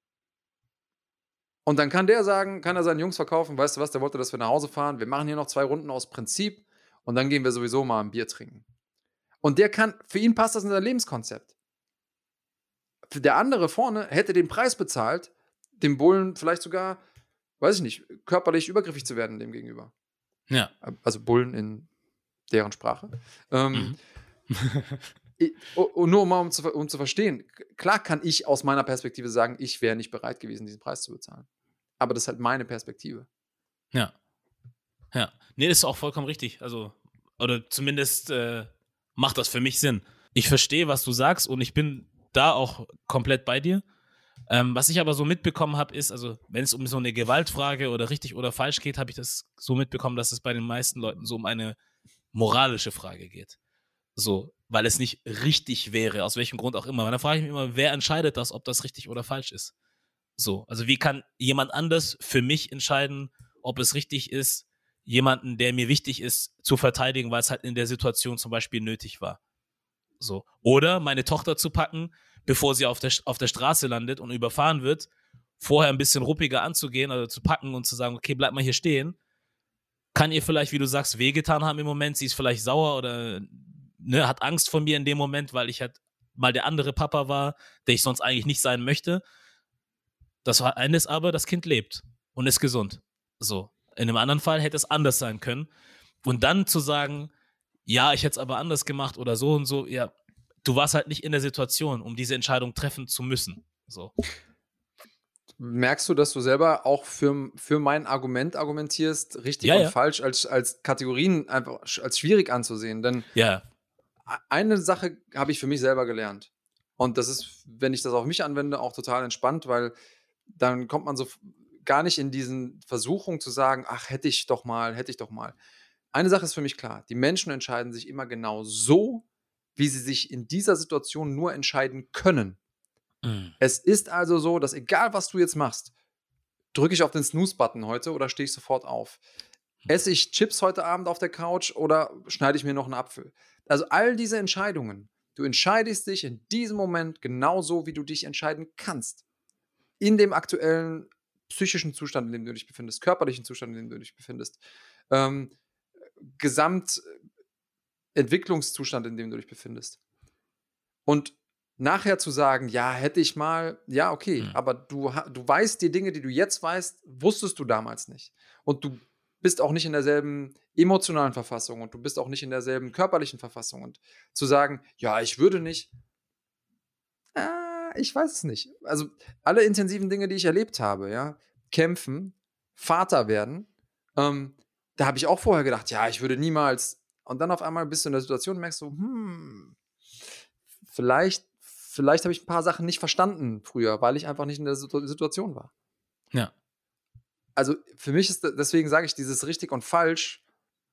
Und dann kann der sagen, kann er seinen Jungs verkaufen, weißt du was, der wollte, dass wir nach Hause fahren, wir machen hier noch zwei Runden aus Prinzip und dann gehen wir sowieso mal ein Bier trinken. Und der kann, für ihn passt das in sein Lebenskonzept. Für der andere vorne hätte den Preis bezahlt, dem Bullen vielleicht sogar, weiß ich nicht, körperlich übergriffig zu werden dem gegenüber. Ja. Also Bullen in deren Sprache. Ähm, mhm. ich, und nur mal um zu, um zu verstehen, klar kann ich aus meiner Perspektive sagen, ich wäre nicht bereit gewesen, diesen Preis zu bezahlen. Aber das ist halt meine Perspektive. Ja. Ja. Nee, das ist auch vollkommen richtig. Also, oder zumindest äh, macht das für mich Sinn. Ich verstehe, was du sagst und ich bin da auch komplett bei dir. Ähm, was ich aber so mitbekommen habe, ist, also wenn es um so eine Gewaltfrage oder richtig oder falsch geht, habe ich das so mitbekommen, dass es bei den meisten Leuten so um eine moralische Frage geht. So, weil es nicht richtig wäre, aus welchem Grund auch immer. Und dann frage ich mich immer, wer entscheidet das, ob das richtig oder falsch ist? So, also wie kann jemand anders für mich entscheiden, ob es richtig ist, jemanden, der mir wichtig ist, zu verteidigen, weil es halt in der Situation zum Beispiel nötig war. So. Oder meine Tochter zu packen, bevor sie auf der, auf der Straße landet und überfahren wird, vorher ein bisschen ruppiger anzugehen oder zu packen und zu sagen, okay, bleib mal hier stehen, kann ihr vielleicht, wie du sagst, wehgetan haben im Moment, sie ist vielleicht sauer oder ne, hat Angst vor mir in dem Moment, weil ich halt mal der andere Papa war, der ich sonst eigentlich nicht sein möchte. Das eine ist aber, das Kind lebt und ist gesund. So. In einem anderen Fall hätte es anders sein können. Und dann zu sagen, ja, ich hätte es aber anders gemacht oder so und so, ja, du warst halt nicht in der Situation, um diese Entscheidung treffen zu müssen. So. Merkst du, dass du selber auch für, für mein Argument argumentierst, richtig ja, und ja. falsch, als, als Kategorien einfach als schwierig anzusehen? Denn ja. eine Sache habe ich für mich selber gelernt. Und das ist, wenn ich das auf mich anwende, auch total entspannt, weil dann kommt man so gar nicht in diesen Versuchung zu sagen, ach, hätte ich doch mal, hätte ich doch mal. Eine Sache ist für mich klar, die Menschen entscheiden sich immer genau so, wie sie sich in dieser Situation nur entscheiden können. Mhm. Es ist also so, dass egal, was du jetzt machst, drücke ich auf den Snooze-Button heute oder stehe ich sofort auf? Esse ich Chips heute Abend auf der Couch oder schneide ich mir noch einen Apfel? Also all diese Entscheidungen, Du entscheidest dich in diesem Moment genauso, wie du dich entscheiden kannst. In dem aktuellen psychischen Zustand, in dem du dich befindest, körperlichen Zustand, in dem du dich befindest, ähm, Gesamtentwicklungszustand, in dem du dich befindest. Und nachher zu sagen, ja, hätte ich mal, ja, okay, Mhm. aber du, du weißt die Dinge, die du jetzt weißt, wusstest du damals nicht. Und du bist auch nicht in derselben emotionalen Verfassung und du bist auch nicht in derselben körperlichen Verfassung. Und zu sagen, ja, ich würde nicht, äh, ich weiß es nicht. Also alle intensiven Dinge, die ich erlebt habe, ja, kämpfen, Vater werden, ähm, da habe ich auch vorher gedacht, ja, ich würde niemals, und dann auf einmal bist du in der Situation und merkst so, hm, vielleicht, vielleicht habe ich ein paar Sachen nicht verstanden früher, weil ich einfach nicht in der Situ- Situation war. Ja. Also für mich ist, deswegen sage ich, dieses richtig und falsch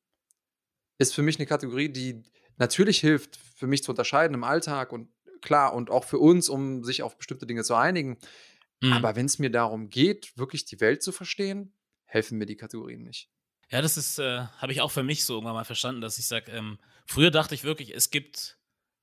ist für mich eine Kategorie, die natürlich hilft, für mich zu unterscheiden im Alltag und klar und auch für uns, um sich auf bestimmte Dinge zu einigen. Mhm. Aber wenn es mir darum geht, wirklich die Welt zu verstehen, helfen mir die Kategorien nicht. Ja, das ist, äh, habe ich auch für mich so irgendwann mal verstanden, dass ich sage, ähm, früher dachte ich wirklich, es gibt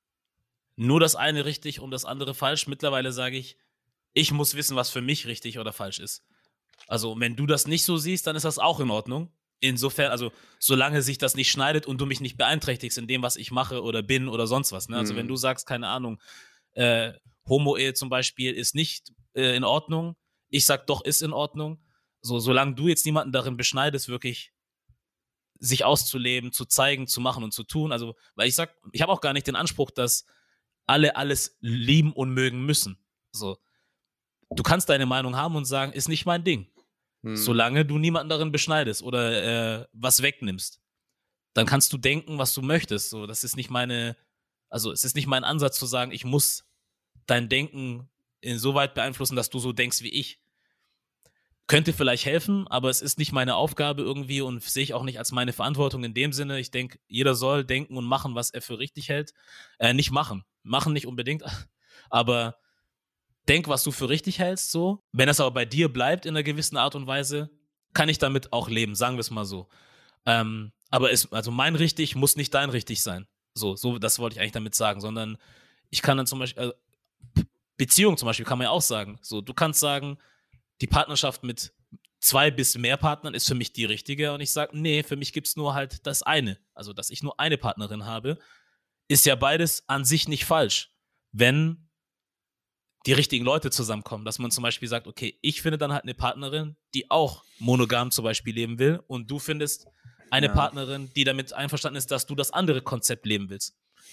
nur das eine richtig und das andere falsch. Mittlerweile sage ich, ich muss wissen, was für mich richtig oder falsch ist. Also, wenn du das nicht so siehst, dann ist das auch in Ordnung. Insofern, also, solange sich das nicht schneidet und du mich nicht beeinträchtigst in dem, was ich mache oder bin oder sonst was. Ne? Also, wenn Mhm. du sagst, keine Ahnung, äh, Homo-Ehe zum Beispiel ist nicht äh, in Ordnung, ich sag doch, ist in Ordnung. So, solange du jetzt niemanden darin beschneidest, wirklich sich auszuleben, zu zeigen, zu machen und zu tun. Also, weil ich sag, ich habe auch gar nicht den Anspruch, dass alle alles lieben und mögen müssen. So, du kannst deine Meinung haben und sagen, ist nicht mein Ding. Mhm. Solange du niemanden darin beschneidest oder äh, was wegnimmst, dann kannst du denken, was du möchtest. So, das ist nicht meine, also es ist nicht mein Ansatz zu sagen, ich muss dein Denken insoweit beeinflussen, dass du so denkst wie ich. Könnte vielleicht helfen, aber es ist nicht meine Aufgabe irgendwie und sehe ich auch nicht als meine Verantwortung in dem Sinne. Ich denke, jeder soll denken und machen, was er für richtig hält. Äh, nicht machen. Machen nicht unbedingt, aber denk, was du für richtig hältst, so. Wenn das aber bei dir bleibt in einer gewissen Art und Weise, kann ich damit auch leben, sagen wir es mal so. Ähm, aber es, also mein richtig muss nicht dein richtig sein. So, so, das wollte ich eigentlich damit sagen, sondern ich kann dann zum Beispiel, also Beziehung zum Beispiel kann man ja auch sagen. So, du kannst sagen, die Partnerschaft mit zwei bis mehr Partnern ist für mich die richtige und ich sage, nee, für mich gibt es nur halt das eine. Also, dass ich nur eine Partnerin habe, ist ja beides an sich nicht falsch. Wenn die richtigen Leute zusammenkommen, dass man zum Beispiel sagt, okay, ich finde dann halt eine Partnerin, die auch monogam zum Beispiel leben will und du findest eine Ja. Partnerin, die damit einverstanden ist, dass du das andere Konzept leben willst.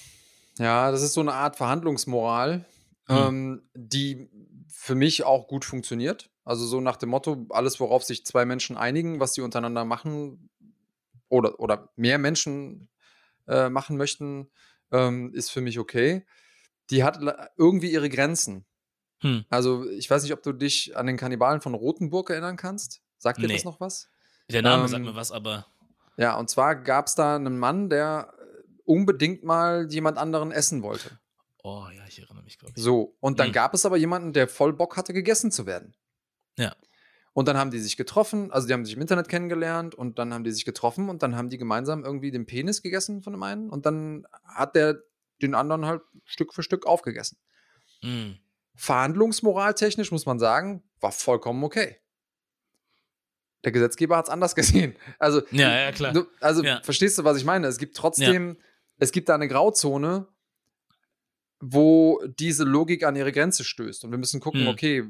Ja, das ist so eine Art Verhandlungsmoral, Hm. ähm, die für mich auch gut funktioniert. Also so nach dem Motto, alles, worauf sich zwei Menschen einigen, was sie untereinander machen oder, oder mehr Menschen äh, machen möchten, ähm, ist für mich okay. Die hat la- irgendwie ihre Grenzen. Hm. Also ich weiß nicht, ob du dich an den Kannibalen von Rothenburg erinnern kannst. Sagt dir das Nee. noch was? Der Name Ähm, sagt mir was, aber Ja, und zwar gab es da einen Mann, der äh, unbedingt mal jemand anderen essen wollte. oh ja, ich erinnere mich, glaube ich. So, und dann Hm. gab es aber jemanden, der voll Bock hatte, gegessen zu werden. Ja. Und dann haben die sich getroffen, also die haben sich im Internet kennengelernt und dann haben die sich getroffen und dann haben die gemeinsam irgendwie den Penis gegessen von dem einen und dann hat der den anderen halt Stück für Stück aufgegessen. Hm. Verhandlungsmoraltechnisch muss man sagen, war vollkommen okay. Der Gesetzgeber hat es anders gesehen. Also, Ja, ja, klar. du, also Ja. verstehst du, was ich meine? Es gibt trotzdem, es gibt da eine Grauzone, wo diese Logik an ihre Grenze stößt. Und wir müssen gucken, Hm. okay,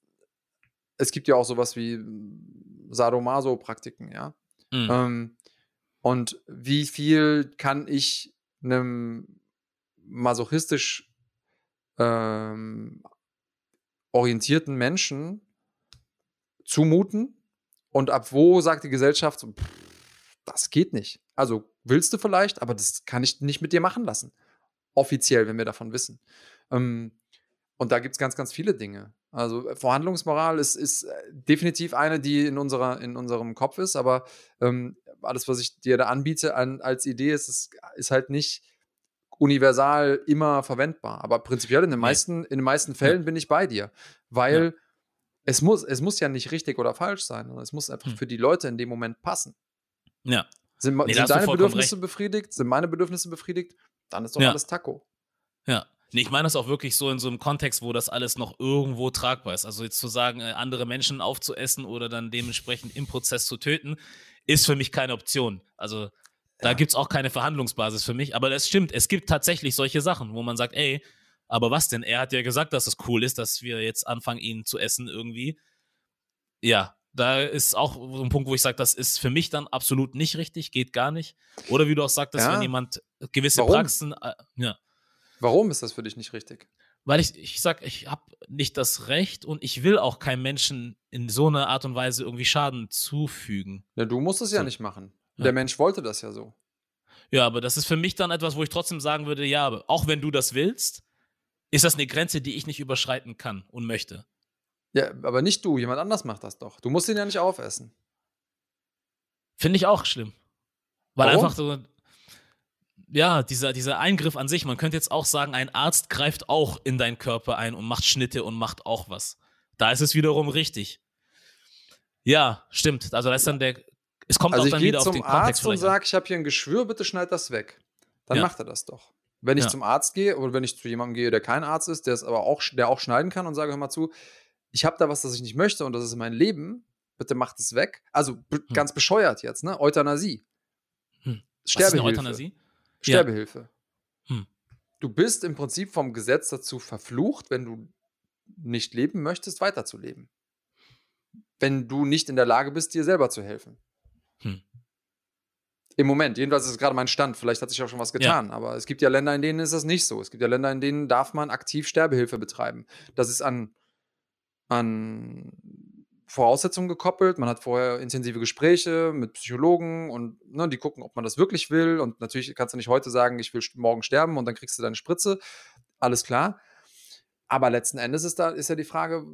es gibt ja auch sowas wie Sadomaso-Praktiken, ja. Hm. Ähm, und wie viel kann ich einem masochistisch ähm, orientierten Menschen zumuten? Und ab wo sagt die Gesellschaft, so, pff, das geht nicht. Also willst du vielleicht, aber das kann ich nicht mit dir machen lassen. Offiziell, wenn wir davon wissen. Ähm, und da gibt es ganz, ganz viele Dinge. Also äh, Verhandlungsmoral ist, ist äh, definitiv eine, die in, unserer, in unserem Kopf ist, aber ähm, alles, was ich dir da anbiete an, als Idee, ist, ist, ist halt nicht universal immer verwendbar. Aber prinzipiell in den Nee. meisten, in den meisten Fällen Ja. bin ich bei dir. Weil Ja. es, muss, es muss ja nicht richtig oder falsch sein, sondern es muss einfach Hm. für die Leute in dem Moment passen. Ja. Sind, Nee, da sind hast du deine vollkommen Bedürfnisse recht. befriedigt? Sind meine Bedürfnisse befriedigt? Dann ist doch Ja. alles Taco. Ja. Nee, ich meine das auch wirklich so in so einem Kontext, wo das alles noch irgendwo tragbar ist. Also jetzt zu sagen, äh, andere Menschen aufzuessen oder dann dementsprechend im Prozess zu töten, ist für mich keine Option. Also da Ja. gibt es auch keine Verhandlungsbasis für mich. Aber das stimmt, es gibt tatsächlich solche Sachen, wo man sagt, ey, aber was denn? Er hat ja gesagt, dass es cool ist, dass wir jetzt anfangen, ihn zu essen irgendwie. Ja, da ist auch so ein Punkt, wo ich sage, das ist für mich dann absolut nicht richtig, geht gar nicht. Oder wie du auch sagtest, wenn Ja. jemand gewisse Warum? Praxen, äh, ja, Warum ist das für dich nicht richtig? weil ich, ich sag, ich habe nicht das Recht und ich will auch keinem Menschen in so einer Art und Weise irgendwie Schaden zufügen. Ja, du musst es ja So. nicht machen. Ja. Der Mensch wollte das ja so. Ja, aber das ist für mich dann etwas, wo ich trotzdem sagen würde, ja, aber auch wenn du das willst, ist das eine Grenze, die ich nicht überschreiten kann und möchte. Ja, aber nicht du, jemand anders macht das doch. Du musst ihn ja nicht aufessen. Finde ich auch schlimm. Weil Warum? einfach so, ja, dieser, dieser Eingriff an sich, man könnte jetzt auch sagen, ein Arzt greift auch in deinen Körper ein und macht Schnitte und macht auch was. Da ist es wiederum richtig. Ja, stimmt. Also da ist dann der, es kommt Also auch ich dann gehe wieder auf zum den Kontext Arzt und vielleicht an. sage, ich habe hier ein Geschwür, bitte schneid das weg. Dann Ja. macht er das doch. Wenn ich Ja. zum Arzt gehe oder wenn ich zu jemandem gehe, der kein Arzt ist, der es aber auch, der auch schneiden kann und sage, hör mal zu, ich habe da was, das ich nicht möchte und das ist mein Leben, bitte macht es weg. Also be- Hm. ganz bescheuert jetzt, ne? Euthanasie. Hm. Was ist eine Sterbehilfe. Euthanasie? Sterbehilfe. Hm. Du bist im Prinzip vom Gesetz dazu verflucht, wenn du nicht leben möchtest, weiterzuleben. Wenn du nicht in der Lage bist, dir selber zu helfen. Hm. Im Moment, jedenfalls ist es gerade mein Stand. Vielleicht hat sich auch schon was getan. Ja. Aber es gibt ja Länder, in denen ist das nicht so. Es gibt ja Länder, in denen darf man aktiv Sterbehilfe betreiben. Das ist an, an Voraussetzungen gekoppelt. Man hat vorher intensive Gespräche mit Psychologen und ne, die gucken, ob man das wirklich will. Und natürlich kannst du nicht heute sagen, ich will morgen sterben und dann kriegst du deine Spritze. Alles klar. Aber letzten Endes ist da ist ja die Frage,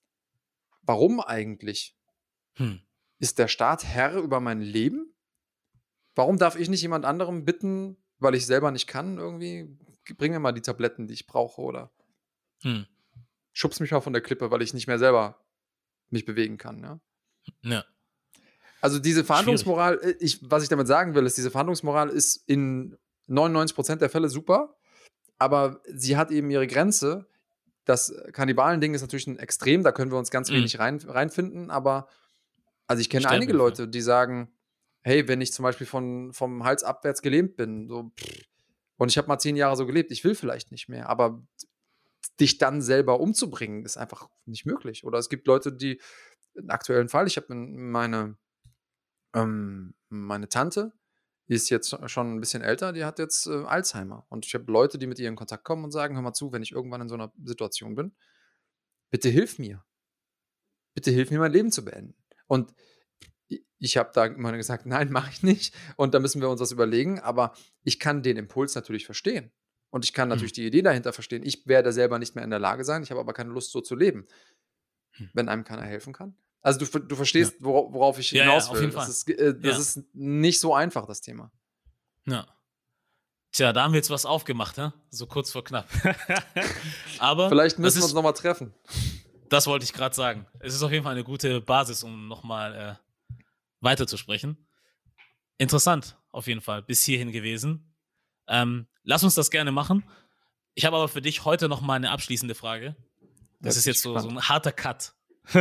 warum eigentlich? Hm. Ist der Staat Herr über mein Leben? Warum darf ich nicht jemand anderem bitten, weil ich selber nicht kann, irgendwie, bring mir mal die Tabletten, die ich brauche, oder Hm. schubs mich mal von der Klippe, weil ich nicht mehr selber mich bewegen kann, ja? Ja. Also diese Verhandlungsmoral, ich, was ich damit sagen will, ist, diese Verhandlungsmoral ist in neunundneunzig Prozent der Fälle super, aber sie hat eben ihre Grenze. Das Kannibalen-Ding ist natürlich ein Extrem, da können wir uns ganz Mhm. wenig rein, reinfinden, aber also ich kenne einige Sterbehilfe. Leute, die sagen, hey, wenn ich zum Beispiel von, vom Hals abwärts gelähmt bin, so, pff, und ich habe mal zehn Jahre so gelebt, ich will vielleicht nicht mehr, aber dich dann selber umzubringen, ist einfach nicht möglich. Oder es gibt Leute, die, einen aktuellen Fall, ich habe meine, ähm, meine Tante, die ist jetzt schon ein bisschen älter, die hat jetzt äh, Alzheimer. Und ich habe Leute, die mit ihr in Kontakt kommen und sagen, hör mal zu, wenn ich irgendwann in so einer Situation bin, bitte hilf mir. Bitte hilf mir, mein Leben zu beenden. Und ich habe da immer gesagt, nein, mache ich nicht. Und da müssen wir uns was überlegen. Aber ich kann den Impuls natürlich verstehen. Und ich kann natürlich Hm. die Idee dahinter verstehen. Ich werde selber nicht mehr in der Lage sein. Ich habe aber keine Lust, so zu leben, Hm. wenn einem keiner helfen kann. Also du, du verstehst, ja. wora- worauf ich Ja, hinaus ja, will. auf jeden das Fall. ist, äh, das Ja. ist nicht so einfach, das Thema. Ja. Tja, da haben wir jetzt was aufgemacht, ne? So kurz vor knapp. Aber Vielleicht das müssen wir ist, uns nochmal treffen. das wollte ich gerade sagen. Es ist auf jeden Fall eine gute Basis, um nochmal äh, weiterzusprechen. Interessant, auf jeden Fall, bis hierhin gewesen. Ähm, lass uns das gerne machen. Ich habe aber für dich heute nochmal eine abschließende Frage. Das Ja, ist bin jetzt so, gespannt. so ein harter Cut.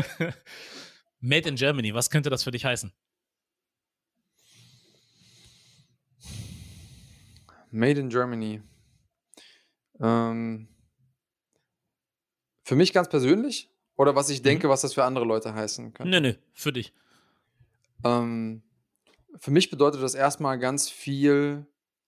Made in Germany, was könnte das für dich heißen? Made in Germany. Ähm, für mich ganz persönlich? Oder was ich denke, Mhm. was das für andere Leute heißen könnte? Nö, nö, für dich. Ähm, für mich bedeutet das erstmal ganz viel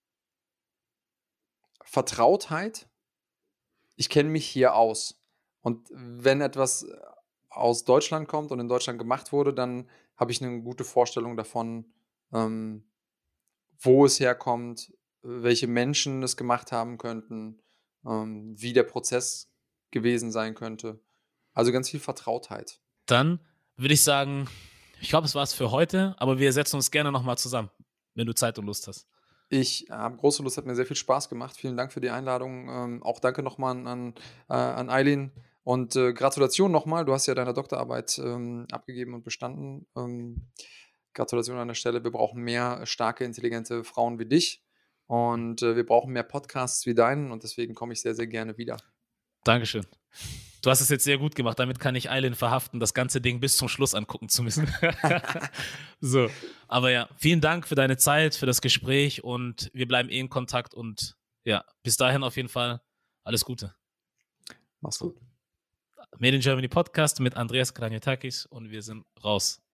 Vertrautheit. Ich kenne mich hier aus. Und wenn etwas aus Deutschland kommt und in Deutschland gemacht wurde, dann habe ich eine gute Vorstellung davon, ähm, wo es herkommt, welche Menschen es gemacht haben könnten, ähm, wie der Prozess gewesen sein könnte. Also ganz viel Vertrautheit. Dann würde ich sagen, ich glaube, es war es für heute, aber wir setzen uns gerne nochmal zusammen, wenn du Zeit und Lust hast. Ich habe große Lust, hat mir sehr viel Spaß gemacht. Vielen Dank für die Einladung. Ähm, auch danke nochmal an, an, äh, an Eileen. Und äh, Gratulation nochmal. Du hast ja deine Doktorarbeit ähm, abgegeben und bestanden. Ähm, Gratulation an der Stelle. Wir brauchen mehr starke, intelligente Frauen wie dich. Und äh, wir brauchen mehr Podcasts wie deinen und deswegen komme ich sehr, sehr gerne wieder. Dankeschön. Du hast es jetzt sehr gut gemacht. Damit kann ich Aylin verhaften, das ganze Ding bis zum Schluss angucken zu müssen. So, aber ja, vielen Dank für deine Zeit, für das Gespräch und wir bleiben eh in Kontakt und ja, bis dahin auf jeden Fall alles Gute. Mach's gut. Made in Germany Podcast mit Andreas Kranjotakis und wir sind raus.